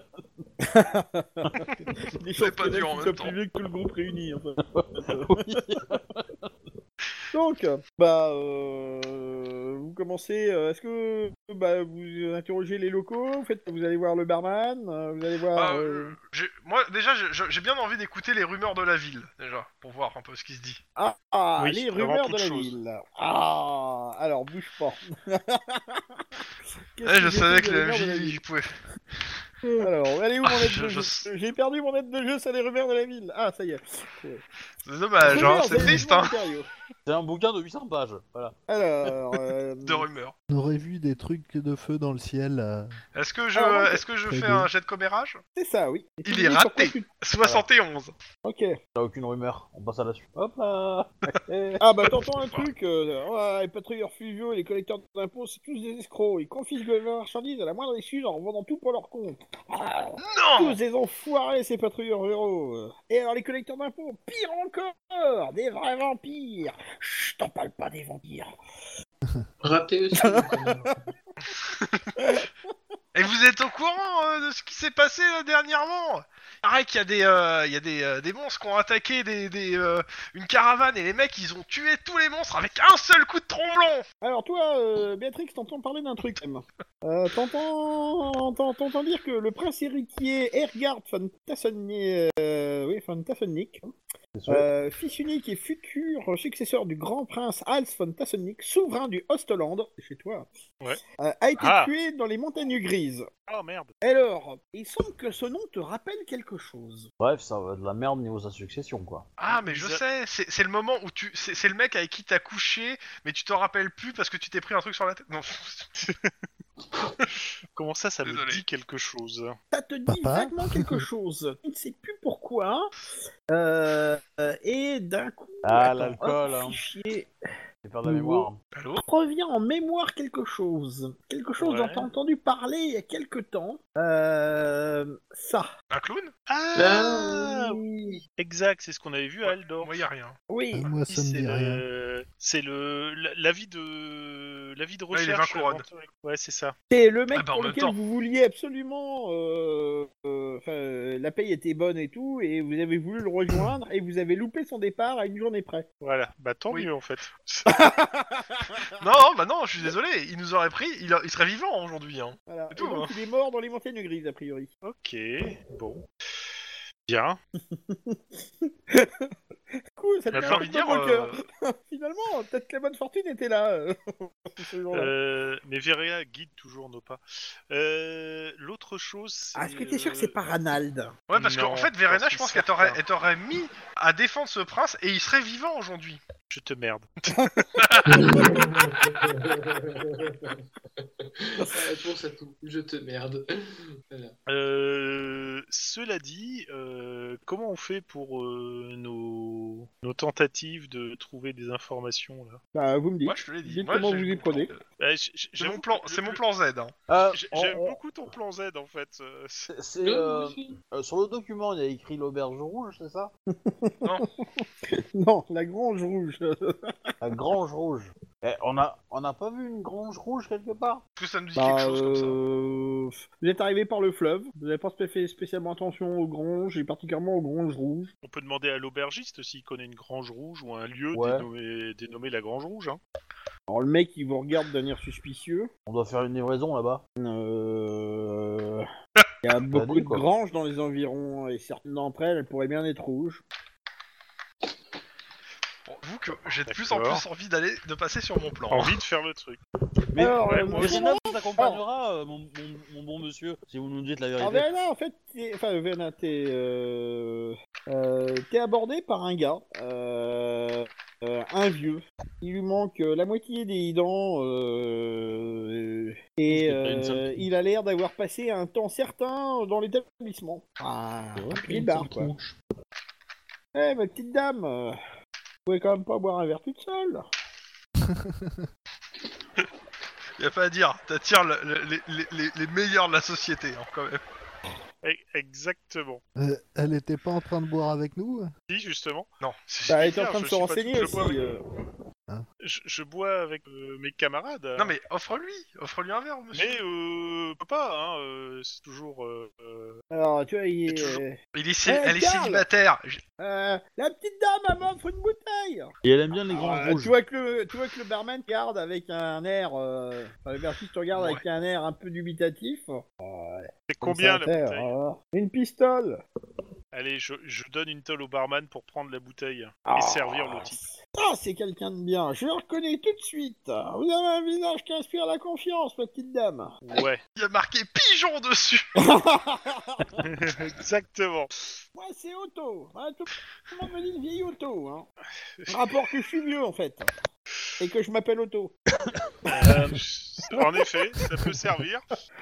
Les C'est chances pas que dur l'elfe en même soit temps. plus vieux que tout le groupe réuni, en fait. Oui. Donc, bah, euh, vous commencez. euh, Est-ce que bah, vous interrogez les locaux? Vous faites, vous allez voir le barman, euh, vous allez voir. Ah, euh, euh, j'ai- Moi déjà j'ai- j'ai bien envie d'écouter les rumeurs de la ville, déjà, pour voir un peu ce qui se dit. Ah, ah, Oui, les avant rumeurs toute de la chose. ville. Ah, alors bouge pas. Qu'est-ce Ouais, que je j'ai savais fait que des les rumeurs de la M J ville ils pouvaient. Alors, elle est où Ah, mon aide je- de je- jeu J'ai perdu mon aide de jeu, c'est les rumeurs de la ville. Ah, ça y est. C'est dommage, hein, Rumeurs c'est et triste, événements hein, matériaux. C'est un bouquin de huit cents pages. Voilà. Alors, euh, de rumeurs. On aurait vu des trucs de feu dans le ciel. euh, Est-ce que je, Alors, donc, est-ce que je très fais bien. un jet de commérage? c'est ça, oui. Et tu Il me est dis pourquoi raté. tu- soixante et onze. Ok. T'as aucune rumeur. On passe à la suite. Hop là. Ah bah t'entends un truc, euh, ouais, les patrouilleurs fluviaux et les collecteurs d'impôts, c'est tous des escrocs. Ils confisquent leurs marchandises à la moindre excuse en revendant tout pour leur compte. Ah, tous Non. des enfoirés, ces patrouilleurs ruraux. Et alors les collecteurs d'impôts, pire encore, des vrais vampires. Chut, t'en parle pas des vampires. Raté aussi. mon connard. Et vous êtes au courant euh, de ce qui s'est passé là, dernièrement? Pareil qu'il y a des, euh, il y a des, euh, des monstres qui ont attaqué des, des, euh, une caravane et les mecs ils ont tué tous les monstres avec un seul coup de tromblon. Alors toi, euh, Béatrix, t'entends parler d'un truc quand même. Euh, t'entends, t'en- t'entends dire que le prince héritier Ergard von Tassennick, euh, oui, von Tassennick, C'est sûr. Euh, fils unique et futur successeur du grand prince Hals von Tassennick, souverain du Ostland, c'est chez toi, Ouais. euh, a été Ah. tué dans les montagnes grises. Oh merde. Alors, il semble que ce nom te rappelle quelque chose. Bref, ça va de la merde niveau sa succession, quoi. Ah mais je Ils a- sais, c'est c'est le moment où tu, c'est c'est le mec avec qui t'as couché, mais tu t'en rappelles plus parce que tu t'es pris un truc sur la tête. Non. Comment ça, ça Désolé. me dit quelque chose? Ça te dit Papa vaguement quelque chose. Tu ne sais plus pourquoi. Euh, euh, et d'un coup, Ah, attends, l'alcool, hop, hein. fichier, J'ai peur de la Nouveau. mémoire. Allô? revient en mémoire quelque chose. Quelque chose Ouais. dont tu as entendu parler il y a quelque temps. Euh, ça. Un clown? Ah, oui. exact, c'est ce qu'on avait vu à Aldor. Moi y a rien. Oui. Ah, moi, ça me C'est dit rien. le, c'est le, la- l'avis de, l'avis de Ouais, les recherche. vingt couronnes. aventure- Ouais, c'est ça. C'est le mec Ah bah, en pour même lequel temps. vous vouliez absolument. euh, euh, Enfin, euh, la paye était bonne et tout, et vous avez voulu le rejoindre, et vous avez loupé son départ à une journée près. Voilà, bah tant Oui. mieux en fait. Non, bah non, je suis désolé, il nous aurait pris, il, a- il serait vivant aujourd'hui. Hein. Voilà. C'est Et tout, donc, hein. il est mort dans les montagnes grises, a priori. Ok, bon. Bien. Cool, ça te J'ai fait un envie petit de peu dire, dans le cœur. euh, Finalement, peut-être que la bonne fortune était là. euh, ce jour-là. Euh, mais Veria guide toujours nos pas. Euh, l'autre chose, c'est... Ah, est-ce que t'es sûr que c'est euh, pas Ranald? Ouais, parce Non, qu'en fait, j'en Verena, suis je pense qu'elle certain. t'aurait, elle t'aurait mis à défendre ce prince et il serait vivant aujourd'hui. Je te merde. La réponse à tout. Je te merde. Voilà. Euh, cela dit, euh, comment on fait pour euh, nos... nos tentatives de trouver des informations là? Bah, vous me dites. Moi, je te l'ai dit. Dites Moi, comment j'ai- vous y prenez. Euh, j- j- C'est j'avoue mon plan, que c'est le- mon plan Z. Hein. Euh, j- on- J'aime on- beaucoup ton plan Z en fait. euh, c'est- C'est, c'est, Ouais, moi euh, aussi. euh, sur le document, il y a écrit l'auberge rouge, c'est ça? Non, la grange rouge. La grange rouge. Eh, on a, on n'a pas vu une grange rouge quelque part? Est-ce que ça nous dit Bah, quelque chose comme ça? euh, vous êtes arrivé par le fleuve, vous n'avez pas fait spécialement attention aux granges, et particulièrement aux granges rouges. On peut demander à l'aubergiste s'il connaît une grange rouge ou un lieu Ouais. dénommé, dénommé la grange rouge. Hein. Alors le mec, il vous regarde d'un air suspicieux. On doit faire une livraison là-bas. Euh... Il y a beaucoup dit, de quoi. granges dans les environs, et certaines d'entre elles, elles pourraient bien être rouges. Bon, vous que j'ai de plus en D'accord. plus envie d'aller, de passer sur mon plan. Envie de faire le truc. Mais Alors, ouais, euh, moi Mais aussi. Véna vous accompagnera, euh, mon, mon, mon bon monsieur, si vous nous dites la Alors vérité. Véna, en fait, t'es... enfin Véna, t'es, euh... euh, t'es abordé par un gars, euh... euh, un vieux. Il lui manque euh, la moitié des dents, euh... et Il a une euh, sale il a l'air d'avoir passé un temps certain dans l'établissement. Ah, C'est vrai un qu'il y a pied une de bar, sale quoi. tronche. Eh, ma petite dame, euh, vous pouvez quand même pas boire un verre toute seule. Y a pas à dire, t'attires le- le- les, les, les, les meilleurs de la société, hein, quand même. E- Exactement. Euh, elle était pas en train de boire avec nous? Si, justement. Non. Bah, elle était en bien, train de je se suis pas renseigner tout- je aussi. bois avec- euh. Je, je bois avec euh, mes camarades. Non mais offre-lui, offre-lui un verre, monsieur. Mais euh, peut pas, hein, euh, c'est toujours... Euh, euh, Alors, tu vois, il C'est est... toujours- Il est cé- Eh, elle est Karl célibataire. Je- Euh, la petite dame, elle m'offre une bouteille. Et elle aime bien les granges Euh, rouges. tu vois que le, tu vois que le barman regarde avec un air, euh, enfin, le vertige te regarde Ouais. avec un air un peu dubitatif. c'est Comme combien ça, la terre, bouteille euh, Une pistole. Allez, je, je donne une tôle au barman pour prendre la bouteille Ah, et servir le type. Ça, c'est quelqu'un de bien. Je le reconnais tout de suite. Vous avez un visage qui inspire la confiance, ma petite dame. Ouais, Il y a marqué pigeon dessus. exactement. Moi, c'est Otto. Hein, tout tout le monde me dit le vieil Otto. Hein. Rapport que je suis vieux, en fait. Et que je m'appelle Otto. Euh, en effet, ça peut servir.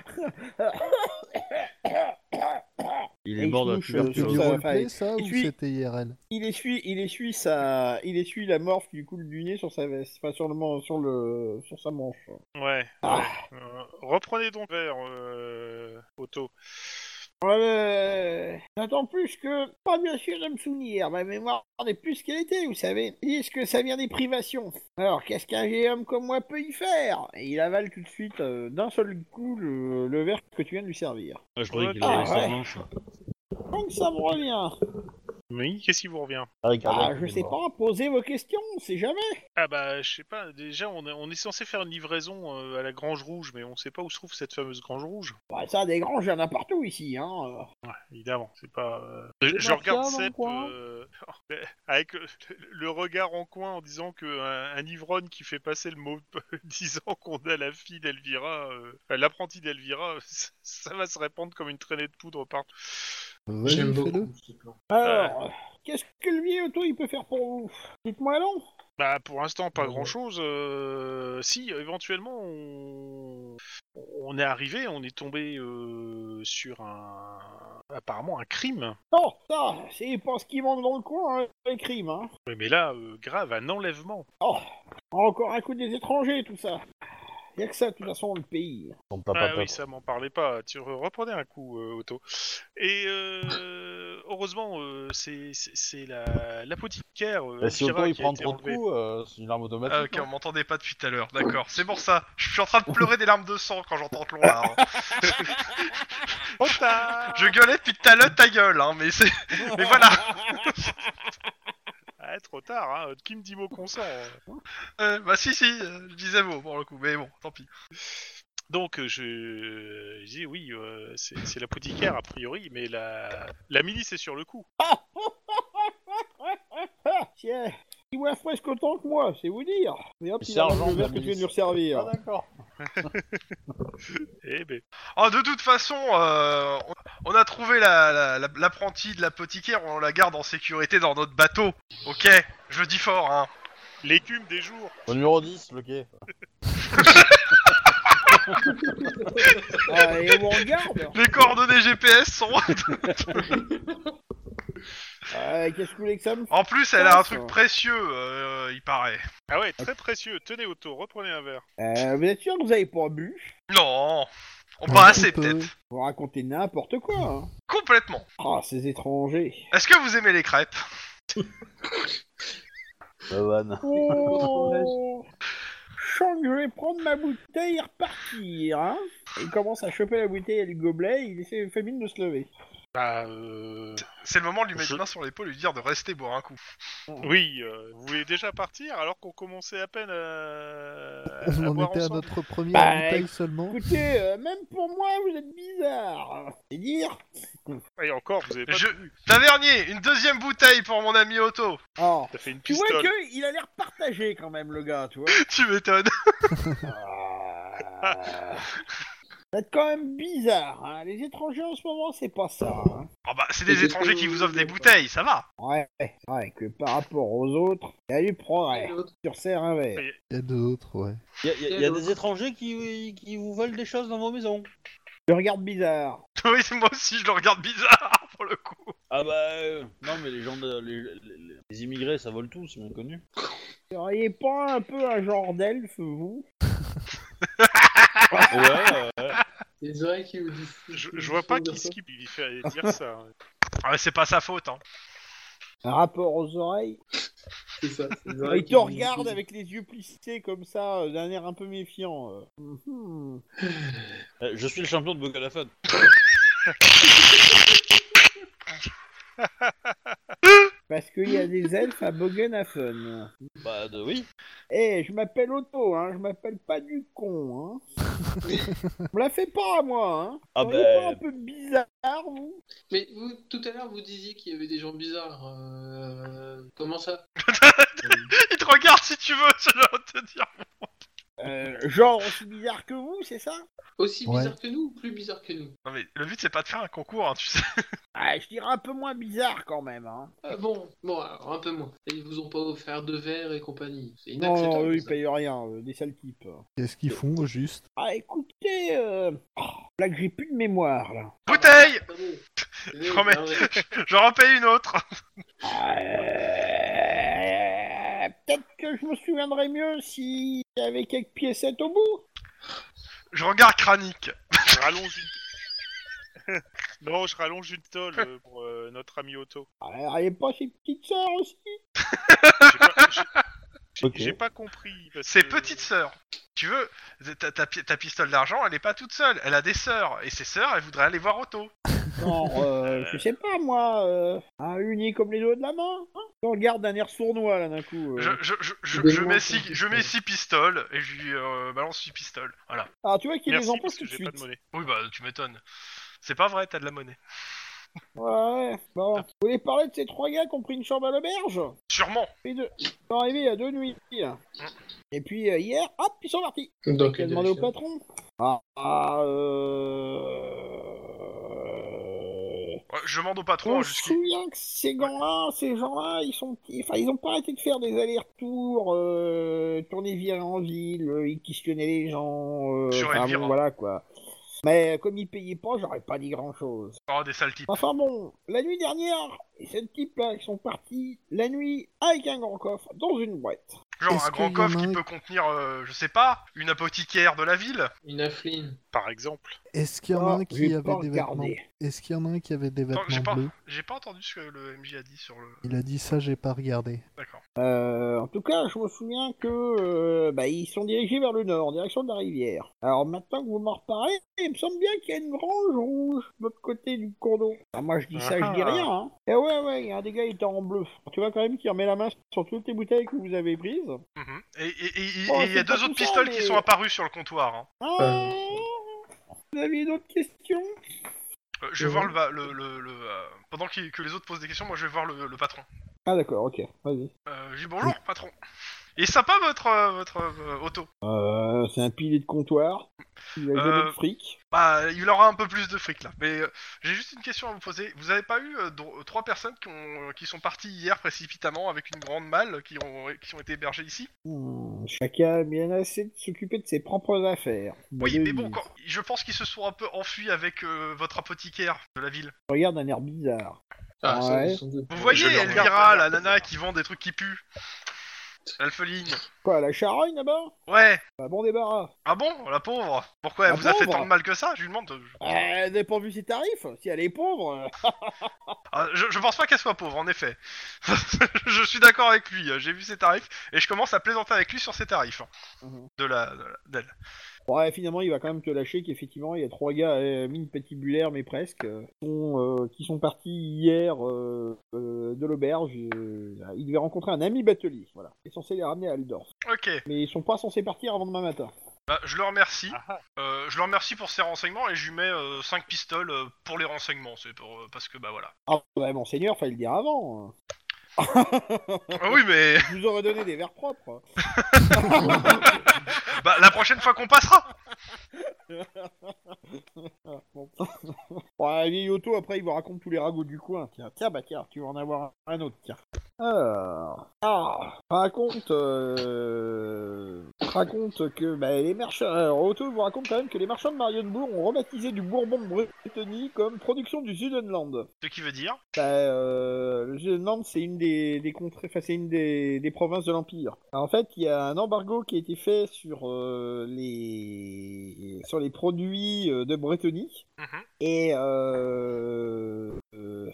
Il Et est il mort de la touche, euh, C'est sur du ça, tuberculose. enfin, roleplay, ça, et ou puis- c'était I R L? Il essuie, il essuie sa, il essuie la morphe qui lui coule du nez sur sa veste, enfin sur le, man- sur le, sur sa manche. Ouais. Ah. ouais. Euh, reprenez donc verre, euh, Otto. Ouais, j'attends plus que, pas bien sûr de me souvenir, ma mémoire n'est plus ce qu'elle était, vous savez. Ils disent que ça vient des privations. Alors, qu'est-ce qu'un vieil homme comme moi peut y faire? Et il avale tout de suite, euh, d'un seul coup, le, le verre que tu viens de lui servir. Ouais, je croyais qu'il Ah, avait ouais. sa manche. Donc ça me revient. Oui, qu'est-ce qui vous revient? Avec Ah, Kardec, je il est sais mort. pas, posez vos questions, on sait jamais. Ah bah, je sais pas, déjà, on est, on est censé faire une livraison euh, à la Grange Rouge, mais on sait pas où se trouve cette fameuse Grange Rouge. Bah, ça, des granges, il y en a partout ici, hein. Ouais, évidemment, c'est pas... euh, Je, C'est je pas regarde ça, dans le Sepp coin euh, avec le, le regard en coin en disant que un, un ivrogne qui fait passer le mot disant qu'on a la fille d'Elvira, euh, enfin, l'apprenti d'Elvira, ça, ça va se répandre comme une traînée de poudre partout. Vas-y, J'aime fais-le. beaucoup ce plan. Alors, euh, qu'est-ce que le vieil auto, il peut faire pour vous? Dites-moi donc. Bah pour l'instant pas Ouais. grand chose. Si éventuellement on... on est arrivé, on est tombé euh, sur un apparemment un crime. Non, ça, c'est pas ce qui manque dans le coin, hein, les crimes, hein. Oui, mais là euh, grave un enlèvement. Oh, encore un coup des étrangers, tout ça. Y'a que ça, de toute façon, dans le pays. Son papa Ah papa. oui, ça m'en parlait pas. Tu re- reprenais un coup, euh, Otto. Et euh, heureusement, euh, c'est c'est- c'est la l'apothicaire. Euh, Bah, si Elvira Otto il qui a prend été trop de enlevée. coups, euh, c'est une arme automatique. Ah, ok, hein. on m'entendait pas depuis tout à l'heure, d'accord. C'est pour ça. Je suis en train de pleurer des larmes de sang quand j'entends Tlon là. hein. Trop tard. Je gueulais depuis tout à l'heure ta gueule, hein, mais c'est. Mais voilà. Ah, trop tard, hein. Qui me dit mot consent hein. Euh, bah si si, euh, je disais mot pour le coup, mais bon, tant pis. Donc euh, je, je dis oui, euh, c'est c'est l'apothicaire a priori, mais la la milice est sur le coup. Tiens, il voit presque autant que moi, c'est vous dire. Mais hop, Mais il c'est a un genre le de verre la que tu viens de lui milice. resservir. Ah d'accord. Eh ben, Oh, de toute façon, euh, on, on a trouvé la, la, la- l'apprenti de l'apothicaire, on la garde en sécurité dans notre bateau. Ok, je le dis fort, hein. L'écume des jours. Au numéro dix, le quai. Ah, et on regarde. Les coordonnées G P S sont... Euh, Qu'est-ce que vous voulez que ça me fasse? En plus, elle a un truc précieux, euh, il paraît. Ah ouais, très précieux. Tenez, Otto, reprenez un verre. euh, Vous êtes sûr que vous avez pas bu? Non, on Un pas assez petit peu. peut-être. Vous racontez n'importe quoi. Hein. Complètement. Ah, ces étrangers. Est-ce que vous aimez les crêpes? La vanne. Oh, je sens que je vais prendre ma bouteille et repartir. Hein. Il commence à choper la bouteille et le gobelet. Il essaie fait mine de se lever. Bah, euh... C'est le moment de lui mettre Je- une main sur l'épaule et lui dire de rester boire un coup. Oui, euh, vous voulez déjà partir alors qu'on commençait à peine à, à On en boire était à ensemble. notre première Bah, bouteille seulement. Écoutez, euh, même pour moi, vous êtes bizarre. C'est dire. Et encore, vous avez pas Je- tout vu. Tavernier, une deuxième bouteille pour mon ami Otto. Oh. T'as fait une Tu vois pistole. qu'il a l'air partagé quand même, le gars, tu vois. Tu m'étonnes. Ah. Vous êtes quand même bizarre, hein. Les étrangers en ce moment, c'est pas ça. Hein. Oh bah, c'est des étrangers qui vous offrent des bouteilles, ça va. Ouais, ouais, que par rapport aux autres, il y a du progrès. Tu resserres un verre. Il y a d'autres, ouais. Il y a, y a- y a des étrangers qui, qui vous veulent des choses dans vos maisons. Je regarde bizarre. Oui, moi aussi, je le regarde bizarre, pour le coup. Ah bah euh, non mais les gens de, les, les- les immigrés ça vole tout, c'est bien connu. Vous seriez pas un peu un genre d'elfe, vous? Ouais, ouais. Les oreilles qui vous disent. Je, je vois pas qui skip il fait dire ça. Ah, mais c'est pas sa faute, hein. Un rapport aux oreilles. C'est ça. c'est les oreilles Il qui te vous regarde disent. avec les yeux plissés comme ça, euh, d'un air un peu méfiant. euh. Mhm. Euh, Je suis le champion de Bogalafon. Parce qu'il y a des elfes à Bogenhafen. Bah de oui. Eh, je m'appelle Otto, hein, je m'appelle pas du con, hein. On me la fait pas, moi, hein. Ah Vous seriez bah- pas un peu bizarre, vous? Mais vous, tout à l'heure, vous disiez qu'il y avait des gens bizarres. euh, Comment ça? Il te regarde si tu veux, je dois te dire. Euh, genre aussi bizarre que vous, c'est ça? Aussi Ouais. bizarre que nous ou plus bizarre que nous? Non mais le but c'est pas de faire un concours, hein, tu sais. Ah, je dirais un peu moins bizarre quand même, hein. Ah bon, bon, alors un peu moins. Et ils vous ont pas offert de verre et compagnie. C'est Non, non, inacceptable. eux, ils ça. payent rien, euh, des sales types. Qu'est-ce qu'ils font au juste? Ah, écoutez, euh... oh, là que j'ai plus de mémoire, là. Bouteille. Attendez. Attendez, Je remets. non, mais- J'en repaye une autre. Euh, Peut-être que je me souviendrai mieux s'il y avait quelques piécettes au bout. Je regarde Kranik. Je rallonge une... non, je rallonge une tôle euh, pour euh, notre ami Otto. Alors, il n'y a pas ses petites sœurs aussi? J'ai pas, j'ai- j'ai- Ok. j'ai pas compris. parce C'est que- petite sœur. Tu veux, ta, ta, pi- ta pistole d'argent, elle est pas toute seule. Elle a des sœurs. Et ses sœurs, elles voudraient aller voir Otto. Non, euh, je sais pas, moi, euh, un uni comme les doigts de la main, hein. On regarde d'un air sournois, là, d'un coup. euh. Je, je, je, je, Des je noms mets sont six, je mets six pistoles et je lui euh, balance six pistoles. Voilà. Ah, tu vois qu'il les Merci empoche parce tout que de j'ai pas suite. de monnaie. Oui, bah, tu m'étonnes. C'est pas vrai, t'as de la monnaie. Ouais, bon. Vous voulez parler de ces trois gars qui ont pris une chambre à l'auberge? Sûrement. Les deux. Ils sont arrivés il y a deux nuits. Et puis, euh, hier, hop, ils sont partis. Dans Tu quelle as demandé au direction? patron? Ah, ah euh... Ouais, je demande au Je patron me jusqu'à... souviens que ces gants-là, ces gens-là, ils sont, enfin, ils ont pas arrêté de faire des allers-retours, euh, tourner ville en ville, euh, ils questionnaient les gens, euh, Sur enfin Elvira. bon, voilà quoi. Mais comme ils payaient pas, j'aurais pas dit grand-chose. Oh, des sales types. Enfin bon, la nuit dernière, ces types-là, ils sont partis la nuit avec un grand coffre dans une boîte. Genre Est-ce un grand qu'il y en coffre a qui un- peut contenir, euh, je sais pas, une apothicaire de la ville. Une affline. Par exemple. Est-ce qu'il y en a Ah, un j'ai qui pas avait des vêtements? regardé. Est-ce qu'il y en a un qui avait des Attends, j'ai vêtements pas, bleus? j'ai pas entendu ce que le M J a dit sur le... Il a dit ça, j'ai pas regardé. D'accord. Euh, en tout cas, je me souviens que euh, bah, ils sont dirigés vers le nord, en direction de la rivière. Alors maintenant que vous m'en reparlez, il me semble bien qu'il y a une grange rouge de l'autre côté du cours d'eau. Ah, moi je dis ça, je dis Ah. rien. Hein. Et ouais, ouais, il y a un des gars, il était en bleu. Tu vois quand même qu'il remet la main sur toutes les bouteilles que vous avez prises. Mhm. Et et- et- et- Oh, et il y a c'est pas deux tout autres ça, pistoles mais- qui sont apparues sur le comptoir. Hein. Ah, vous avez d'autres questions? Euh, je vais Ouais. voir le, va- le, le, le, euh, pendant qu'il- que les autres posent des questions, moi je vais voir le, le patron. Ah d'accord, ok, vas-y. Euh, je dis bonjour, patron. Il est sympa votre euh, votre euh, auto. Euh, c'est un pilier de comptoir. Il a jamais Euh, de fric. Bah, il aura un peu plus de fric là. Mais euh, j'ai juste une question à vous poser. Vous avez pas eu euh, dro- trois personnes qui ont qui sont parties hier précipitamment avec une grande malle qui ont qui ont été hébergées ici? Hmm, chacun a bien assez de s'occuper de ses propres affaires. Oui, Ma mais bon, devise. quand- je pense qu'ils se sont un peu enfuis avec euh, votre apothicaire de la ville. Regarde un air bizarre. Ah, ça, Ouais. ils sont deux. Vous voyez Je le regarde Elvira, pas la bien. nana qui vend des trucs qui puent. L'alpheline. Quoi, la charogne là-bas? Ouais. Bah bon débarras. Ah bon, la pauvre. Pourquoi elle La vous a fait pauvre tant de mal que ça? Je lui demande. euh, Euh, Elle n'a pas vu ses tarifs. Si elle est pauvre. euh, Ah, je, je pense pas qu'elle soit pauvre, en effet. Je suis d'accord avec lui. J'ai vu ses tarifs et je commence à plaisanter avec lui sur ses tarifs hein, Mhm. de la de la- d'elle. Ouais, finalement, il va quand même te lâcher qu'effectivement, il y a trois gars euh, mine patibulaire, mais presque, euh, sont, euh, qui sont partis hier euh, euh, de l'auberge. euh, ils devaient rencontrer un ami batelier. Voilà. Ils sont censés les ramener à Aldorf. Ok. Mais ils sont pas censés partir avant demain matin. Bah, je le remercie. Ah, ah. Euh, je le remercie pour ses renseignements et je lui mets euh, cinq pistoles euh, pour les renseignements. C'est pour, euh, parce que bah voilà. Ah, ouais, monseigneur, fallait le dire avant. Ah oui, mais Je vous aurais donné des verres propres. bah la prochaine fois qu'on passera. Ah, bon. Ouais, vieille auto, après, il vous raconte tous les ragots du coin. Tiens, tiens, bah tiens, tu vas en avoir un autre, tiens. Alors, ah, raconte, euh, raconte que bah, les marchands, alors Otto vous raconte quand même que les marchands de Marienbourg ont rebaptisé du Bourbon de Bretanie comme production du Sudenland. Ce qui veut dire. Bah, euh, le Sudenland, c'est une des, des contrées, enfin, c'est une des, des provinces de l'Empire. Alors, en fait, il y a un embargo qui a été fait sur euh, les sur les produits euh, de Bretanie Mhm. et euh, euh,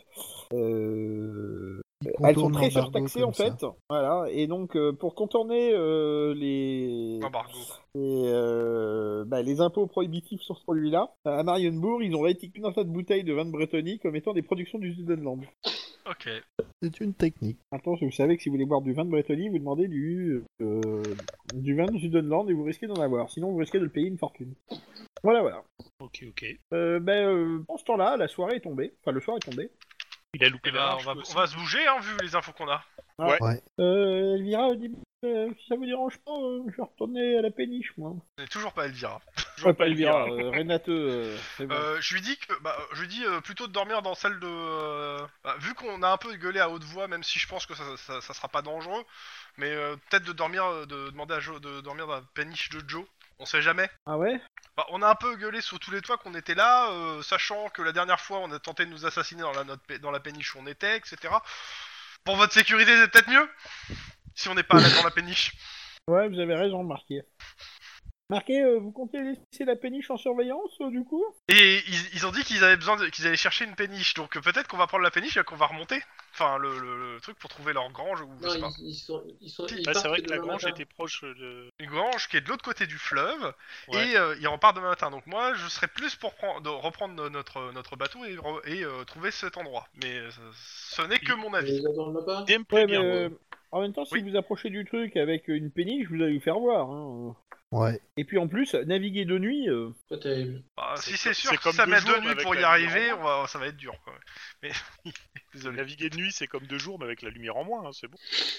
euh, Ils elles sont contournent très l'embargo surtaxées comme en ça. fait. Voilà, et donc euh, pour contourner euh, les Embargo. et, euh, bah, les impôts prohibitifs sur ce produit-là, à Marienbourg, ils ont réétiqueté un tas de bouteilles de vin de Bretanie comme étant des productions du Sudenland. Ok. C'est une technique. Maintenant, vous savez que si vous voulez boire du vin de Bretanie, vous demandez du, euh, du vin de Sudenland et vous risquez d'en avoir. Sinon, vous risquez de le payer une fortune. Voilà, voilà. Ok, ok. Euh, ben, euh, en ce temps-là, la soirée est tombée. Enfin, le soir est tombé. Il a loupé Et la bah marche, on va lui aussi. on va se bouger hein vu les infos qu'on a. Euh, Elvira dit euh, si ça vous dérange pas, euh, je vais retourner à la péniche, moi. On est toujours pas Elvira. Toujours Ouais, pas Elvira, Elvira. euh, Renate, euh, c'est bon. Euh, je lui dis que, bah, je lui dis euh, plutôt de dormir dans celle de. euh, bah, vu qu'on a un peu gueulé à haute voix, même si je pense que ça, ça, ça sera pas dangereux, mais euh, peut-être de dormir, euh, de demander à Joe de dormir dans la péniche de Joe. On sait jamais. Ah ouais? Bah, on a un peu gueulé sous tous les toits qu'on était là, euh, sachant que la dernière fois on a tenté de nous assassiner dans la, notre pé- dans la péniche où on était, et cetera. Pour votre sécurité, c'est peut-être mieux si on n'est pas là dans la péniche. Ouais, vous avez raison, Marqué. Marqué, euh, vous comptez laisser la péniche en surveillance, euh, du coup? Et ils, ils ont dit qu'ils avaient besoin, de- qu'ils allaient chercher une péniche, donc euh, peut-être qu'on va prendre la péniche et qu'on va remonter. Enfin, le, le- le truc pour trouver leur grange ou je Non, sais pas. ils, ils sont, ils sont, ils Ouais, c'est partent vrai que la demain grange matin. était proche de. Une grange qui est de l'autre côté du fleuve Ouais. et euh, il repart demain matin. Donc moi, je serais plus pour prendre- de reprendre notre notre bateau et, re- et euh, trouver cet endroit. Mais euh, ce n'est que mon Ils avis. les attendent là-bas. Il me Ouais, plaît mais bien. euh, en même temps, si Oui. vous approchez du truc avec une péniche, vous allez vous faire voir. Hein. Ouais. Et puis en plus, naviguer de nuit, euh, Pas terrible. Bah, C'est si c'est co- sûr c'est que comme ça deux met jours, deux mais nuits avec pour y la lumière arriver, en on va, ça va être dur. Quoi. Mais désolé. Naviguer de nuit, c'est comme deux jours, mais avec la lumière en moins, hein, c'est bon.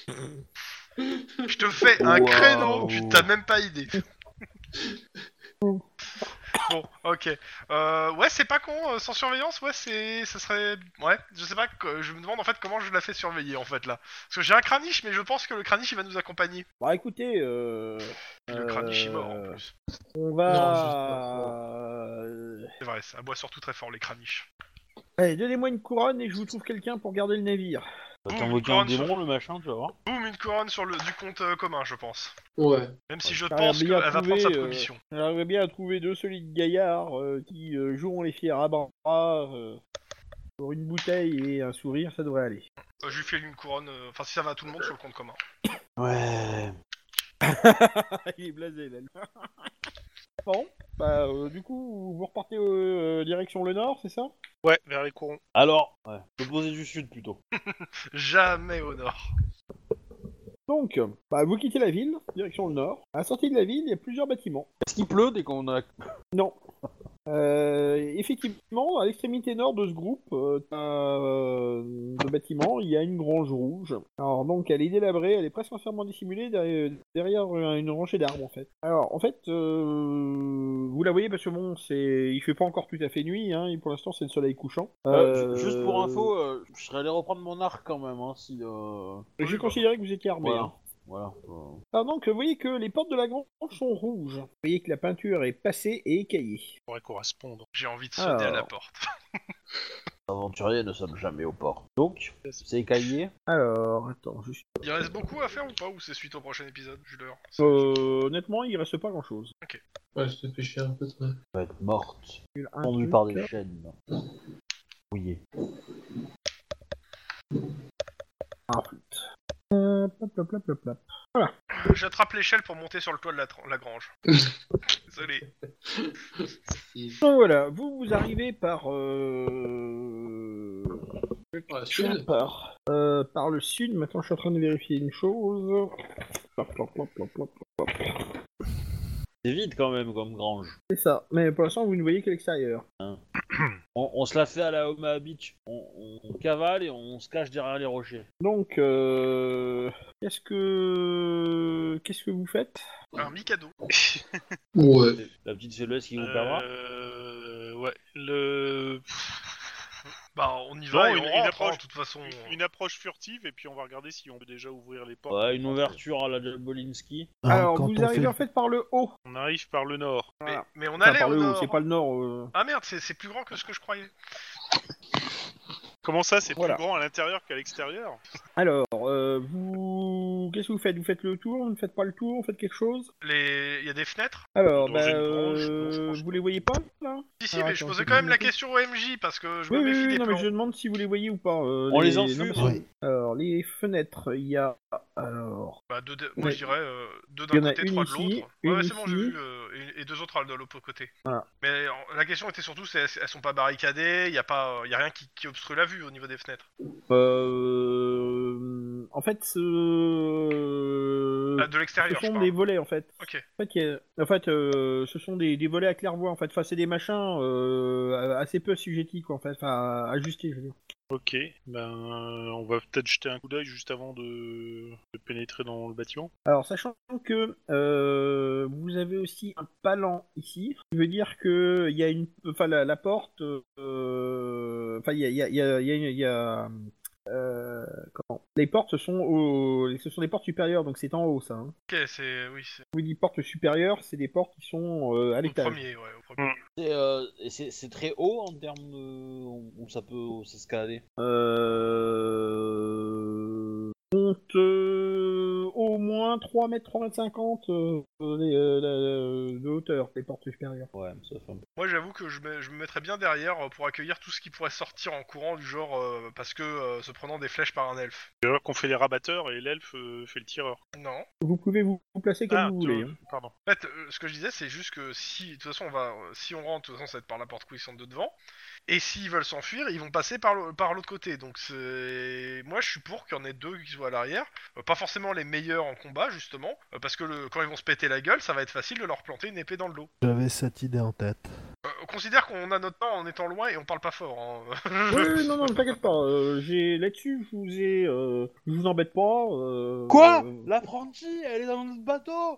Je te fais un Wow. créneau, tu t'as même pas idée. Bon, ok. Euh, ouais, c'est pas con, euh, sans surveillance, ouais, c'est, ça serait, ouais, je sais pas, que- je me demande en fait comment je la fais surveiller en fait là, parce que j'ai un craniche, mais je pense que le craniche il va nous accompagner. bah écoutez, euh, Puis le craniche est mort en euh, plus. on va. Non, juste pas. Euh, C'est vrai, ça aboie surtout très fort les craniches. Allez, donnez-moi une couronne et je vous trouve quelqu'un pour garder le navire. Va Ouh, t'invoquer une un couronne démon, le machin, tu vas voir. Boum, une couronne sur le du compte euh, commun, je pense. Ouais. Même si Ouais, je ça a pense l'air bien qu'elle va trouvé, prendre sa euh, commission. J'arriverais bien à trouver deux solides gaillards euh, qui euh, joueront les fiers à bras. euh, pour une bouteille et un sourire, ça devrait aller. Euh, je lui fais une couronne, euh, enfin si ça va à tout le monde sur le compte commun. Ouais. Il est blasé, là. Bon, bah euh, du coup, vous repartez euh, direction le nord, c'est ça? Ouais, vers les courants. Alors, ouais, l'opposé du sud plutôt. Jamais au nord. Donc, bah, vous quittez la ville, direction le nord. À la sortie de la ville, il y a plusieurs bâtiments. Est-ce qu'il pleut dès qu'on a... Non. Euh, effectivement, à l'extrémité nord de ce groupe euh, t'as, euh, de bâtiment, il y a une grange rouge. Alors donc, elle est délabrée, elle est presque entièrement dissimulée derrière, derrière une rangée d'arbres en fait. Alors en fait, euh, vous la voyez parce que bon, c'est, il fait pas encore tout à fait nuit, hein, et pour l'instant c'est le soleil couchant. Euh, ju- Juste pour info, euh, je serais allé reprendre mon arc quand même, hein, si... Euh... J'ai Oui, considéré que vous étiez armé. Voilà. hein. Voilà. euh. Alors donc, vous voyez que les portes de la grange sont rouges. Vous voyez que la peinture est passée et écaillée. Ça pourrait correspondre. J'ai envie de sonner à la Alors. porte. Aventuriers ne sommes jamais au port. Donc, c'est écaillé. Alors, attends, juste... Il reste beaucoup à faire ou pas, ou c'est suite au prochain épisode, je l'heure. Euh, honnêtement, il reste pas grand-chose. Ouais, ça te fait chier un peu, toi. Elle va être morte. Un Pendue truc, par des là. chaînes. Mouillée. Ah, putain. Euh, plop, plop, plop, plop, plop. J'attrape l'échelle pour monter sur le toit de la, tra- la grange. Désolé. Donc voilà, vous, vous arrivez par... Euh... Par la sud. Par, euh, par le sud. Maintenant, je suis en train de vérifier une chose. Plop, plop, plop, plop, plop, plop. C'est vide quand même comme grange. C'est ça, mais pour l'instant, vous ne voyez que l'extérieur. On, on se la fait à la Omaha Beach. On, on- on cavale et on se cache derrière les rochers. Donc, euh... qu'est-ce que... Qu'est-ce que vous faites? Un Mikado. Ouais. La petite faiblesse qui vous perdra. Euh... Ouais, le... Bah, on y Non, va et une- on une rentre, approche- hein, de toute façon. Une approche furtive, et puis on va regarder si on peut déjà ouvrir les portes. Ouais, une ouverture à la Jabolinski. Alors, quand vous on arrivez fait- en fait par le haut. On arrive par le nord. Mais, Voilà. mais on Enfin, allait par au le haut, nord. c'est pas le nord. euh. Ah merde, c'est c'est plus grand que ce que je croyais. Comment ça, c'est Voilà. plus grand à l'intérieur qu'à l'extérieur? Alors, euh, vous... Qu'est-ce que vous faites? Vous faites le tour? Vous ne faites pas le tour? Vous faites quelque chose? Les... Il y a des fenêtres? Alors, Dans bah, une grange, euh, non, je pense vous pas. les voyez pas, là? Si, si, Alors, mais je attends, posais je quand même vais la noter. question au M J parce que je Oui, me oui, méfie oui, des non, plans. mais je demande si vous les voyez ou pas. euh, On les non, enfume. mais- Oui. Alors, les fenêtres, il y a... Alors... Bah, deux de- Moi Ouais. je dirais euh, deux Il y d'un en a côté, une trois de ici, l'autre. une Ouais, ouais, c'est bon, j'ai ici. vu. euh, et, et deux autres de l'autre côté. Voilà. Mais euh, la question était surtout, c'est elles sont pas barricadées, il y a pas, y a rien qui, qui obstrue la vue au niveau des fenêtres. Euh... En fait, ce... Ah, de ce l'extérieur, je sont parle. des volets, en fait. Ok. En fait, il y a- en fait euh, ce sont des, des volets à claire-voie, en fait. Enfin, c'est des machins euh, assez peu assujettis, quoi, en fait. Enfin, ajustés, je veux dire. Ok, ben on va peut-être jeter un coup d'œil juste avant de... de pénétrer dans le bâtiment. Alors, sachant que euh, vous avez aussi un palan ici, ce qui veut dire que il y a une, enfin la, la porte, euh, enfin il y a, il y a, il y a, il y a, il y a, euh, comment les portes ce sont au, ce sont des portes supérieures, donc c'est en haut ça. Hein. Ok, c'est. Oui, c'est. Vous dites portes supérieures, c'est des portes qui sont euh, à Au l'étage. premier, ouais, au premier. C'est, euh, et c'est, c'est très haut en termes de... où ça peut s'escalader. Euh... Compte euh, au moins trois mètres, trois mètres cinquante euh, les, euh, la- de hauteur, les portes supérieures. Ouais, ça fait un peu. Moi j'avoue que je me, je me mettrais bien derrière euh, pour accueillir tout ce qui pourrait sortir en courant du genre euh, parce que euh, se prenant des flèches par un elfe. C'est alors qu'on fait les rabatteurs et l'elfe euh, fait le tireur. Non. Vous pouvez vous, vous placer comme Ah, vous tu voulez. vois, hein. pardon. En fait, euh, ce que je disais, c'est juste que si, de toute façon, on va, euh, si on rentre, de toute façon, ça va être par la porte où ils sont de devant. Et s'ils veulent s'enfuir, ils vont passer par, le- par l'autre côté. Donc, c'est... moi, je suis pour qu'il y en ait deux qui soient à l'arrière. Euh, pas forcément les meilleurs en combat, justement, euh, parce que le, quand ils vont se péter la gueule, ça va être facile de leur planter une épée dans le dos. J'avais cette idée en tête. Euh, on considère qu'on a notre temps en étant loin et on parle pas fort. Hein. Oui, oui, non, non, ne t'inquiète pas. euh, j'ai là-dessus, je vous ai, euh, je vous embête pas. euh, Quoi euh, L'apprentie, elle est dans notre bateau.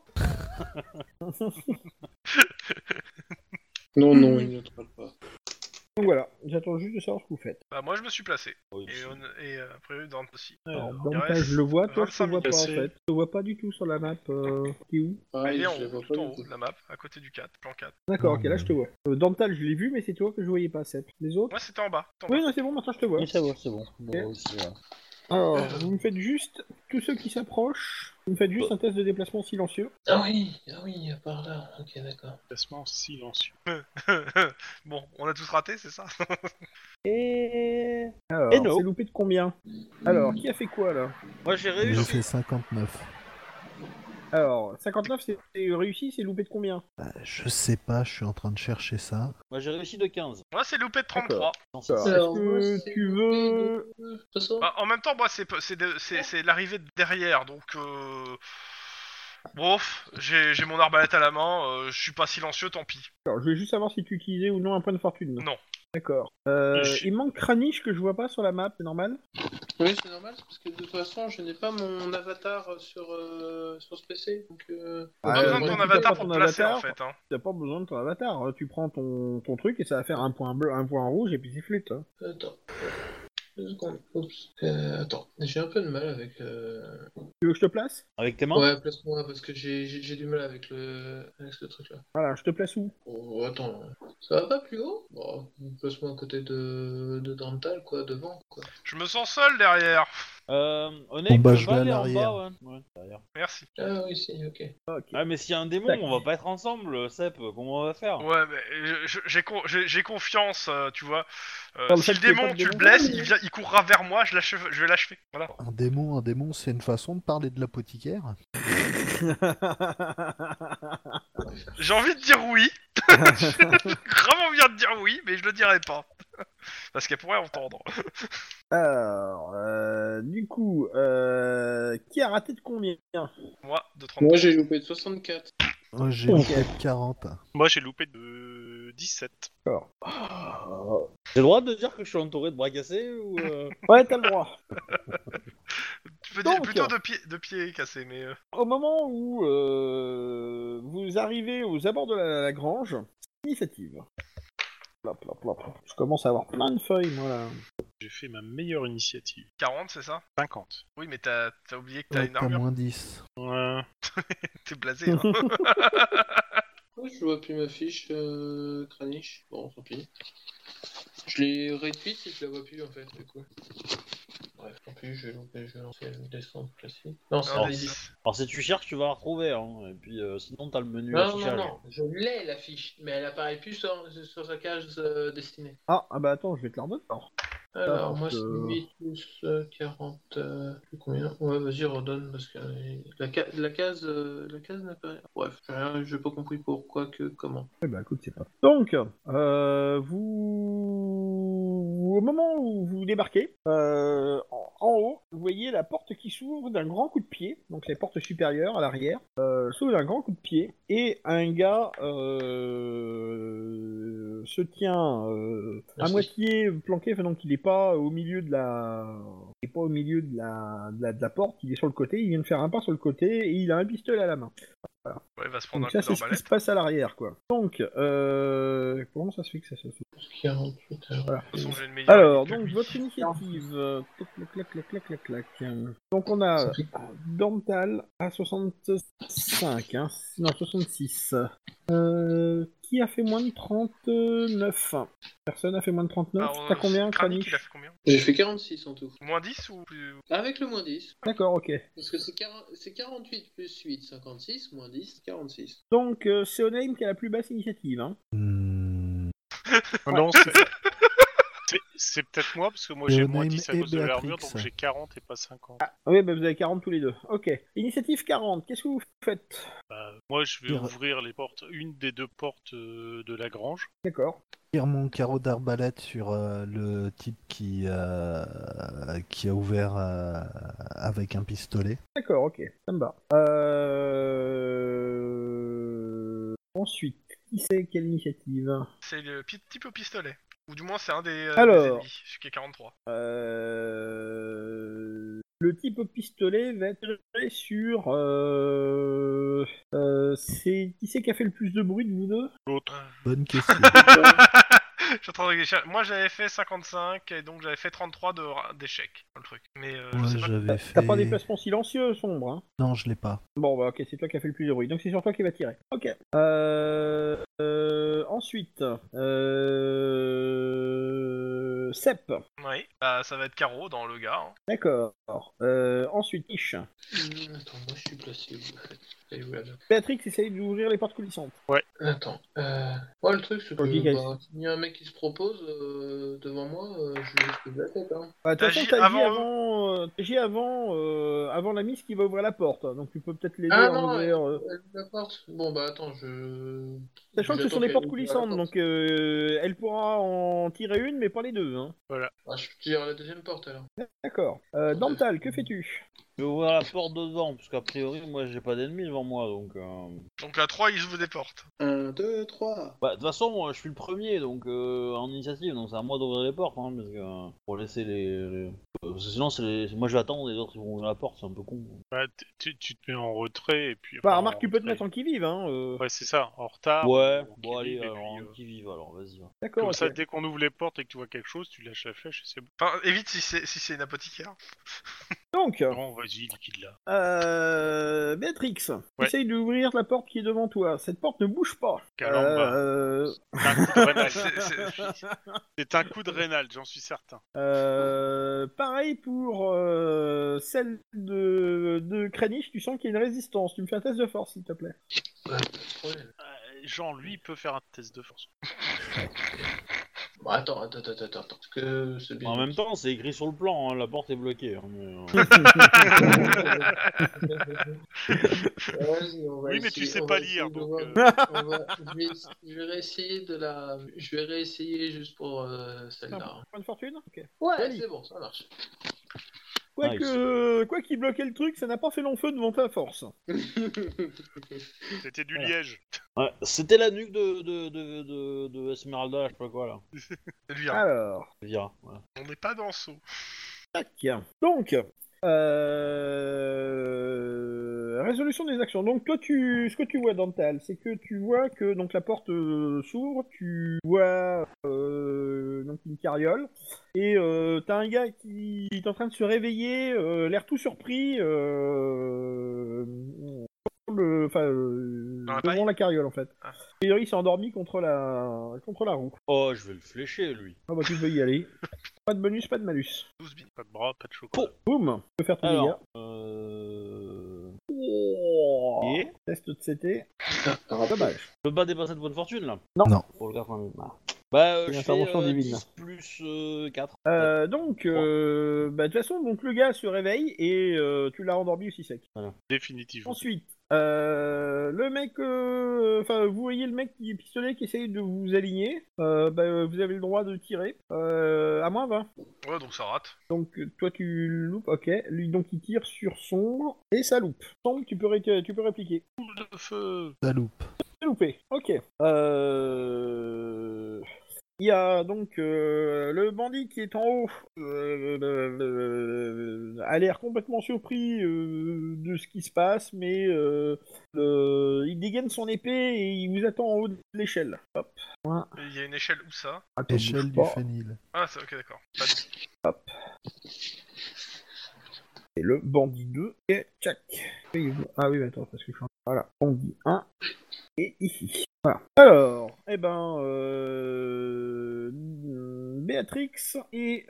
Non, non, il ne troll pas. Donc voilà, j'attends juste de savoir ce que vous faites. Bah, moi, je me suis placé. Oui, Et, on, et euh, après, Dante aussi. Alors, Alors, dans il le cas, reste je le vois, toi, je te vingt-cinq vois pas en minutes. fait. Je te vois pas du tout sur la map. Euh, t'es où? Ah, Ah, il est en je les haut, vois tout pas en du haut tout. de la map, à côté du quatre, plan quatre. D'accord, Non, ok, là je te vois. Euh, Dental, je l'ai vu, mais c'est toi que je voyais pas, Seth. Les autres? Moi, c'était en bas. c'était en Oui, bas. non, c'est bon, maintenant je te vois. Oui, c'est bon, c'est bon. Moi Ok. aussi, ouais. Alors, vous me faites juste, tous ceux qui s'approchent, vous me faites juste un test de déplacement silencieux. Ah oui, ah oui, par là. Ok, d'accord. Placement silencieux. Bon, on a tous raté, c'est ça? Et... Alors, Et no. c'est loupé de combien? Alors, qui a fait quoi là? Moi, j'ai J'ai réussi. fait cinquante-neuf. Alors, cinquante-neuf, c'est c'est réussi, c'est loupé de combien? Bah, je sais pas, je suis en train de chercher ça. Moi, j'ai réussi de quinze. Moi, c'est loupé de trente-trois. Non, c'est Alors, ça. est-ce que tu veux... C'est ça? Bah, en même temps, moi, c'est c'est de- c'est- c'est l'arrivée de derrière, donc... Euh... Bon, j'ai j'ai mon arbalète à la main, euh, je suis pas silencieux, tant pis. Alors, je vais juste savoir si tu utilisais ou non un point de fortune. Non. D'accord. Euh, Je- Il manque Kranich que je vois pas sur la map, c'est normal? Oui, c'est normal, parce que de toute façon, je n'ai pas mon avatar sur, euh, sur ce P C. Donc, euh... Pas Ouais, besoin de ouais, ton tu avatar prends pour ton te placer, avatar. en fait. Hein. T'as pas besoin de ton avatar. Tu prends ton, ton truc et ça va faire un point bleu, un point rouge et puis c'est flûte. Hein. Attends. Deux secondes. Oups. Euh, attends, j'ai un peu de mal avec... Euh... Tu veux que je te place? Avec tes mains. Ouais, place-moi, parce que j'ai j'ai- j'ai du mal avec, le... avec ce truc-là. Voilà, je te place où? Oh, attends, ça va pas plus haut? Bon, place-moi à côté de, de Dental, quoi, devant, quoi. Je me sens seul derrière. Euh, Bon, Onek, bah, tu je peux pas vais à aller en l'arrière. bas, ouais. Ouais, derrière. Merci. Ah oui, si, ok. Ok. Ah, mais s'il y a un démon, Tac. on va pas être ensemble, Sep. Comment on va faire? Ouais, mais je- je- j'ai con- j'ai j'ai confiance, euh, tu vois. Euh, Dans le si fait le qu'il y ait pas démon, de tu le démon, blesses, mais- il, vient, il courra vers moi, je, l'achève- je vais l'achever. Voilà. Un démon, un démon, c'est une façon de parler de l'apothicaire. J'ai envie de dire oui. J'ai grave envie de dire oui, mais je le dirai pas. Parce qu'elle pourrait entendre. Alors, euh, du coup, euh, qui a raté de combien? Moi, de trente. Moi, j'ai loupé de soixante-quatre. Moi, j'ai Ok. loupé de quarante. Moi, j'ai loupé de dix-sept. D'accord. J'ai le droit de dire que je suis entouré de bras cassés ou euh... Ouais, t'as le droit. Tu peux dire Donc. plutôt de pieds de pieds cassés, mais... euh, Au moment où euh, vous arrivez aux abords de la, la grange, initiative. Plop, plop, plop. Je commence à avoir plein de feuilles, moi, là. J'ai fait ma meilleure initiative. quarante, c'est ça? cinquante. Oui, mais t'as t'as oublié que t'as Ouais, une t'as armure. moins dix. Ouais. T'es blasé, hein. Ouais, je vois plus ma fiche euh, Kranich. Bon, tant pis. Je l'ai retweet si je la vois plus en fait, du coup. Bref, tant pis, je vais louper, je vais lancer le descendre classique. Non, c'est Un un des dix. dix. Alors si tu cherches, tu vas la retrouver, hein. Et puis euh, sinon t'as le menu Non, non, affichage. non, je l'ai la fiche, mais elle apparaît plus sur, sur sa cage euh, destinée. Ah, ah bah attends, je vais te la redonner. alors. Alors, parce moi c'est que- huit plus euh, quarante. Euh, plus combien? Ouais, vas-y, redonne parce que euh, la, ca- la case, euh, la case n'apparaît. Bref, j'ai rien- j'ai pas compris pourquoi, que, comment. Eh bah écoute, c'est pas. Donc, euh, vous... Au moment où vous débarquez, euh, en, en haut, vous voyez la porte qui s'ouvre d'un grand coup de pied. Donc c'est la porte supérieure à l'arrière. Euh, s'ouvre d'un grand coup de pied. Et un gars euh, se tient euh, à Merci. moitié planqué. Enfin, donc il est pas au milieu de la... Il est pas au milieu de la... de la... de la porte. Il est sur le côté. Il vient de faire un pas sur le côté. Et il a un pistolet à la main. Ouais, il va se prendre Donc un ça, coup c'est ce qui d'arbalète. se passe à l'arrière, quoi. Donc, euh... comment ça se fait que ça se fait? quarante-huit, alors. Voilà. De toute façon, j'ai une meilleure Alors, idée que donc lui. votre initiative. euh, Clac, clac, clac, clac, clac, clac. Donc on a Ça fait- Dental à soixante-cinq, hein. Non, soixante-six. Euh, qui a fait moins de trente-neuf? Personne a fait moins de trente-neuf. Alors, T'as euh, combien, Kranich, Kranich? il a fait combien? J'ai fait quarante-six en tout. Moins dix ou plus... Avec le moins dix. D'accord, ok. Parce que c'est quarante c'est quarante-huit plus huit, cinquante-six, moins dix, quarante-six. Donc euh, c'est Onaim qui a la plus basse initiative, hein. Hmm. Non, c'est... c'est- c'est peut-être moi, parce que moi j'ai Euh, moins Naïm dix à et cause de l'armure, Béatrix. donc j'ai quarante et pas cinquante. Oui, bah vous avez quarante tous les deux. Ok. Initiative quarante, qu'est-ce que vous faites? Bah, moi je vais Dire- ouvrir les portes, une des deux portes euh, de la grange. D'accord. Tire mon carreau d'arbalète sur euh, le type qui, euh, qui a ouvert euh, avec un pistolet. D'accord, ok, ça me va. Euh... Ensuite, qui c'est quelle initiative? C'est le pi- type au pistolet. Ou du moins, c'est un des, euh, Alors. des ennemis, celui qui est quarante-trois. euh... Le type au pistolet va être tiré sur... Euh... Euh, c'est... Qui c'est qui a fait le plus de bruit de vous deux? L'autre. Bonne question. Je suis en train de réfléchir. Moi, j'avais fait cinquante-cinq, et donc j'avais fait trente-trois de... d'échecs dans le truc. Mais euh, je Moi, sais pas. j'avais fait... T'as pas des placements silencieux, sombre, hein? Non, je l'ai pas. Bon, bah ok, c'est toi qui as fait le plus de bruit, donc c'est sur toi qui va tirer. Ok. Euh... euh, Ensuite... Euh... Sep. Oui, bah, ça va être carreau dans le gars. hein. D'accord. Euh, ensuite, Niche. Hum, attends, moi je suis placé où en fait? Elle est où, la map? Béatrix essaye d'ouvrir les portes coulissantes. Attends. Euh... Ouais, le truc c'est que Ok, guys. bah, s'il y a un mec qui se propose euh, devant moi, euh, je lui explose la tête. Hein. Bah, de toute façon, Agis t'as agi avant avant, euh, t'agis avant, euh, avant la miss qui va ouvrir la porte. Donc tu peux peut-être l'aider Ah à non, elle, ouvrir. euh, elle ouvre la porte. Bon bah attends, je. Sachant que ce j'attends sont des qu'elle portes ouvre la coulissantes, porte. donc euh, elle pourra en tirer une, mais pas les deux. Hein. Ah, je tire la deuxième porte alors. D'accord. Euh, Dental, que fais-tu? Je vais ouvrir la porte de devant, parce qu'a priori, moi, j'ai pas d'ennemis devant moi, donc... Euh... Donc à trois, ils ouvrent des portes. un, deux, trois. Bah, de toute façon, euh, je suis le premier, donc euh, en initiative, donc c'est à moi d'ouvrir les portes, hein, parce que... euh, pour laisser les... les... Parce que sinon, c'est les... moi, je vais attendre, les autres, ils vont ouvrir la porte, c'est un peu con. Bah, t- tu, tu te mets en retrait et puis. Bah, enfin, remarque, en tu peux te retrait. mettre en qui-vive, hein. euh. Ouais, c'est ça, en retard. Ouais, ou en bon, allez, qui-vive, et alors, puis, euh, qui vive, alors, vas-y. va. D'accord, Comme ok. ça, dès qu'on ouvre les portes et que tu vois quelque chose, tu lâches la flèche et c'est bon. Enfin, évite si c'est si c'est une apothicaire. Donc, Non, vas-y, liquide là. euh, Béatrix, Ouais. essaye d'ouvrir la porte qui est devant toi. Cette porte ne bouge pas. Caramba. Euh... C'est un coup de rénal. C'est- c'est- C'est un coup de rénal, j'en suis certain. Euh, pareil pour euh, celle de, de Kranich, tu sens qu'il y a une résistance. Tu me fais un test de force, s'il te plaît. Ouais, pas de problème. Euh, Jean, lui, il peut faire un test de force. Bon, attends, attends, attends, attends, attends, parce que c'est bien. En même temps, c'est écrit sur le plan, hein, la porte est bloquée. Hein, mais, euh, Vas-y, on va Oui, mais tu essayer- sais on pas va lire, essayer de donc, voir- euh. on va- je, vais, je vais réessayer de la. Je vais réessayer juste pour euh, Un celle-là. point de fortune. Ok. Ouais, Joli. c'est bon, ça marche. Quoi Nice. que, quoi qu'il bloquait le truc, ça n'a pas fait long feu devant ta force. C'était du Voilà. liège. ouais, c'était la nuque de, de, de, de, de Esmeralda, je sais pas quoi, là. c'est lui, hein. Alors, Vira, ouais. On n'est pas dans saut. tac. Donc, euh, résolution des actions. Donc toi, tu, ce que tu vois, Dantal, c'est que tu vois que donc la porte euh, s'ouvre, tu vois euh, donc une carriole, et euh, t'as un gars qui est en train de se réveiller, euh, l'air tout surpris, euh, le, enfin, euh, Dans la devant paille la carriole en fait. Ah. A priori, il s'est endormi contre la, contre la roue. Oh, je vais le flécher, lui. Ah bah tu peux y aller. Pas de bonus, pas de malus. douze bits. Pas de bras, pas de chocolat. Boum, tu peux faire ton dégât. Alors, euh... Oh. Et Test de C T. Ah, Dommage. je peux pas dépasser de bonne fortune, là. Non. Non. Pour le quatre-vingt mille. Bah, bah euh, Une je intervention fais euh, divine. dix plus euh, quatre. Euh, donc, euh, bah, de toute façon, donc le gars se réveille et euh, tu l'as endormi aussi sec. Définitivement. Ensuite, euh, le mec, euh, enfin, vous voyez le mec qui est pistolet qui essaye de vous aligner. Euh, bah, vous avez le droit de tirer euh, à moins vingt. Ouais, donc ça rate. Donc, euh, toi, tu loupes, ok. Lui, donc, il tire sur sombre et ça loupe. Sombre, tu peux, ré- tu peux répliquer. Boule de feu. Ça loupe. C'est loupé. Ok. Euh... Il y a donc euh, le bandit qui est en haut, euh, le- le- a l'air complètement surpris euh, de ce qui se passe, mais euh, le- il dégaine son épée et il vous attend en haut de l'échelle. Hop. Et il y a une échelle où ça Attends, Échelle bouge du pas. fenil. Ah, c'est ok, d'accord. Pas de- C'est le bandit deux. Et tchac. Ah oui, mais attends, parce que je suis en... Voilà, bandit un. Et ici. Voilà. Alors, eh ben, euh... Béatrix et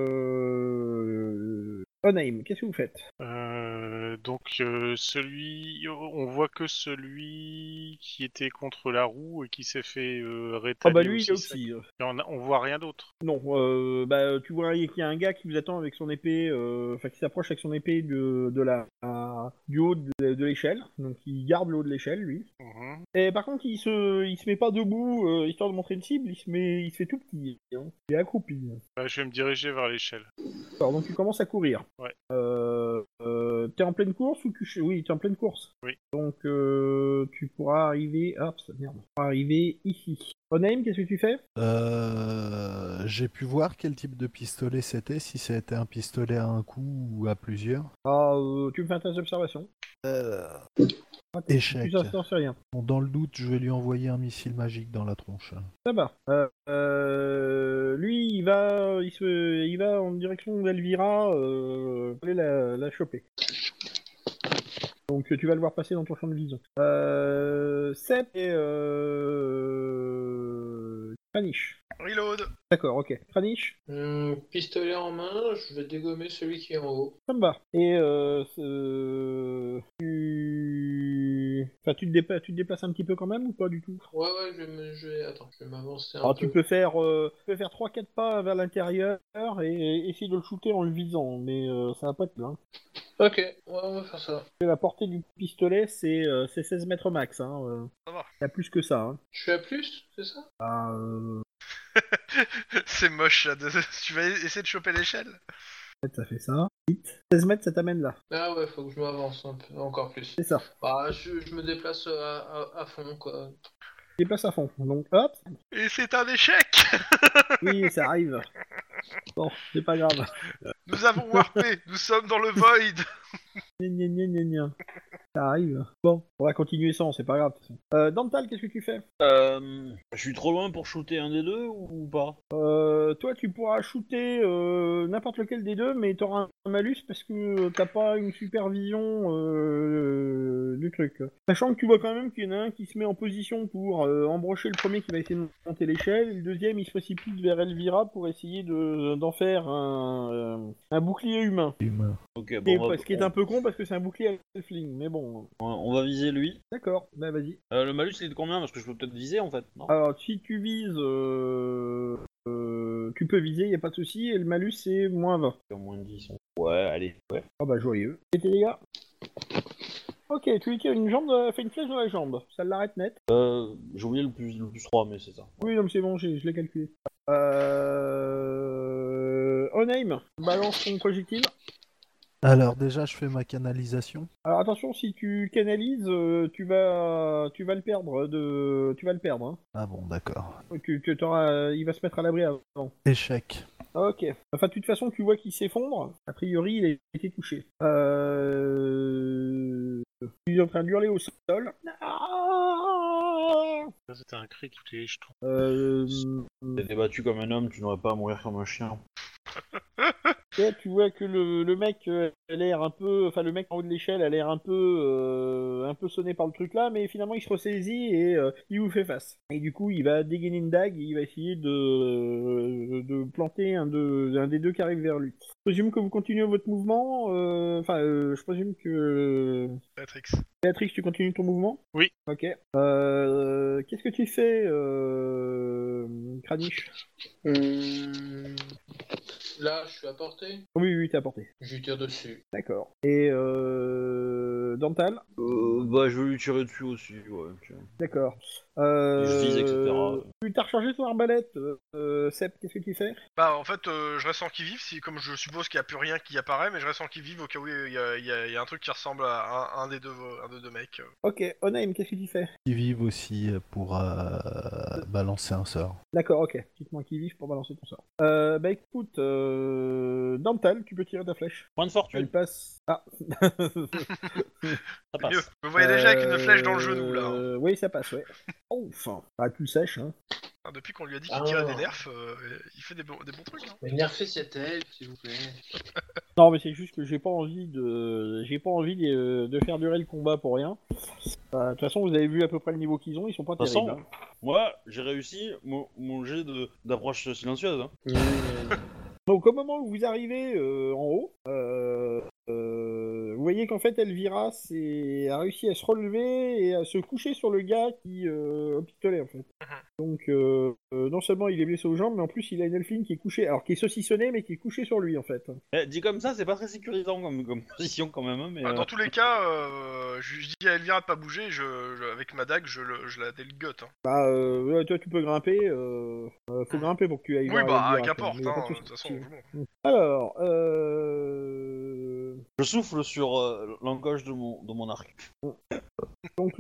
euh... Onaim, qu'est-ce que vous faites? Euh, donc euh, celui, on voit que celui qui était contre la roue et qui s'est fait euh, rétaler Ah bah lui, il est aussi. aussi. euh. Et on, a- on voit rien d'autre. Non, euh, bah tu vois qu'il y a un gars qui vous attend avec son épée, euh, enfin qui s'approche avec son épée de, de la, à- du haut de, de l'échelle. Donc il garde le haut de l'échelle, lui. Mhm. Et par contre, il se, il se met pas debout, euh, histoire de montrer une cible, il se met, il se fait tout petit. Hein. Il est accroupi. Bah, je vais me diriger vers l'échelle. Alors, donc tu commences à courir. Ouais. Euh, euh, t'es en pleine course ou tu... ch- Oui, t'es en pleine course. Oui. Donc euh, tu pourras arriver... Hop, ça merde. Tu pourras arriver ici. Onaim, qu'est-ce que tu fais? Euh, J'ai pu voir quel type de pistolet c'était, si c'était un pistolet à un coup ou à plusieurs. Ah, euh, tu me fais un test d'observation. Euh, Ah, t'es- Échec. Tu t'en sais rien. Bon, dans le doute, je vais lui envoyer un missile magique dans la tronche. Ça va. Euh, euh, lui, il va, il se, il va en direction d'Elvira, euh, aller la, la choper. Donc tu vas le voir passer dans ton champ de vision. Euh, Sep et euh, Kranich. Reload. D'accord, ok. Kranich, Hum, pistolet en main, je vais dégommer celui qui est en haut. ça me va. Et euh, ce- tu, enfin, tu te déplaces, tu te déplaces un petit peu quand même ou pas du tout? Ouais, ouais, je vais, me... je vais... Attends, je vais m'avancer un Alors peu. tu peux faire, euh, tu peux faire trois quatre pas vers l'intérieur et, et essayer de le shooter en le visant, mais euh, ça va pas être bien. Ok, ouais, on va faire ça. La portée du pistolet, c'est euh, c'est seize mètres max. Hein, euh. Ça va. Il y a plus que ça. Hein. Je suis à plus, c'est ça? Ah, euh, C'est moche, là. de- Tu vas essayer de choper l'échelle? Ça fait ça. huit. seize mètres, ça t'amène là. Ah ouais, faut que je m'avance un peu, encore plus. C'est ça. Bah, je, je me déplace à, à, à fond, quoi. Déplace à fond. Donc hop. Et c'est un échec. Oui, ça arrive. Bon, c'est pas grave. Nous avons warpé. Nous sommes dans le void. Gna, gna, gna, gna, gna. Ça arrive. Bon, on va continuer sans, c'est pas grave. Euh, Dantal, qu'est-ce que tu fais? Euh, je suis trop loin pour shooter un des deux ou pas? Euh, toi, tu pourras shooter euh, n'importe lequel des deux, mais t'auras un malus parce que t'as pas une supervision euh, du truc. Sachant que tu vois quand même qu'il y en a un qui se met en position pour euh, embrocher le premier qui va essayer de monter l'échelle, et le deuxième il se précipite vers Elvira pour essayer de d'en faire un, euh, un bouclier humain. Humain. Ok, Et bon, on va, ce qui est un peu con parce que c'est un bouclier halfling, mais bon. on, on va viser lui. D'accord, bah vas-y. Euh, le malus il est de combien? Parce que je peux peut-être viser en fait, non? Alors, si tu vises, euh, euh, tu peux viser, y a pas de souci, et le malus c'est moins vingt. Au moins dix. on- Ouais, allez. Ouais. Ah bah joyeux. Et tes dégâts? Ok, tu lui tires une jambe, euh, fais une flèche dans la jambe, ça l'arrête net. Euh, j'ai oublié le plus, le plus trois, mais c'est ça. Oui, non mais c'est bon, j'ai- je l'ai calculé. Euh... Onaim, balance ton projectile. Alors déjà, je fais ma canalisation. Alors attention, si tu canalises, euh, tu vas, tu vas le perdre de, tu vas le perdre. Hein. Ah bon, d'accord. Tu, tu t'auras- il va se mettre à l'abri avant. Échec. Ok. Enfin, de toute façon, tu vois qu'il s'effondre. A priori, il a été touché. Euh... Il est en train de hurler au sol. Ah Ça, c'était un cri tous les jetons. Euh... T'es débattu comme un homme, tu n'aurais pas à mourir comme un chien. Et tu vois que le, le mec euh, a l'air un peu, enfin le mec en haut de l'échelle a l'air un peu, euh, un peu sonné par le truc là, mais finalement il se ressaisit et euh, il vous fait face. Et du coup il va dégainer une dague et il va essayer de, de planter un, de, un des deux qui arrive vers lui. Je présume que vous continuez votre mouvement, euh, enfin euh, je présume que Patrick. Béatrix tu continues ton mouvement? Oui. Ok. Euh, Qu'est-ce que tu fais, euh, Kranich? Hum, Là, je suis à portée. Oui, oui, t'es à portée. Je lui tire dessus. D'accord. Et euh, Dantal? Euh, bah, je vais lui tirer dessus aussi, ouais. tiens. D'accord. Euh, Je vise, et cetera. Tu t'as rechargé ton arbalète, euh, euh, Seb, qu'est-ce que tu fais? Bah en fait, euh, je reste en qui-vive, si, comme je suppose qu'il n'y a plus rien qui apparaît, mais je reste en qui-vive au cas où il y, a- il y a il y a un truc qui ressemble à un, un des deux, un des deux mecs. Ok, Onaim, qu'est-ce que tu fais? Qui vivent aussi pour euh, balancer un sort. D'accord, ok. Dites-moi qui vive pour balancer ton sort. Euh, bah écoute, euh, Dantal, tu peux tirer ta flèche. Point de Elle fortune, passe. Ah. ça C'est mieux. passe. Vous voyez déjà avec une flèche dans le genou là. hein. Euh, Oui, ça passe, ouais. Oh, enfin. Ah, tu le sèches, hein. Hein, depuis qu'on lui a dit qu'il Ah. tirait des nerfs, euh, il fait des, bons- des bons trucs. Hein. Mais nerfez cette aile, s'il vous plaît. Non, mais c'est juste que j'ai pas envie de, j'ai pas envie de, de faire durer le combat pour rien. Euh, De toute façon, vous avez vu à peu près le niveau qu'ils ont, ils sont pas De toute terribles. façon, hein. Moi, j'ai réussi mon, mon jet de- d'approche silencieuse. Hein. Donc au moment où vous arrivez euh, en haut, euh, euh, vous voyez qu'en fait Elvira s'est- a réussi à se relever et à se coucher sur le gars qui euh, au pistolet en fait. Donc euh, euh, non seulement il est blessé aux jambes, mais en plus il a une elfine qui est couchée, alors qui est saucissonnée mais qui est couchée sur lui en fait. Eh, dit comme ça, c'est pas très sécurisant comme, comme position quand même. Hein, mais, Bah, euh, dans tous les cas, euh, je, je dis à Elvira de pas bouger, je, je- avec ma dague, je, le- je la déligote. Hein. Bah euh, ouais, toi tu peux grimper, euh, euh, faut grimper pour que tu ailles Oui, voir bah, Elvira, qu'importe, mais y a pas hein, de de toute souci. façon. bon. Alors, euh... Je souffle sur euh, l'encoche de mon, de mon arc. donc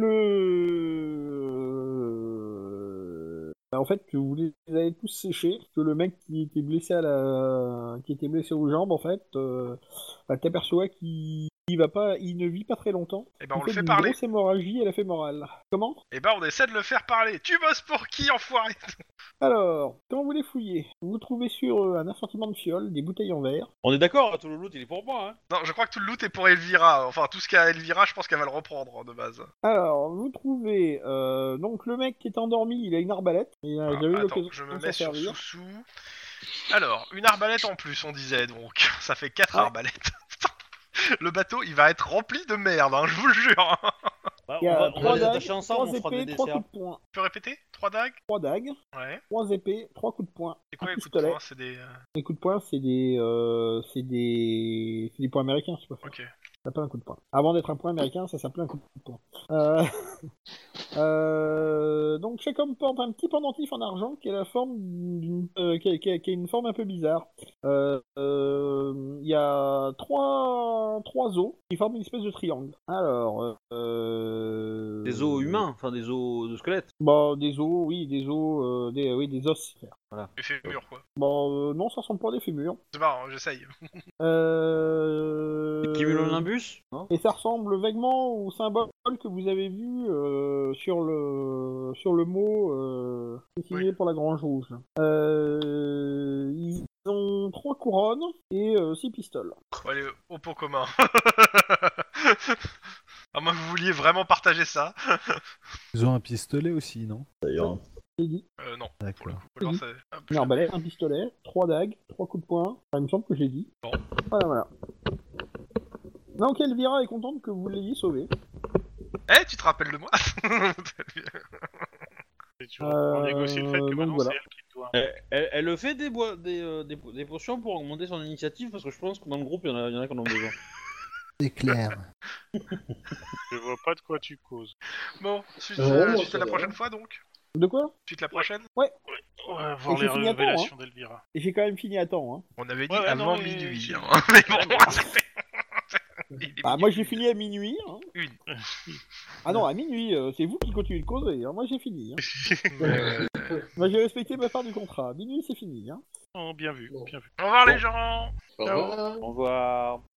le... Bah, en fait, vous les avez tous séchés, parce que le mec qui était blessé à la... qui était blessé aux jambes, en fait, euh... bah, t'aperçois qu'il il va pas, il ne vit pas très longtemps. Et ben il on le fait une parler. grosse hémorragie à la fémorale. Comment? Et ben on essaie de le faire parler. Tu bosses pour qui, enfoiré? Alors, quand vous les fouillez, vous trouvez sur eux un assortiment de fioles, des bouteilles en verre. On est d'accord, tout le loot il est pour moi. Hein. Non, je crois que tout le loot est pour Elvira. Enfin, tout ce qu'il y a à Elvira, je pense qu'elle va le reprendre hein, de base. Alors, vous trouvez euh, donc le mec qui est endormi, il a une arbalète. Il a Ah, déjà eu attends, l'occasion je de me s'en mets sur servir. sous-sous. Alors, une arbalète en plus, on disait donc. Ça fait quatre Ouais. arbalètes. Le bateau, il va être rempli de merde, hein, je vous le jure. Ouais, Il y on a va, on va trois les dagues, attacher ensemble, trois on fera des épées, trois desserts. coups de poing. Tu peux répéter? Trois dagues? Trois dagues, Ouais. trois épées, trois coups de poing. C'est quoi un les coups de pistolet. poing? C'est des... euh, Les coups de poing, c'est des, euh, c'est des, c'est des points américains, c'est pas ça. Ok. Ça s'appelle un coup de poing. Avant d'être un point américain, ça s'appelait un coup de poing. Euh... euh, Donc chaque homme porte un petit pendentif en argent qui a la forme d'une, euh, qui, a, qui a- qui a une forme un peu bizarre. Euh, euh, Il y a trois, trois os qui forment une espèce de triangle. Alors, euh... Des os humains, enfin des os de squelettes. Bah, des os, oui, des os, euh, des, oui, des os. Les fémurs, quoi. Bon, euh, non, ça ressemble pas à des fémurs. C'est marrant, j'essaye. Euh... Cumulonimbus, non? Et ça ressemble vaguement au symbole que vous avez vu euh, sur le sur le mot euh, dessiné Oui. pour la Grange Rouge. Euh, ils ont trois couronnes et euh, six pistoles. Bon, allez, au pot commun. À moins que vous vouliez vraiment partager ça. Ils ont un pistolet aussi, non? D'ailleurs. J'ai dit Euh, non. Pour le D'accord. coup, alors, c'est- hop, une arbalète, un pistolet, trois dagues, trois coups de poing. Enfin, il me semble que j'ai dit. Bon. Voilà, voilà. Donc Elvira est contente que vous l'ayez sauvée. Eh, tu te rappelles de moi? Et tu vas négocier le fait que donc maintenant voilà. c'est elle qui doit. Elle, elle, elle le fait des, bois, des, euh, des, des potions pour augmenter son initiative parce que je pense que dans le groupe il y en a, il y en a qui en ont besoin. C'est clair. Je vois pas de quoi tu causes. Bon, suite, Ouais, euh, moi, suite ça à la va. prochaine fois, donc. De quoi? Suite la prochaine. Ouais, voir j'ai les fini à temps, révélations d'Elvira. Et j'ai quand même fini à temps. Hein. On avait dit Ouais, ouais, avant non, mais minuit. j'ai- Hein. Mais bon, Ouais, mais- Il est Bah, moi minuit. j'ai fini à minuit. Hein. Une. Ah non, à minuit, euh, c'est vous qui continuez de causer. Hein. Moi j'ai fini. Hein. Euh, Moi j'ai respecté ma part du contrat. À minuit c'est fini. Hein. Oh, bien vu, Bon. bien vu. Au revoir Bon. les gens. Au revoir. Au revoir.